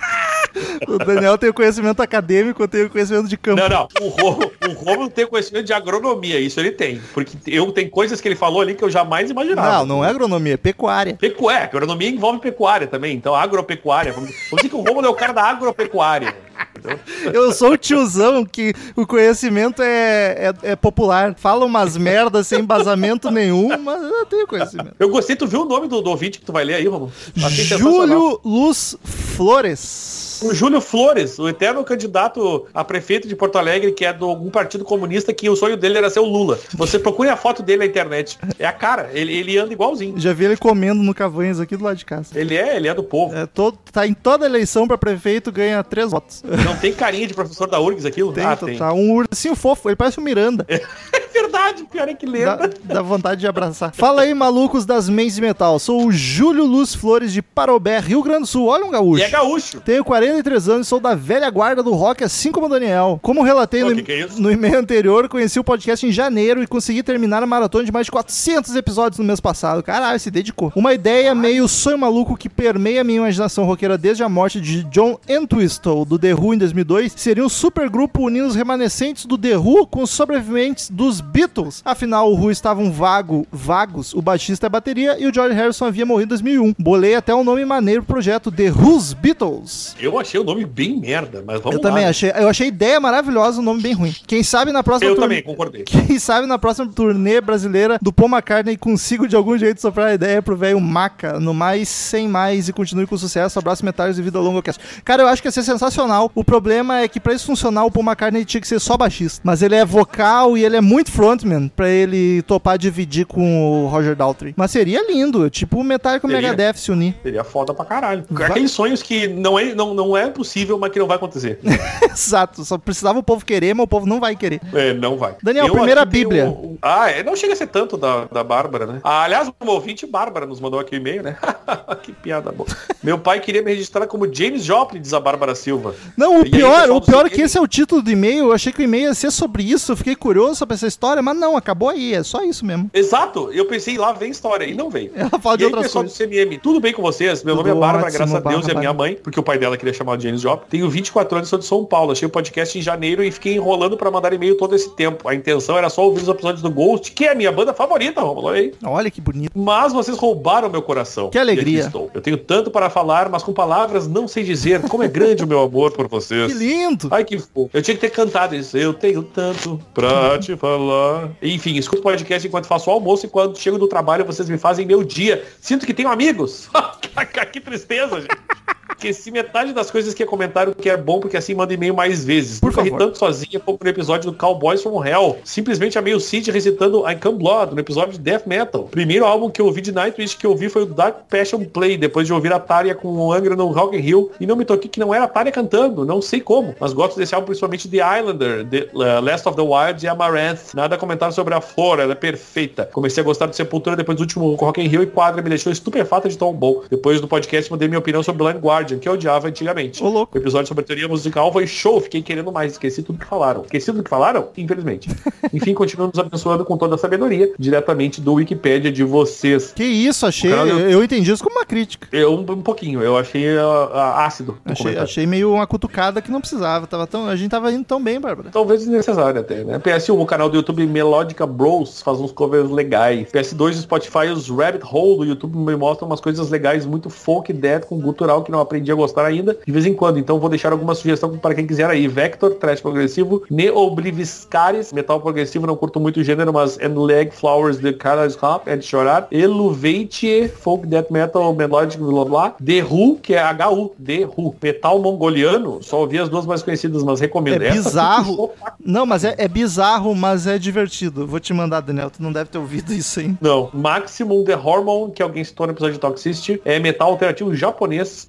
O Daniel tem o conhecimento acadêmico, eu tenho o conhecimento de campo. Não. O Rômulo tem conhecimento de agronomia, isso ele tem. Porque tem coisas que ele falou ali que eu jamais imaginava. Não é agronomia, é pecuária. Agronomia envolve pecuária também, então agropecuária. Vamos dizer que o Rômulo é o cara da agropecuária. Entendeu? Eu sou o tiozão que o conhecimento é popular. Fala umas merdas sem embasamento nenhum, mas eu tenho conhecimento. Eu gostei, tu viu o nome do ouvinte que tu vai ler aí, Rômulo? Achei Júlio Luz Flores. O Júlio Flores, o eterno candidato a prefeito de Porto Alegre, que é de algum partido comunista, que o sonho dele era ser o Lula. Você procure a foto dele na internet. É a cara, ele anda igualzinho. Já vi ele comendo no Cavanhas aqui do lado de casa. Ele é do povo. Tá em toda eleição pra prefeito, ganha 3 votos. Não tem carinha de professor da URGS aquilo? Tem. Tá um ursinho fofo, ele parece um Miranda. É verdade, pior é que lembra. Dá vontade de abraçar. Fala aí, malucos das mentes de metal. Sou o Júlio Luz Flores de Parobé, Rio Grande do Sul. Olha um gaúcho. E é gaúcho. Tenho 43 anos e sou da velha guarda do rock, assim como o Daniel. Como relatei no e-mail anterior, conheci o podcast em janeiro e consegui terminar a maratona de mais de 400 episódios no mês passado. Caralho, se dedicou. Uma ideia meio sonho maluco que permeia minha imaginação roqueira desde a morte de John Entwistle, do The Who, em 2002, seria um supergrupo unindo os remanescentes do The Who com os sobreviventes dos Beatles. Afinal, o Who estavam vagos, o baixista e a bateria, e o George Harrison havia morrido em 2001. Bolei até um nome maneiro pro projeto The Who's Beatles. Eu achei o nome bem merda, mas vamos lá. Eu também achei. Eu achei a ideia maravilhosa, o nome bem ruim. Quem sabe na próxima também concordei. Quem sabe na próxima turnê brasileira do Paul McCartney consigo de algum jeito soprar a ideia pro velho Maca, no mais, sem mais, e continue com sucesso. Abraço, metais e vida longa ao cast. Cara, eu acho que ia ser sensacional. O problema é que pra isso funcionar, o Paul McCartney tinha que ser só baixista. Mas ele é vocal e ele é muito frontman pra ele topar dividir com o Roger Daltrey. Mas seria lindo, tipo o Metallica e o Megadeth se unir. Seria foda pra caralho. Aqueles sonhos que não é possível, mas que não vai acontecer. Exato, só precisava o povo querer, mas o povo não vai querer. Não vai. Daniel, primeira Bíblia. Não chega a ser tanto da Bárbara, né? Aliás, uma ouvinte Bárbara nos mandou aqui o e-mail, né? Que piada boa. Meu pai queria me registrar como James Joplin, diz a Bárbara Silva. Não, o pior é que esse é o título do e-mail. Eu achei que o e-mail ia ser sobre isso. Eu fiquei curioso sobre essa história, mas não, acabou aí. É só isso mesmo. Exato. Eu pensei, lá vem história. E não veio. Ela fala de outras pessoal coisas. do CMM, tudo bem com vocês? Meu Tudo nome é Bárbara, ótimo, graças a Deus, e a minha Bárbara. mãe, porque o pai dela queria chamar o James Joplin. Tenho 24 anos, sou de São Paulo. Achei o podcast em janeiro e fiquei enrolando pra mandar e-mail todo esse tempo. A intenção era só ouvir os episódios do Ghost, que é a minha banda favorita, Romulo. Aí. Olha que bonito. Mas vocês roubaram meu coração. Que alegria. E aqui estou. Eu tenho tanto para falar, mas com palavras não sei dizer como é grande o meu amor por vocês. Que lindo. Ai, que fofo. Eu tinha que ter cantado isso. Eu tenho tanto pra te falar. Enfim, escuto podcast enquanto faço o almoço e quando chego do trabalho vocês me fazem meu dia. Sinto que tenho amigos. Que tristeza, gente. Esqueci metade das coisas que é comentário, que é bom, porque assim manda e-mail mais vezes. Por Nunca ri favor. tanto sozinha como no episódio do Cowboys from Hell. Simplesmente amei o Cid recitando I Come Blood, no episódio de Death Metal. Primeiro álbum que eu ouvi de Nightwish que eu ouvi foi o Dark Passion Play, depois de ouvir a Tária com o Angra no Rock in Rio, e não me toquei que não era a Tária cantando, não sei como. Mas gosto desse álbum principalmente The Islander, The Last of the Wild e Amaranth. Nada a comentar sobre a Flor, ela é perfeita. Comecei a gostar de Sepultura depois do último Rock in Rio e Quadra me deixou estupefata de tão bom. Depois do podcast mandei minha opinião sobre Blind Guardian, que eu odiava antigamente. Ô, louco. O episódio sobre a teoria musical foi show, fiquei querendo mais, esqueci tudo que falaram. Esqueci tudo que falaram? Infelizmente. Enfim, continuo nos abençoando com toda a sabedoria, diretamente do Wikipédia de vocês. Que isso, achei. O canal do- Eu entendi isso como uma crítica. Um pouquinho, eu achei ácido no comentário. Achei meio uma cutucada que não precisava. A gente tava indo tão bem, Bárbara. Talvez desnecessário até, né? PS1, o canal do YouTube Melodica Bros faz uns covers legais. PS2 do Spotify, os Rabbit Hole do YouTube me mostram umas coisas legais, muito folk, death, com gutural que não aprendi a gostar ainda, de vez em quando. Então vou deixar alguma sugestão para quem quiser aí. Vector, thrash progressivo, Neobliviscaris, metal progressivo, não curto muito o gênero, mas And Leg Flowers de Carlos Hop, é de chorar. Eluveitie, folk, death metal, melodic, blá blá. The Who, que é HU, The Who. Metal mongoliano, só ouvi as duas mais conhecidas, mas recomendo. É Essa bizarro. puxou pra- Não, mas é bizarro, mas é divertido. Vou te mandar, Daniel. Tu não deve ter ouvido isso, hein? Não, Maximum The Hormone, que alguém citou no episódio de Toxicity, é metal alternativo japonês, e ela botou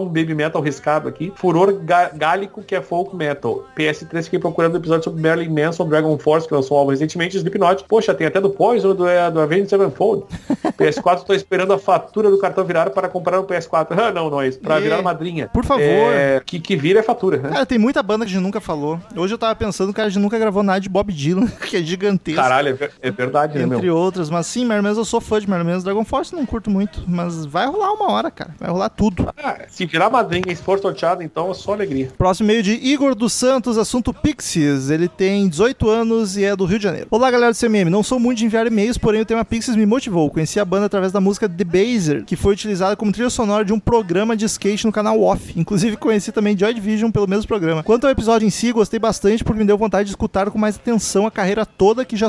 um baby metal riscado aqui. Furor gálico, que é folk metal. PS3, fiquei procurando o episódio sobre Marilyn Manson, Dragon Force, que lançou um álbum recentemente, Slipknot. Poxa, tem até do Poison, do Avenged Sevenfold. PS4, tô esperando a fatura do cartão virar para comprar um PS4. Não é isso. Pra virar madrinha. Por favor. Que vira é fatura, né? Cara, tem muita banda que a gente nunca falou. Hoje eu tava pensando que a gente nunca gravou nada de Bob Dylan, que é gigantesco. Caralho, é verdade, né, meu? Entre outras. Mas sim, Marilyn Manson, eu sou fã de Marilyn Manson. Dragon Force não curto muito, mas vai rolar uma hora, cara. Vai rolar tudo. Se virar madrinha e for sorteado, então é só alegria. Próximo e-mail de Igor dos Santos, assunto Pixies. Ele tem 18 anos e é do Rio de Janeiro. Olá, galera do CMM. Não sou muito de enviar e-mails, porém o tema Pixies me motivou. Conheci a banda através da música The Baser, que foi utilizada como trilha sonora de um programa de skate no canal Off. Inclusive conheci também Joy Division pelo mesmo programa. Quanto ao episódio em si, gostei bastante porque me deu vontade de escutar com mais atenção a carreira toda, que já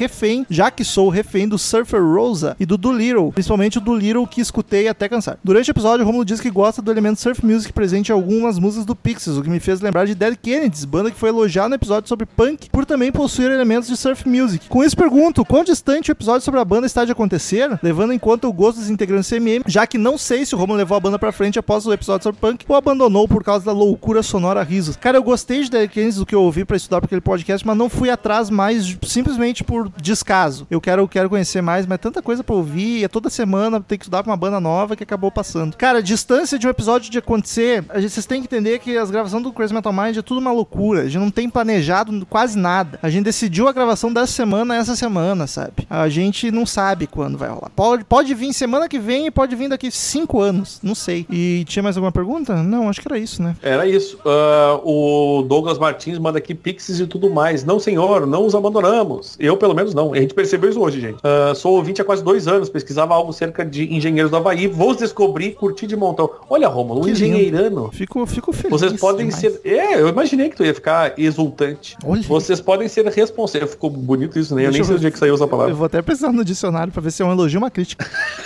que sou refém do Surfer Rosa e do Doolittle, principalmente o Doolittle, que escutei até cansar. Durante o episódio, o Romulo diz que gosta do elemento surf music presente em algumas músicas do Pixies, o que me fez lembrar de Dead Kennedys, banda que foi elogiada no episódio sobre punk por também possuir elementos de surf music. Com isso pergunto, quão distante o episódio sobre a banda está de acontecer, levando em conta o gosto dos integrantes do CMM, já que não sei se o Romulo levou a banda pra frente após o episódio sobre punk ou abandonou por causa da loucura sonora risos. Cara, eu gostei de Dead Kennedys do que eu ouvi pra estudar pra aquele podcast, mas não fui atrás mais simplesmente por descaso. Eu quero conhecer mais, mas tanta coisa pra ouvir, é toda semana tem que estudar pra uma banda nova que acabou passando. Cara, a distância de um episódio de acontecer, vocês têm que entender que as gravações do Crazy Metal Mind é tudo uma loucura, a gente não tem planejado quase nada. A gente decidiu a gravação dessa semana, essa semana, sabe? A gente não sabe quando vai rolar. Pode vir semana que vem e pode vir daqui 5 anos, não sei. E tinha mais alguma pergunta? Não, acho que era isso, né? Era isso. O Douglas Martins manda aqui Pixies e tudo mais. Não, senhor, não os abandonamos. Eu, pelo menos, não. A gente percebeu isso hoje, gente. Sou ouvinte há quase 2 anos, pesquisava algo cerca de engenheiros do Havaí, vou descobrir, curti de montão. Olha, Romulo, um engenheirano. Fico feliz. Vocês podem demais. eu imaginei que tu ia ficar exultante. Olha. Vocês podem ser responsáveis. Ficou bonito isso, né? Eu nem sei o dia que saiu essa palavra. Eu vou até precisar no dicionário pra ver se é um elogio ou uma crítica.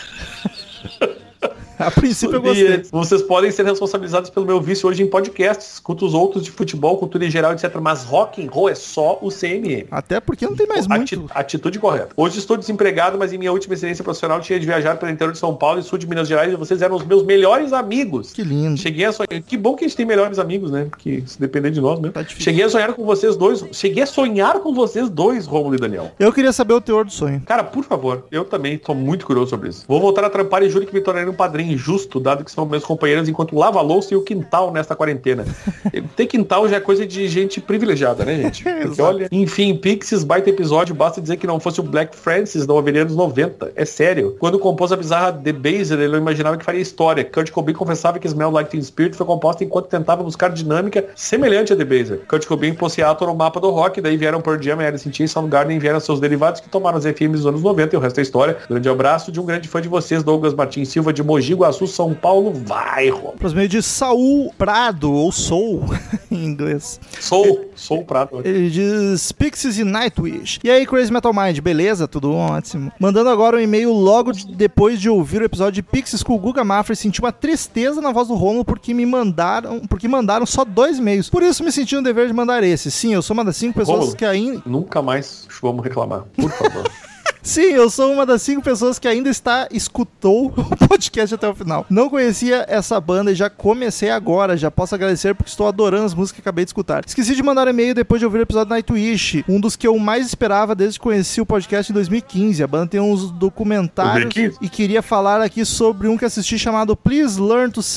A princípio eu gostei. Vocês podem ser responsabilizados pelo meu vício hoje em podcasts. Escuto os outros de futebol, cultura em geral, etc. Mas rock and roll é só o CMM. Até porque não tem mais muito. Atitude correta. Hoje estou desempregado, mas em minha última experiência profissional tinha de viajar pelo interior de São Paulo e sul de Minas Gerais, e vocês eram os meus melhores amigos. Que lindo. Cheguei a sonhar. Que bom que a gente tem melhores amigos, né? Porque se depender de nós mesmo. Tá difícil. Cheguei a sonhar com vocês dois, Rômulo e Daniel. Eu queria saber o teor do sonho. Cara, por favor, eu também tô muito curioso sobre isso. Vou voltar a trampar e juro que me tornarei um padrinho justo, dado que são meus companheiros enquanto lava a louça e o quintal nesta quarentena. Ter quintal já é coisa de gente privilegiada, né, gente? Porque, olha, enfim, Pixies, baita episódio, basta dizer que não fosse o Black Francis, não haveria nos 90. É sério. Quando compôs a bizarra The Baser, ele não imaginava que faria história. Kurt Cobain confessava que Smell Like Teen Spirit foi composta enquanto tentava buscar dinâmica semelhante a The Baser. Kurt Cobain pôs Seattle no mapa do rock, daí vieram Pearl Jam, Alice in Chains, Soundgarden, vieram seus derivados que tomaram as FMs dos anos 90 e o resto é história. Grande abraço de um grande fã de vocês, Douglas Martins Silva, de Mogi Guaçu, São Paulo. Vai, Romulo. Próximo meio de Saul Prado, ou Soul, em inglês. Soul Prado. Ele diz Pixies e Nightwish. E aí, Crazy Metal Mind, beleza? Tudo ótimo. Mandando agora um e-mail logo depois de ouvir o episódio de Pixies com o Guga Mafra e senti uma tristeza na voz do Romulo porque mandaram só 2 e-mails. Por isso me senti no dever de mandar esse. Sim, eu sou uma das 5 pessoas Romulo, que ainda... Nunca mais vamos reclamar, por favor. Sim, eu sou uma das 5 pessoas que ainda escutou o podcast até o final. Não conhecia essa banda e já comecei agora. Já posso agradecer porque estou adorando as músicas que acabei de escutar. Esqueci de mandar e-mail depois de ouvir o episódio Nightwish, um dos que eu mais esperava desde que conheci o podcast em 2015. A banda tem uns documentários e queria falar aqui sobre um que assisti chamado Please Learn the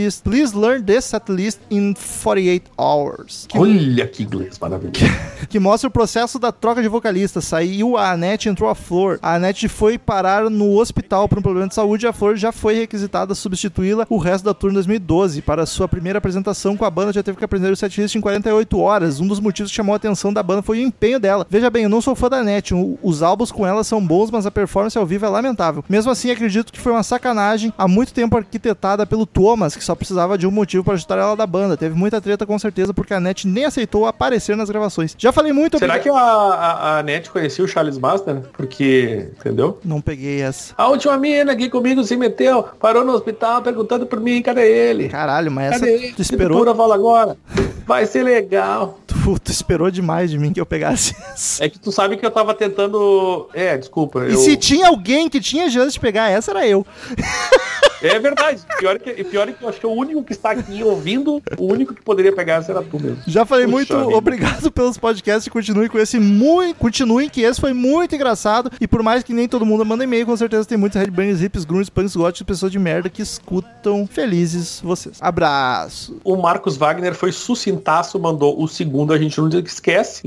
Setlist in 48 Hours. Olha que inglês maravilhoso. Que mostra o processo da troca de vocalista. Saiu a Annette, entrou a Flor. A Annette foi parar no hospital por um problema de saúde e a Flor já foi requisitada a substituí-la o resto da tour em 2012. Para sua primeira apresentação com a banda, já teve que aprender o setlist em 48 horas. Um dos motivos que chamou a atenção da banda foi o empenho dela. Veja bem, eu não sou fã da Annette. Os álbuns com ela são bons, mas a performance ao vivo é lamentável. Mesmo assim, acredito que foi uma sacanagem há muito tempo arquitetada pelo Thomas, que só precisava de um motivo para ajudar ela da banda. Teve muita treta com certeza, porque a Annette nem aceitou aparecer nas gravações. Já falei muito... Será que a Annette conhecia o Charles Master? Porque... Entendeu? Não peguei essa. A última mina aqui comigo se meteu, parou no hospital perguntando por mim, cadê ele? Caralho, mas cadê essa ele? tu esperou... Pura fala agora. Vai ser legal. Tu esperou demais de mim que eu pegasse essa. É que tu sabe que eu tava tentando... desculpa. E se tinha alguém que tinha chance de pegar essa, era eu. É verdade. Pior é que eu acho que o único que está aqui ouvindo, o único que poderia pegar será tu mesmo. Já falei Puxa muito vida. obrigado pelos podcasts e continuem com esse continuem que esse foi muito engraçado e por mais que nem todo mundo manda e-mail, com certeza tem muitos headbangers, hips, grunts, punks, góticos, pessoas de merda que escutam. Felizes vocês. Abraço. O Marcos Wagner foi sucintaço, mandou o segundo, a gente não esquece,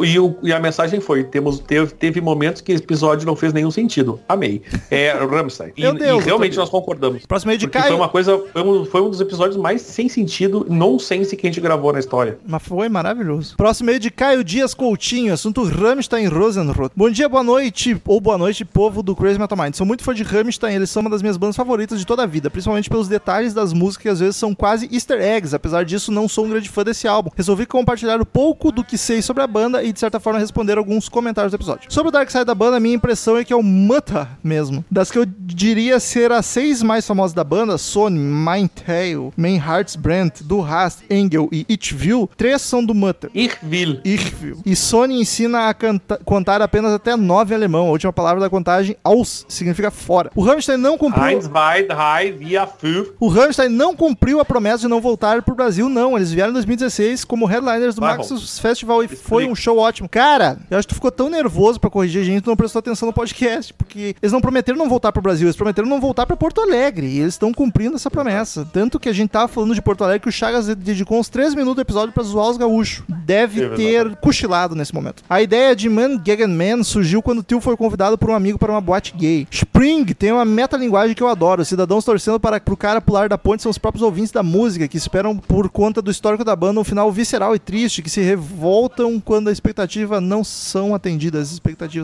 e a mensagem foi, teve momentos que esse episódio não fez nenhum sentido. Amei. Rammstein. E realmente nós concordamos. Próximo aí de Porque Caio. foi uma coisa, foi um dos episódios mais sem sentido, nonsense que a gente gravou na história. Mas foi maravilhoso. Próximo aí de Caio Dias Coutinho, assunto Rammstein Rosenrot. Bom dia, boa noite, ou boa noite, povo do Crazy Metal Mind. Sou muito fã de Rammstein, eles são uma das minhas bandas favoritas de toda a vida, principalmente pelos detalhes das músicas que às vezes são quase easter eggs. Apesar disso, não sou um grande fã desse álbum. Resolvi compartilhar um pouco do que sei sobre a banda e, de certa forma, responder alguns comentários do episódio. Sobre o Dark Side da banda, a minha impressão é que é o Mutta mesmo. Das que eu diria ser as 6 mais famosas da banda, Sony, Mindtail, Main Hearts Brand, Du Hast, Engel e Itchville, 3 são do Mutta. Irville. E Sony ensina a contar apenas até 9 em alemão. A última palavra da contagem, aus, significa fora. O Rammstein não cumpriu... Eins, zwei, drei, vier, fünf. O Rammstein não cumpriu a promessa de não voltar pro Brasil, não. Eles vieram em 2016 como headliners do Maxus Festival e foi um show ótimo. Cara, eu acho que tu ficou tão nervoso pra corrigir a gente, tu não prestou atenção no podcast, porque eles não prometeram não voltar pro Brasil, eles prometeram não voltar pra Porto Alegre, e eles estão cumprindo essa promessa. Tanto que a gente tava falando de Porto Alegre que o Chagas dedicou uns 3 minutos do episódio pra zoar os gaúchos. Deve ter cochilado nesse momento. A ideia de Man Gegen Man surgiu quando o tio foi convidado por um amigo para uma boate gay. Spring tem uma metalinguagem que eu adoro. Os cidadãos torcendo pro cara pular da ponte são os próprios ouvintes da música, que esperam por conta do histórico da banda um final visceral e triste, que se revoltam quando as expectativas não são atendidas.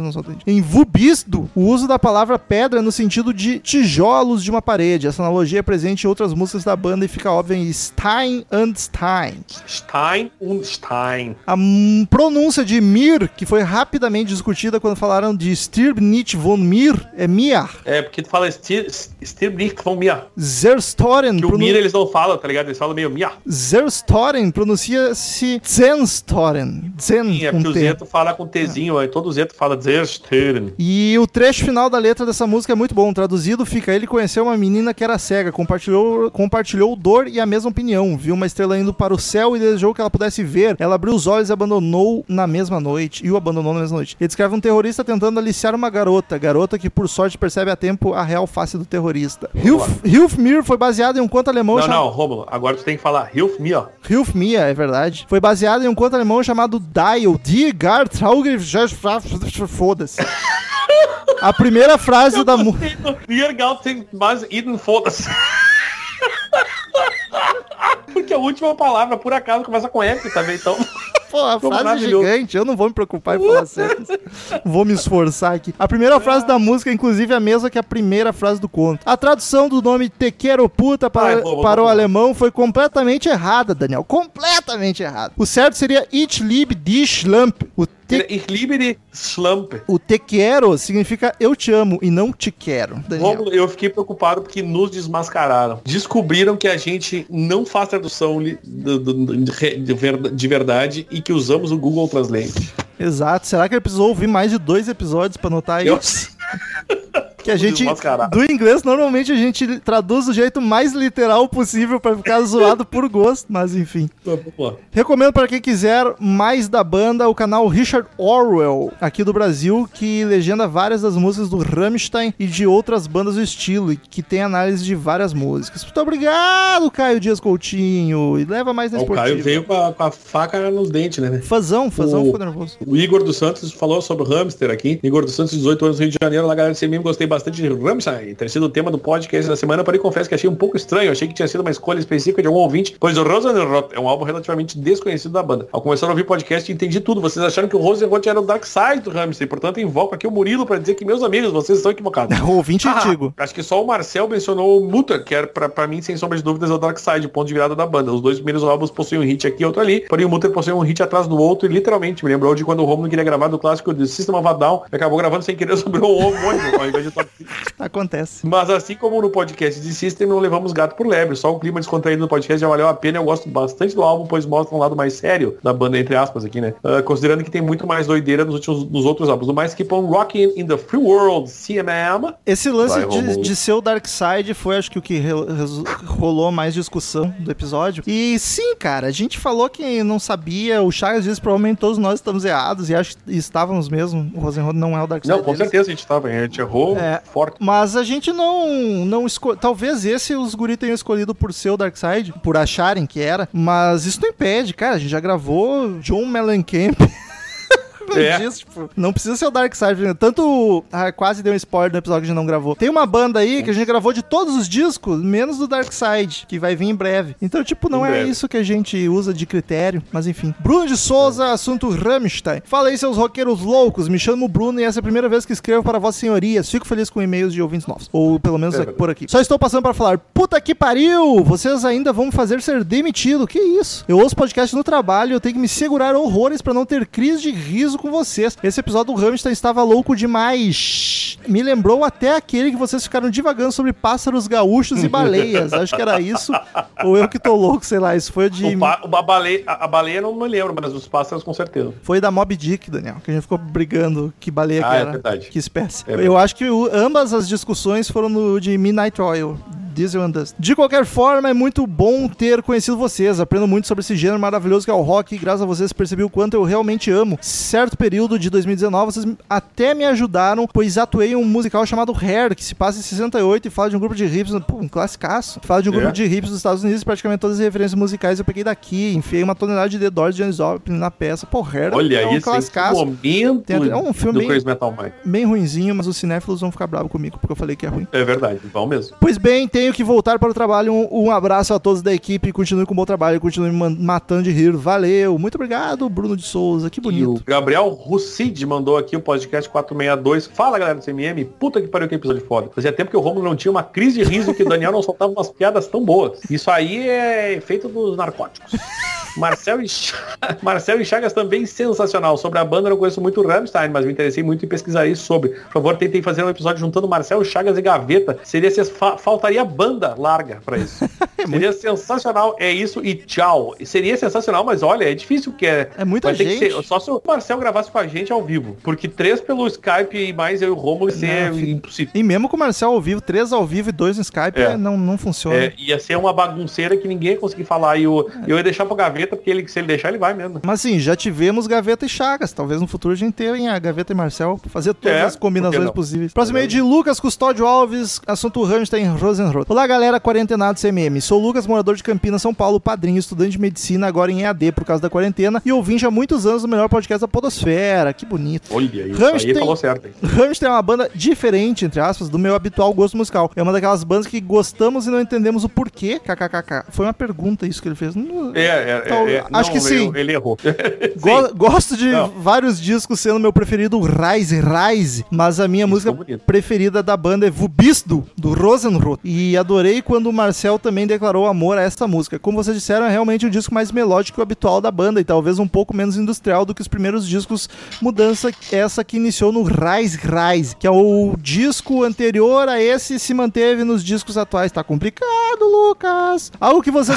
Em Vubisto, o uso da palavra pedra no sentido de tijolos de uma parede. Essa analogia é presente em outras músicas da banda e fica óbvia em Stein and Stein. Stein und Stein. A pronúncia de Mir, que foi rapidamente discutida quando falaram de Stirb nicht von mir, é Mir. É, porque tu fala Stirb nicht von mir. Zerstoren. Que o Mir eles não falam, tá ligado? Eles falam meio Mir. Zerstoren pronuncia-se Zenstoren. Sim, é porque o Zeto fala com Tzinho, aí todo Zeto fala Zerstoren. E o trecho final da letra dessa música é muito bom. Traduzido fica: ele conheceu uma menina que era cega, compartilhou dor e a mesma opinião. Viu uma estrela indo para o céu e desejou que ela pudesse ver. Ela abriu os olhos e abandonou na mesma noite. Ele descreve um terrorista tentando aliciar uma garota que por sorte percebe a tempo a real face do terrorista. Hilf mir foi baseado em um conto alemão Não, Rômulo, agora tu tem que falar Hilf mir. Hilf mir, é verdade. Foi baseado em um conto alemão chamado Dial, Die Gar Traurig, foda-se. A primeira frase da música. Mas foda-se. Porque a última palavra, por acaso, começa com F também, então... Pô, a frase é gigante, eu não vou me preocupar em falar certo. Vou me esforçar aqui. A primeira frase da música, inclusive, é a mesma que a primeira frase do conto. A tradução do nome Te quero puta para o alemão foi completamente errada, Daniel. Completamente errada. O certo seria Ich liebe die Schlampe. Ich liebe die Schlampe. O te quero significa eu te amo e não te quero, Daniel. Eu fiquei preocupado porque nos desmascararam. Descobriram que a gente não faz tradução de verdade e que usamos o Google Translate. Exato. Será que ele precisou ouvir mais de 2 episódios pra notar isso? Que a gente, do inglês, normalmente a gente traduz do jeito mais literal possível pra ficar zoado por gosto, mas enfim. Recomendo para quem quiser mais da banda o canal Richard Orwell, aqui do Brasil, que legenda várias das músicas do Rammstein e de outras bandas do estilo, e que tem análise de várias músicas. Muito obrigado, Caio Dias Coutinho, e leva mais na esportiva. O Caio veio com a faca nos dentes, né? Fazão ficou nervoso. O Igor dos Santos falou sobre o Hamster aqui. Igor dos Santos, 18 anos, Rio de Janeiro, lá galera do CMM, gostei bastante de Rammstein, ter sido o tema do podcast da semana, porém confesso que achei um pouco estranho, achei que tinha sido uma escolha específica de algum ouvinte, pois o Rosenrot é um álbum relativamente desconhecido da banda. Ao começar a ouvir o podcast, entendi tudo, vocês acharam que o Rosenrot era o Dark Side do Rammstein, portanto invoco aqui o Murilo para dizer que, meus amigos, vocês estão equivocados. O ouvinte antigo. Acho que só o Marcel mencionou o Mutter, que era pra mim, sem sombra de dúvidas, é o Dark Side, ponto de virada da banda. Os 2 primeiros álbuns possuem um hit aqui e outro ali, porém o Mutter possui um hit atrás do outro e literalmente me lembrou de quando o Romulo queria gravar do clássico do System of a Down e acabou gravando sem querer sobre o homônimo, ao invés de top. Acontece. Foda-se. Mas assim como no podcast de System, não levamos gato por lebre. Só o clima descontraído do podcast já valeu a pena. Eu gosto bastante do álbum, pois mostra um lado mais sério da banda, entre aspas, aqui, né? Considerando que tem muito mais doideira nos outros álbuns. Do mais, keep on rocking in the free world, CMM. Esse lance de ser o Dark Side foi, acho que, o que rolou mais discussão do episódio. E sim, cara, a gente falou que não sabia. O Chagas disse, provavelmente todos nós estamos errados. E acho que estávamos mesmo. O Rosenrod não é o Dark Side. Não, com certeza a gente estava. A gente errou forte. Mas a gente não escolheu. Talvez esse os guri tenham escolhido por ser o Dark Side, por acharem que era. Mas isso não impede, cara. A gente já gravou John Mellencamp. Não precisa ser o Dark Side. Tanto quase deu um spoiler no episódio que a gente não gravou. Tem uma banda aí que a gente gravou de todos os discos, menos do Dark Side, que vai vir em breve. Então, tipo, não é isso que a gente usa de critério. Mas enfim. Bruno de Souza, assunto Rammstein. Fala aí, seus roqueiros loucos. Me chamo Bruno e essa é a primeira vez que escrevo para vossas senhorias. Fico feliz com e-mails de ouvintes novos. Ou pelo menos por aqui. Só estou passando para falar, puta que pariu! Vocês ainda vão me fazer ser demitido. Que isso? Eu ouço podcast no trabalho e eu tenho que me segurar horrores para não ter crise de riso com vocês. Esse episódio do Rammstein estava louco demais. Me lembrou até aquele que vocês ficaram divagando sobre pássaros gaúchos e baleias. Acho que era isso. Ou eu que tô louco, sei lá. Isso foi de... A baleia não me lembro, mas os pássaros com certeza. Foi da Moby Dick, Daniel, que a gente ficou brigando que baleia que era. É verdade. Que espécie. Eu acho que ambas as discussões foram no de Midnight Oil. Diesel and Dust. De qualquer forma, é muito bom ter conhecido vocês. Aprendo muito sobre esse gênero maravilhoso que é o rock e graças a vocês percebi o quanto eu realmente amo. Certo período de 2019, vocês até me ajudaram, pois atuei em um musical chamado Hair, que se passa em 68 e fala de um grupo de hippies, um classicaço. Fala de um grupo de hippies dos Estados Unidos e praticamente todas as referências musicais eu peguei daqui. Enfiei uma tonelada de The Doors de Janis Joplin na peça. Pô, Hair é um classicaço. É um filme do Crazy Metal Mind. Bem ruinzinho, mas os cinéfilos vão ficar bravos comigo, porque eu falei que é ruim. É verdade, vão mesmo. Pois bem, tenho que voltar para o trabalho. Um abraço a todos da equipe. Continue com o bom trabalho. Continue matando de rir. Valeu. Muito obrigado, Bruno de Souza. Que bonito. E o Gabriel Russid mandou aqui o podcast 462. Fala, galera do CMM. Puta que pariu, que episódio foda. Fazia tempo que o Romulo não tinha uma crise de riso que o Daniel não soltava umas piadas tão boas. Isso aí é efeito dos narcóticos. Marcel e Chagas também sensacional. Sobre a banda eu não conheço muito o Rammstein, mas me interessei muito em pesquisar isso sobre. Por favor, tentem fazer um episódio juntando Marcel, Chagas e Gaveta. Faltaria banda larga pra isso. Seria sensacional, é isso e tchau. Seria sensacional, mas olha, é difícil que é. É muita gente. Que ser, só se o Marcel gravasse com a gente ao vivo. Porque 3 pelo Skype e mais eu e o Romulo ia ser impossível. E mesmo com o Marcel ao vivo, 3 ao vivo e 2 no Skype, não funciona. Ia ser uma bagunceira que ninguém ia conseguir falar. E eu ia deixar pro Gaveta, porque se ele deixar, ele vai mesmo. Mas sim, já tivemos Gaveta e Chagas. Talvez no futuro a gente tenha a Gaveta e Marcel pra fazer todas as combinações possíveis. Próximo aí de Lucas Custódio Alves, assunto Rammstein Rosenrod. Olá, galera quarentenado CMM. Sou o Lucas, morador de Campinas, São Paulo, padrinho, estudante de medicina, agora em EAD por causa da quarentena, e ouvinte há muitos anos do melhor podcast da podosfera. Que bonito. Olha isso, aí falou certo. Rammstein é uma banda diferente, entre aspas, do meu habitual gosto musical. É uma daquelas bandas que gostamos e não entendemos o porquê. KKKK. Foi uma pergunta isso que ele fez. Acho que sim. Ele errou. Gosto de vários discos, sendo meu preferido Rise, mas a minha música preferida da banda é Vubisdo, do Rosenrod. E adorei quando o Marcel também declarou amor a essa música. Como vocês disseram, é realmente um disco mais melódico que o habitual da banda e talvez um pouco menos industrial do que os primeiros discos. Mudança essa que iniciou no Rise, que é o disco anterior a esse e se manteve nos discos atuais. Tá complicado, Lucas. Algo que vocês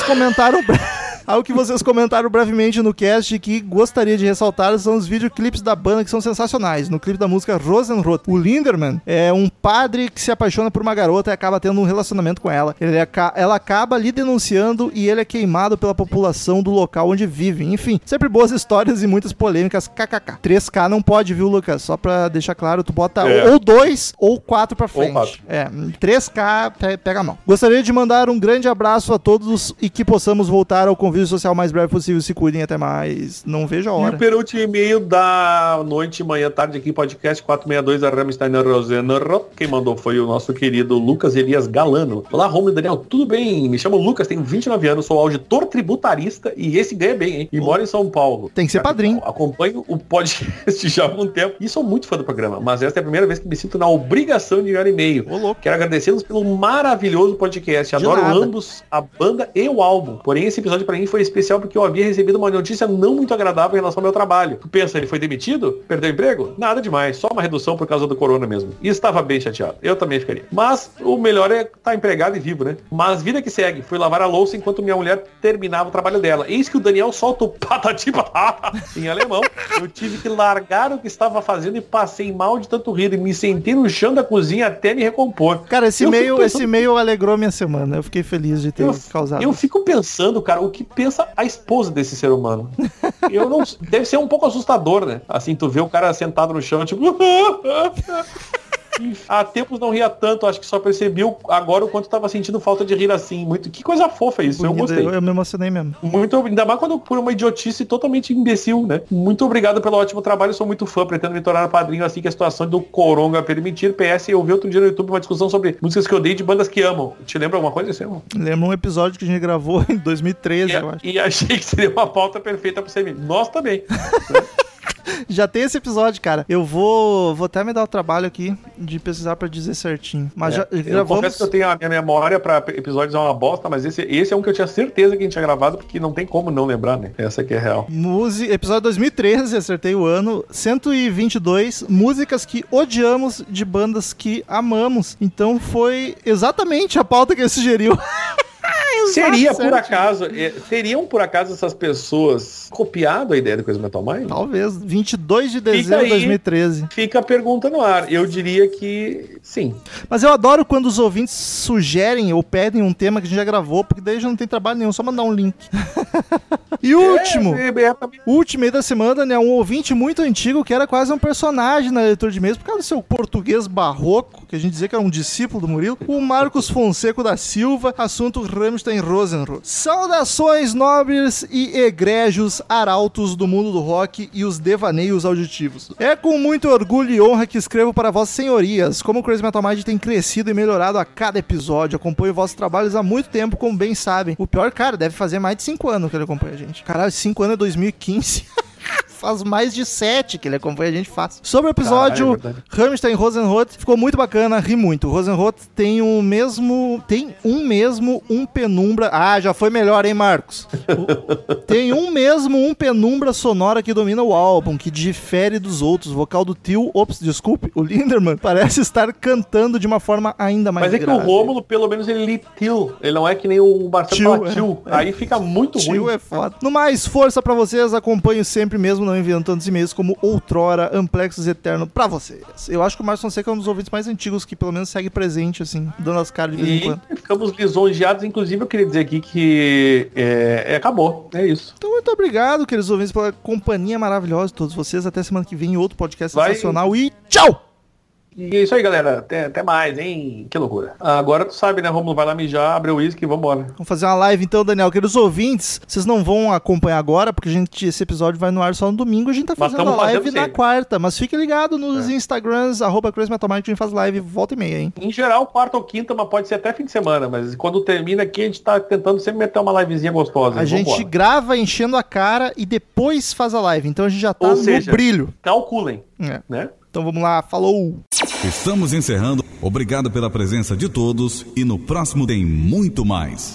comentaram brevemente no cast que gostaria de ressaltar são os videoclipes da banda que são sensacionais. No clipe da música Rosenrod, o Linderman é um padre que se apaixona por uma garota e acaba tendo um relacionamento com ela. Ela acaba ali denunciando e ele é queimado pela população do local onde vive. Enfim, sempre boas histórias e muitas polêmicas. KKK. 3K não pode, viu, Lucas? Só pra deixar claro, tu bota ou 2 ou 4 pra frente. 3K pega a mão. Gostaria de mandar um grande abraço a todos e que possamos voltar ao convívio social mais breve possível. Se cuidem, até mais. Não vejo a hora. E o penúltimo e-mail da noite, manhã, tarde aqui, podcast 462 da Rammstein Rosenrod. Quem mandou foi o nosso querido Lucas Elias Galano. Olá, Romulo e Daniel, tudo bem? Me chamo Lucas, tenho 29 anos, sou auditor tributarista e esse ganha bem, hein? E moro em São Paulo. Tem que ser padrinho. Acompanho o podcast já há algum tempo e sou muito fã do programa, mas esta é a primeira vez que me sinto na obrigação de enviar e-mail. Quero agradecê-los pelo maravilhoso podcast. Adoro ambos, a banda e o álbum. Porém, esse episódio pra mim mim foi especial porque eu havia recebido uma notícia não muito agradável em relação ao meu trabalho. Tu pensa, ele foi demitido? Perdeu o emprego? Nada demais, só uma redução por causa do corona mesmo. E estava bem chateado. Eu também ficaria. Mas o melhor é estar empregado e vivo, né? Mas vida que segue. Fui lavar a louça enquanto minha mulher terminava o trabalho dela. Eis que o Daniel solta o patati patata em alemão. Eu tive que largar o que estava fazendo e passei mal de tanto rir. E me sentei no chão da cozinha até me recompor. Cara, esse e-mail alegrou minha semana. Eu fiquei feliz de ter causado. Eu fico pensando, cara, o que pensa a esposa desse ser humano. Eu não... Deve ser um pouco assustador, né? Assim, tu vê o cara sentado no chão, tipo... Há tempos não ria tanto, acho que só percebeu agora o quanto tava sentindo falta de rir assim. Muito... Que coisa fofa isso, bonito, eu gostei. Eu me emocionei mesmo. Muito, ainda mais quando por uma idiotice totalmente imbecil, né? Muito obrigado pelo ótimo trabalho, sou muito fã, pretendo me tornar padrinho assim que a situação do coronga permitir. PS, eu vi outro dia no YouTube uma discussão sobre músicas que eu odeio de bandas que amam. Te lembra alguma coisa assim? Lembro um episódio que a gente gravou em 2013, eu acho. E achei que seria uma pauta perfeita pra você ver. Nós também. Já tem esse episódio, cara. Eu vou até me dar o trabalho aqui de pesquisar pra dizer certinho. Mas já gravamos... Eu confesso que eu tenho a minha memória pra episódios é uma bosta, mas esse é um que eu tinha certeza que a gente tinha gravado, porque não tem como não lembrar, né? Essa aqui é real. Episódio 2013, acertei o ano. 122, músicas que odiamos de bandas que amamos. Então foi exatamente a pauta que ele sugeriu. Teriam por acaso essas pessoas copiado a ideia do Crazy Metal Mind? Talvez. 22 de dezembro de 2013. Fica a pergunta no ar. Eu diria que sim. Mas eu adoro quando os ouvintes sugerem ou pedem um tema que a gente já gravou, porque daí já não tem trabalho nenhum, só mandar um link. E o último aí da semana, né? Um ouvinte muito antigo que era quase um personagem na leitura de e-mails, por causa do seu português barroco, que a gente dizia que era um discípulo do Murilo, o Marcos Fonseca da Silva, assunto Rammstein Rosenroth. Saudações nobres e egrégios arautos do mundo do rock e os devaneios auditivos. É com muito orgulho e honra que escrevo para vossas senhorias. Como o Crazy Metal Mind tem crescido e melhorado a cada episódio, acompanho vossos trabalhos há muito tempo, como bem sabem. O pior, cara, deve fazer mais de 5 anos que ele acompanha a gente. Caralho, 5 anos é 2015. Faz mais de 7 que ele acompanha a gente fácil. Sobre o episódio Rammstein Rosenroth, ficou muito bacana, ri muito. Rosenroth tem um penumbra... Ah, já foi melhor, hein, Marcos? Tem um penumbra sonora que domina o álbum, que difere dos outros. O vocal do Till, o Lindemann, parece estar cantando de uma forma ainda mais grave. Mas é que o Rômulo, pelo menos, ele lê Till. Ele não é que nem o Marcelo fala Till. Aí fica muito ruim. Till é foda. No mais, força pra vocês, acompanho sempre mesmo, não enviando tantos e-mails como outrora, Amplexus Eterno pra vocês. Eu acho que o Marcos Fonseca é um dos ouvintes mais antigos que pelo menos segue presente, assim, dando as caras de vez em quando. Ficamos lisonjeados, inclusive eu queria dizer aqui que acabou, é isso. Então muito obrigado, queridos ouvintes, pela companhia maravilhosa de todos vocês. Até semana que vem em outro podcast sensacional e tchau! E é isso aí, galera. Até mais, hein? Que loucura. Agora tu sabe, né, Romulo? Vai lá mijar, abre o uísque e vambora. Vamos fazer uma live então, Daniel. Queridos ouvintes, vocês não vão acompanhar agora, porque esse episódio vai no ar só no domingo. A gente tá fazendo a live na quarta. Mas fique ligado nos Instagrams, @CrazyMetalMind, que a gente faz live volta e meia, hein? Em geral, quarta ou quinta, mas pode ser até fim de semana. Mas quando termina aqui, a gente tá tentando sempre meter uma livezinha gostosa. A gente grava enchendo a cara e depois faz a live. Então a gente já tá no brilho. Calculem, né? Então vamos lá, falou! Estamos encerrando. Obrigado pela presença de todos e no próximo tem muito mais.